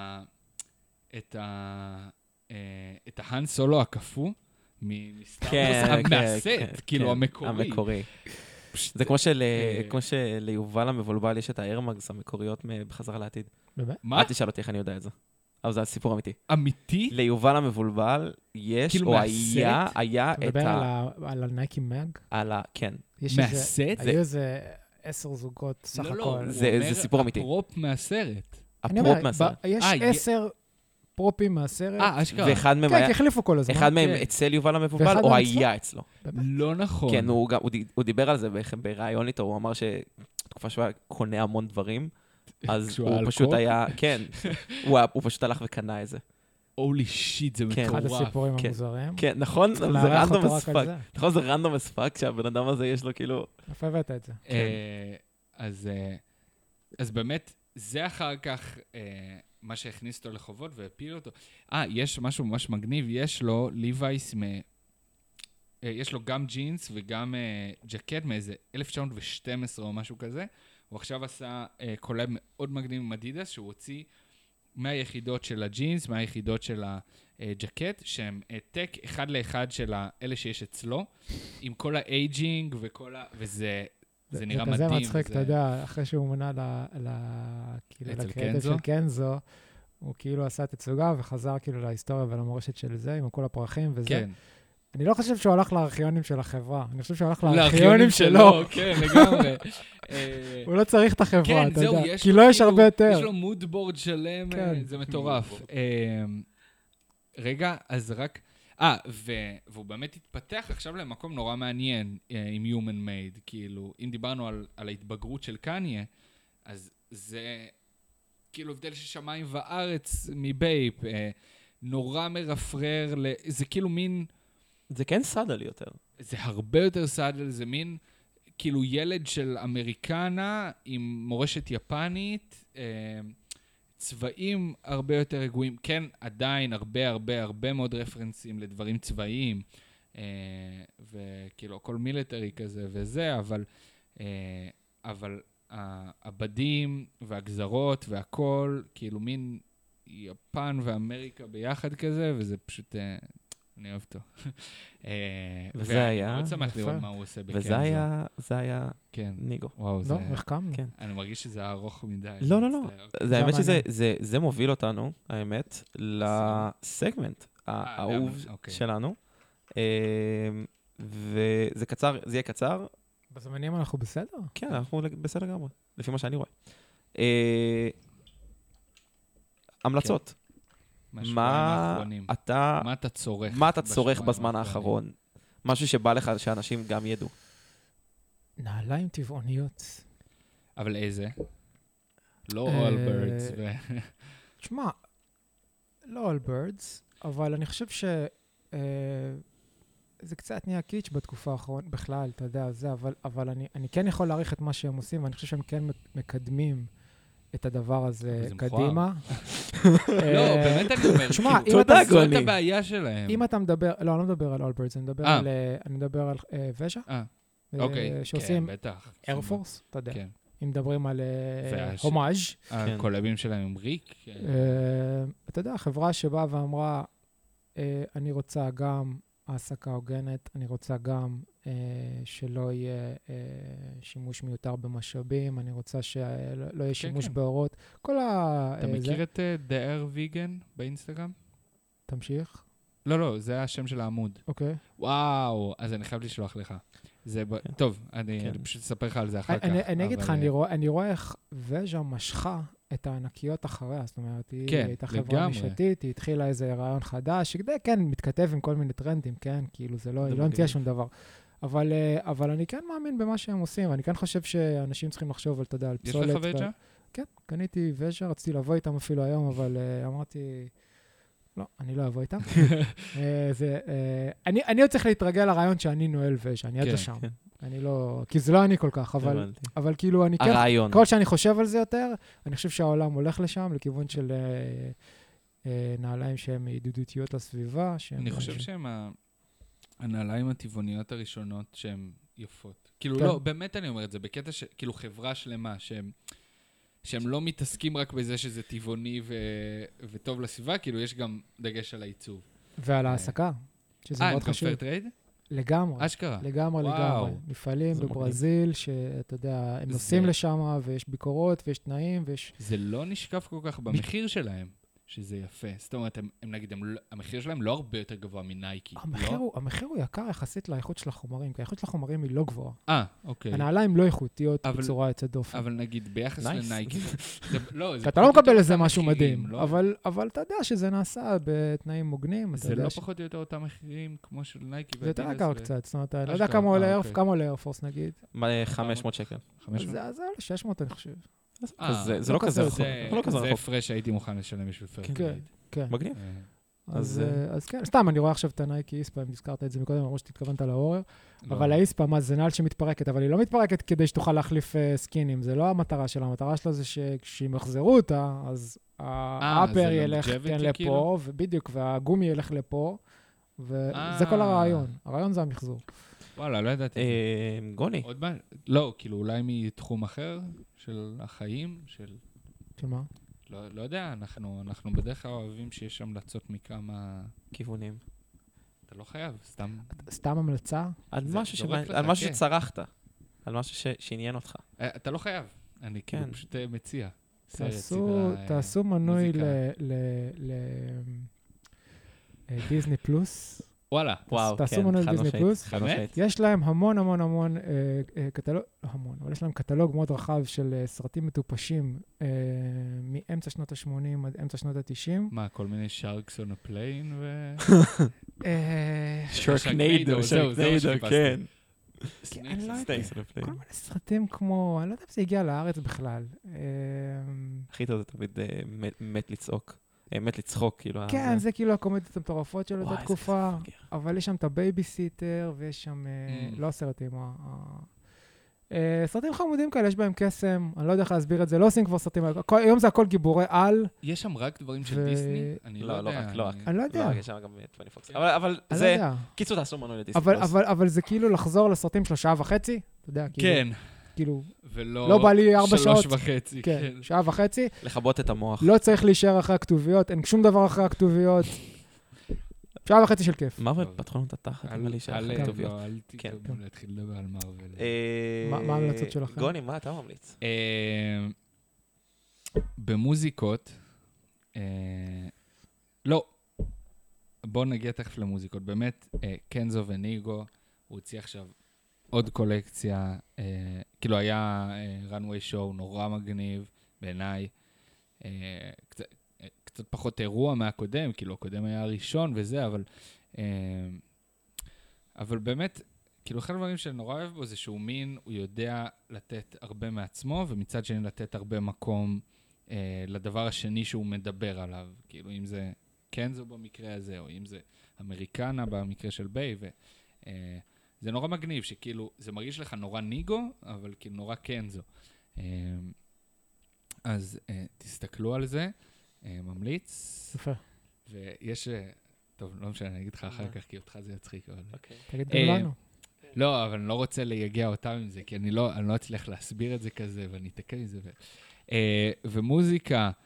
את ההאן סולו הקפוא, מהסט, כאילו המקורי. זה כמו שליובל המבולבל יש את האיירמאגס המקוריות בחזרה לעתיד. באמת? מה? אל תשאל אותי איך אני יודע את זה. אבל זה סיפור אמיתי. אמיתי? ליובל המבולבל יש, או היה את ה... אתה מדבר על הנייקי מאג? כן. מהסט? היו איזה 10 זוגות סך הכל. לא, זה סיפור אמיתי. הפרופ מהסרט. הפרופ מהסרט. יש 10 פרופים מהסרט. אשכרה. ואחד מהם היה... כן, החליפו כל הזמן. אחד מהם אצל יובל המבולבל, או היה אצלו. לא נכון. כן, הוא דיבר על זה ברעיון איתו, הוא אמר שתקופה שהוא היה קונה המון דברים, אז הוא פשוט היה... כן, הוא פשוט הלך וקנה את זה. אולי שיט, זה מטורף. אחד הסיפורים המוזרים. כן, נכון? זה רנדום אספק. נכון, זה רנדום אספק, שהבן אדם הזה יש לו כאילו... איפה הבאת את זה? אז באמת, זה אחר כך מה שהכניס אותו לחובות והפיל אותו. יש משהו ממש מגניב, יש לו ליווייס יש לו גם ג'ינס וגם ג'קט מאיזה 1912 או משהו כזה. הוא עכשיו עשה קולאב מאוד מגניב עם אדידס, שהוא הוציא מהיחידות של הג'ינס, מהיחידות של הג'קט, שהם טק אחד לאחד של אלה שיש אצלו, עם כל האייג'ינג וזה נראה מדהים. זה כזה מצחיק, אתה יודע, אחרי שהוא מונה לקרדיט של קנזו, הוא כאילו עשה את הצוגה וחזר כאילו להיסטוריה ולמורשת של זה, עם כל הפרחים וזה. כן. אני לא חושב שהוא הלך לארכיונים של החברה, אני חושב שהוא הלך לארכיונים שלו. כן, לגמרי. הוא לא צריך את החברה, אתה יודע, כי לא יש הרבה יותר. יש לו מודבורד שלם, זה מטורף. רגע, אז רק... והוא באמת התפתח עכשיו למקום נורא מעניין עם Human Made, כאילו, אם דיברנו על ההתבגרות של קניה, אז זה כאילו הבדל של שמיים וארץ מבייפ, נורא מרפרר, זה כאילו מין... זה כן סאדל יותר. זה הרבה יותר סאדל, זה מין כאילו ילד של אמריקנה עם מורשת יפנית, צבעים הרבה יותר רגועים, כן, עדיין הרבה מאוד רפרנסים לדברים צבאיים, וכאילו הכל מיליטרי כזה וזה, אבל הבדים והגזרות והכל, כאילו מין יפן ואמריקה ביחד כזה, וזה פשוט... אני אוהב אותו. וזה היה... אני מאוד שמח לראות מה הוא עושה בקנזו. וזה היה ניגו. וואו, זה... לא, מחכם. אני מרגיש שזה ארוך מדי. לא. זה האמת שזה מוביל אותנו, האמת, לסגמנט האהוב שלנו. וזה קצר, זה יהיה קצר. בזמנים אנחנו בסדר? כן, אנחנו בסדר גמרי, לפי מה שאני רואה. המלצות. מה אתה צורך בזמן האחרון? משהו שבא לך שאנשים גם ידעו. נעליים טבעוניות. אבל איזה? לא all birds. תשמע, לא all birds, אבל אני חושב זה קצת נהיה קיץ' בתקופה האחרונה, בכלל, אתה יודע, אבל אני כן יכול להעריך את מה שהם עושים, ואני חושב שהם כן מקדמים את הדבר הזה קדימה. לא, באמת אני אומר, זאת הבעיה שלהם. אם אתה מדבר, לא, אני לא מדבר על Allbirds, אני מדבר על וז'ה. אוקיי, שעושים כן, בטח. Air Force, אתה יודע. אם מדברים על הומאז'. הקולבים שלהם עם ריק. אתה יודע, חברה שבאה ואמרה, אני רוצה גם העסקה הוגנת, אני רוצה גם שלא יהיה שימוש מיותר במשאבים, אני רוצה שלא יהיה שימוש באורות. אתה מכיר את The Air Vegan באינסטגרם? תמשיך. לא, זה השם של העמוד. אוקיי. וואו, אז אני חייב לשלוח לך. טוב, אני פשוט אספר לך על זה אחר כך. אני אגיד לך, אני רואה איך וז'ה משכה את הענקיות אחריה, זאת אומרת, היא הייתה חברה משתית, היא התחילה איזה רעיון חדש, כן, מתכתב עם כל מיני טרנדים, כן, כאילו זה לא המציאה שום דבר. אבל אני כן מאמין במה שהם עושים, ואני כן חושב שאנשים צריכים לחשוב על, אתה יודע, על פסולת. יש לך וז'ה? כן, קניתי וז'ה, רציתי לבוא איתם אפילו היום, אבל אמרתי, לא, אני לא אבוא איתם. אני עוד צריך להתרגל לרעיון שאני נועל וז'ה, אני עד לשם. אני לא, כי זה לא אני כל כך, אבל כאילו אני כן, כל שאני חושב על זה יותר, אני חושב שהעולם הולך לשם, לכיוון של נעליים שהן ידידותיות לסביבה. אני חושב שהן הנעליים הטבעוניות הראשונות שהן יפות. כאילו לא, באמת אני אומר את זה, בקטע כאילו חברה שלמה, שהם לא מתעסקים רק בזה שזה טבעוני וטוב לסביבה, כאילו יש גם דגש על העיצוב. ועל העסקה, שזה מאוד חשוב. הם גם פייר טרייד? לגמרי. אשכרה. לגמרי. מפעלים בברזיל, שאתה יודע, הם נוסעים לשם, ויש ביקורות, ויש תנאים, ויש... זה לא נשקף כל כך במחיר שלהם, שזה יפה. זאת אומרת, נגיד, המחיר שלהם לא הרבה יותר גבוה מנייקי. המחיר הוא יקר יחסית לאיכות של החומרים, כי האיכות של החומרים היא לא גבוהה. אוקיי. הנעליים לא איכותיות בצורה יוצאת דופן. אבל נגיד, ביחס לנייקי... אתה לא מקבל איזה משהו מדהים, אבל אתה יודע שזה נעשה בתנאים מוגנים. זה לא פחות או יותר אותם מחירים כמו של נייקי. זה יותר יקר קצת, זאת אומרת, אני לא יודע כמה עולה איירפורס נגיד. 500 שקל. זה עולה 600 אני חושב. זה לא כזה רחוק. זה הפרש שהייתי מוכן לשלם בשביל פייר טרייד. כן. מגניב. אז כן, סתם, אני רואה עכשיו את הנייקי איספה, אם הזכרת את זה מקודם, אמרו שתתכוונת לאורר, אבל האיספה, מה, זה נעל שמתפרקת, אבל היא לא מתפרקת כדי שתוכל להחליף סקינים, זה לא המטרה שלה, המטרה שלה זה שכשהם יחזרו אותה, אז האפר ילך לפה, ובדיוק, והגומי ילך לפה, וזה כל הרעיון. הרעיון זה המחזור. וואלה, לא ידעתי. גוני. לא, כאילו אולי מתחום אחר של החיים, של מה? לא יודע, אנחנו בדרך כלל אוהבים שיש המלצות מכמה כיוונים. אתה לא חייב, סתם המלצה? על משהו שצרחת, על משהו שעניין אותך. אתה לא חייב, אני כאילו פשוט מציע. תעשו מנוי לדיסני פלוס. וואלה. וואו, תעשו מנוי לדיסני פלוס. יש להם המון קטלוג, אבל יש להם קטלוג מאוד רחב של סרטים מטופשים מאמצע שנות ה-80 עד אמצע שנות ה-90. מה, כל מיני שרקס on a plane שרקניידו, כן. אני לא יודע, כל מיני סרטים כמו, אני לא יודע אם זה הגיע לארץ בכלל. הכי טוב זה תמיד מת לצעוק. מת לצחוק, כאילו. כן, זה כאילו הקומדיות המטורפות שלו את התקופה, אבל יש שם את הבייביסיטר, ויש שם, לא סרטים, סרטים חמודים כאלה, יש בהם קסם, אני לא יודע איך להסביר את זה, לא עושים כבר סרטים, היום זה הכל גיבורי על. יש שם רק דברים של דיסני? אני לא יודע. אני לא יודע. יש שם גם 24. אבל זה, קיצור תעשו מנוי לדיסני פלוס. אבל זה כאילו לחזור לסרטים של שעה וחצי, אתה יודע, כן. כאילו, ולא לא בא לי 4 שעות. 3.5. כן, שעה וחצי. לכבות את המוח. לא צריך להישאר אחרי הכתוביות, אין שום דבר אחרי הכתוביות. שעה וחצי של כיף. מרוול פתחו לנו את התחת, אין מה להישאר אחרי הכתוביות. אל תתקדם להתחיל לדבר על מרוול. מה ההמלצות שלכם? גוני, מה אתה ממליץ? במוזיקות, לא, בואו נגיע תכף למוזיקות. באמת, קנזו וניגו, הוא הוציא עכשיו עוד קולקציה, כאילו היה runway show נורא מגניב בעיניי, קצת פחות אירוע מהקודם, כאילו הקודם היה הראשון וזה, אבל באמת, כאילו אחד הדברים שאני נורא אוהב בו זה שהוא מין, הוא יודע לתת הרבה מעצמו, ומצד שני לתת הרבה מקום לדבר השני שהוא מדבר עליו, כאילו אם זה קנזו במקרה הזה, או אם זה אמריקנה במקרה של ביי, זה נורא מגניב, שכאילו, זה מרגיש לך נורא ניגו, אבל כאילו נורא קנזו. אז תסתכלו על זה, ממליץ. יפה. ויש, טוב, לא משנה, אני אגיד לך אחר כך, כי אותך זה יצחיק. תגיד גם לנו. לא, אבל אני לא רוצה להגיע אותם עם זה, כי אני לא אצליח להסביר את זה כזה, ואני אתקע עם זה. ומוזיקה,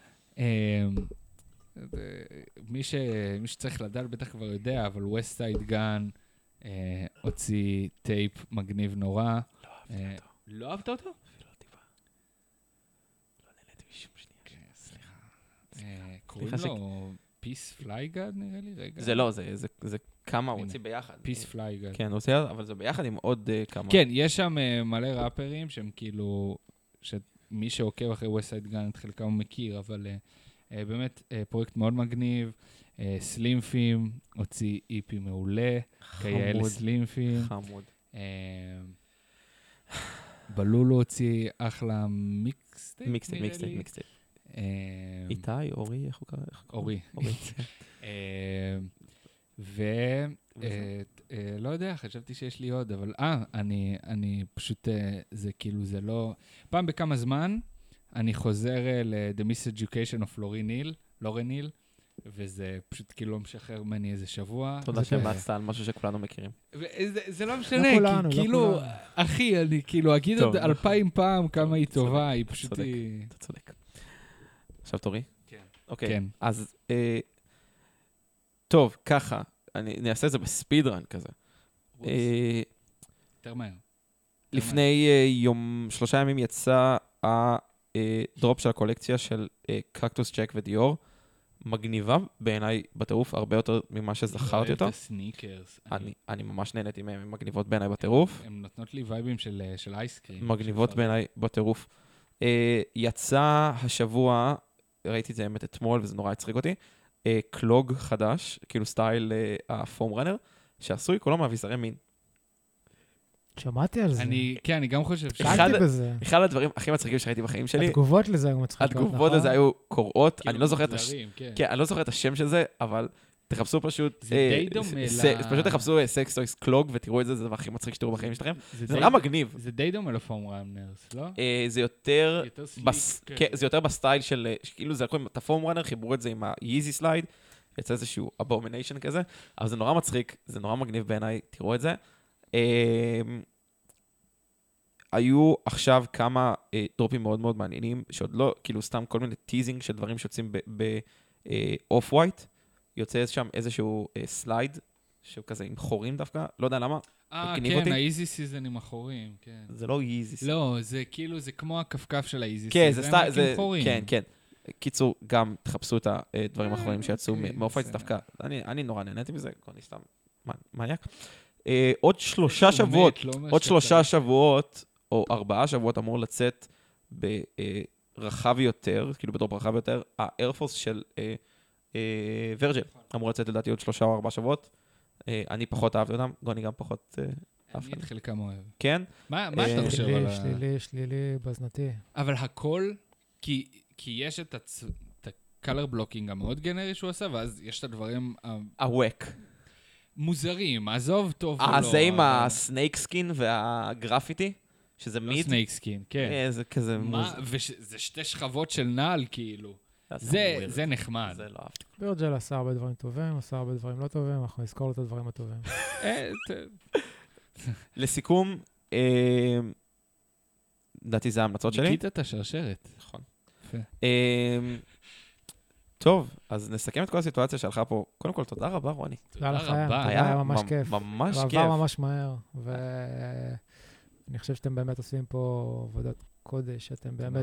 מי שצריך לדעת בטח כבר יודע, אבל West Side Gun הוציא טייפ מגניב נורא. לא אהבת אותו? אפילו טיפה. לא נהניתי משום שנייה. סליחה. קוראים לו Peace Fly God נראה לי? רגע. זה לא, זה כמה הוא הוציא ביחד. Peace Fly God. כן, הוא הוציא, אבל זה ביחד עם עוד כמה. כן, יש שם מלא ראפרים שהם כאילו, שמי שעוקב אחרי West Side Gun את חלקם מכיר, אבל באמת פרויקט מאוד מגניב. סלימפים, הוציא איפי מעולה. כאלה סלימפים. חמוד. בלולו הוציא אחלה מיקסטייפ. מיקסטייפ. איתי, אורי, איך הוא קרא? אורי. לא יודע, חשבתי שיש לי עוד, אבל אני פשוט, זה כאילו, זה לא... פעם בכמה זמן, אני חוזר ל-The Miseducation of לורן ניל, וזה פשוט כאילו לא משחרר ממני איזה שבוע. תודה שבאת על משהו שכולנו מכירים. זה לא משנה, כי כאילו, אחי, אני כאילו אגיד עוד 2,000 פעם כמה היא טובה, היא פשוט... אתה צודק. עכשיו תורי? כן. אוקיי, אז... טוב, ככה, אני אעשה את זה בספידרן כזה. יותר מהר. לפני 3 ימים יצא הדרופ של הקולקציה של קקטוס ג'ק ודיור. מגניבה בעיניי בטירוף, הרבה יותר ממה שזכרתי אותו. אני אוהב את הסניקרס. אני ממש נהניתי מהם, הן מגניבות בעיניי בטירוף. הן נותנות לי וייבים של אייסקרים. מגניבות בעיניי בטירוף. יצא השבוע, ראיתי את זה באמת אתמול וזה נורא הצחיק אותי, קלוג חדש, כאילו סטייל הפורם ראנר, שעשוי כולו מאביזרי מין. שמעתי על זה. כן, אני גם חושב שאלתי בזה. אחד הדברים הכי מצחיקים שראיתי בחיים שלי. התגובות לזה היו מצחיקות, נכון? התגובות לזה היו קוראות, אני לא זוכר את השם של זה, אבל תחפשו פשוט... זה די דומה פשוט תחפשו סקס טויס קלוג ותראו את זה, זה הדבר הכי מצחיק שתראו בחיים שלכם. זה נראה מגניב. זה די דומה לפורם ראנרס, לא? זה יותר בסטייל של... כאילו זה לקחו את הפורם ראנר, חיברו את זה עם ה-Yeezy סלייד, יצא איזשהו abomination כזה, אבל זה נורא מצחיק, זה נורא מגניב בעיניי, תראו את זה. היו עכשיו כמה דרופים מאוד מאוד מעניינים, שעוד לא, כאילו סתם כל מיני טיזינג של דברים שיוצאים באוף ווייט, יוצא שם איזשהו סלייד, שהוא כזה עם חורים דווקא, לא יודע למה. כן, האיזי סיזן עם החורים, כן. זה לא איזי סיזן. לא, זה כאילו, זה כמו הכפכף של האיזי סיזן, זה רק עם חורים. כן, כן. קיצור, גם תחפשו את הדברים האחרונים שיצאו מאוף ווייט, דווקא, אני נורא נהניתי מזה, אני סתם מניאק. עוד 3 שבועות, או 4 שבועות אמור לצאת ברחב יותר, כאילו בדרופ רחב יותר, האיירפורס של ורג'ל אמור לצאת לדעתי עוד 3 או 4 שבועות. אני פחות אהבתי אותם, גוני גם פחות אני את חלקם אוהב. כן? מה אתה חושב על שלילי, בזנתי. אבל הכל, כי יש את ה-color blocking המאוד גנרי שהוא עושה, ואז יש את הדברים... הווק. מוזרים, עזוב טוב ולא. זה עם הסנייק סקין והגרפיטי, שזה מיד. סנייק סקין, כן. זה כזה וזה 2 שכבות של נעל, כאילו. זה נחמד. זה לא אהבתי. ורג'ל עשה הרבה דברים טובים, עשה הרבה דברים לא טובים, אנחנו נזכור לו את הדברים הטובים. לסיכום, לדעתי זה ההמלצות שלי. ניקית את השרשרת. נכון. טוב, אז נסכם את כל הסיטואציה שלך פה. קודם כל, תודה רבה, רוני. תודה לכם, היה ממש כיף. ממש כיף. עבר ממש מהר, ואני חושב שאתם באמת עושים פה עבודת קודש, אתם באמת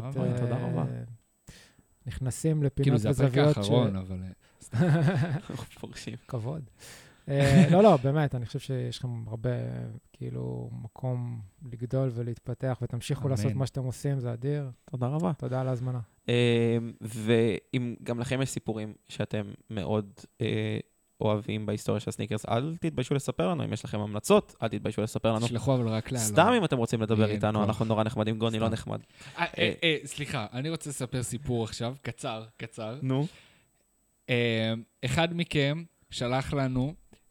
נכנסים לפינות וזוויות. כאילו זה הפרק האחרון, אבל... פורשים. כבוד. לא, באמת, אני חושב שיש לכם הרבה, כאילו, מקום לגדול ולהתפתח, ותמשיכו לעשות מה שאתם עושים, זה אדיר. תודה רבה. תודה על ההזמנה. ואם גם לכם יש סיפורים שאתם מאוד אוהבים בהיסטוריה של הסניקרס, אל תתביישו לספר לנו. אם יש לכם המלצות, אל תתביישו לספר לנו. שלחו אבל רק לאלון. סתם אם אתם רוצים לדבר איתנו, אנחנו נורא נחמדים, גוני לא נחמד. סליחה, אני רוצה לספר סיפור עכשיו, קצר. נו. אחד מכם שלח לנו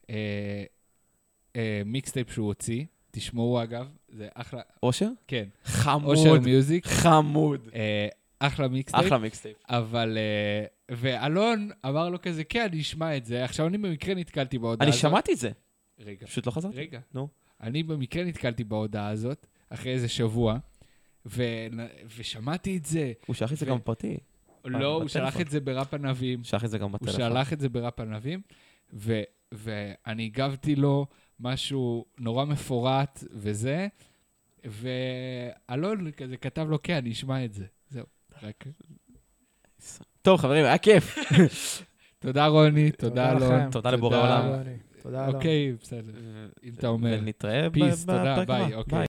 מיקסטייפ שהוא הוציא, תשמעו אגב, זה אחלה. אושר? כן. חמוד. אושר מיוזיק. חמוד. אחלה מיקסטייפ. אחלה מיקסטייפ. אבל, ואלון אמר לו כזה, כן, אני אשמע את זה. עכשיו אני במקרה נתקלתי בהודעה אני הזאת. שמעתי את זה. רגע. פשוט לא חזרתי. רגע. נו. אני במקרה נתקלתי בהודעה הזאת, אחרי איזה שבוע, ושמעתי את זה. הוא שלח את זה גם פרטי. לא, הוא שלח את זה בראפ ענבים. שלח את זה גם בטלפון. הוא שלח את זה בראפ ענבים, ואני הגבתי לו משהו נורא מפורט וזה, ואלון כזה כתב לו, כן, אני אשמע את זה. זהו, רק... טוב, חברים, היה כיף. תודה רוני, תודה אלון. תודה לבורא עולם. תודה אלון. אוקיי, בסדר. אם אתה אומר. ונתראה פיס, תודה, ביי.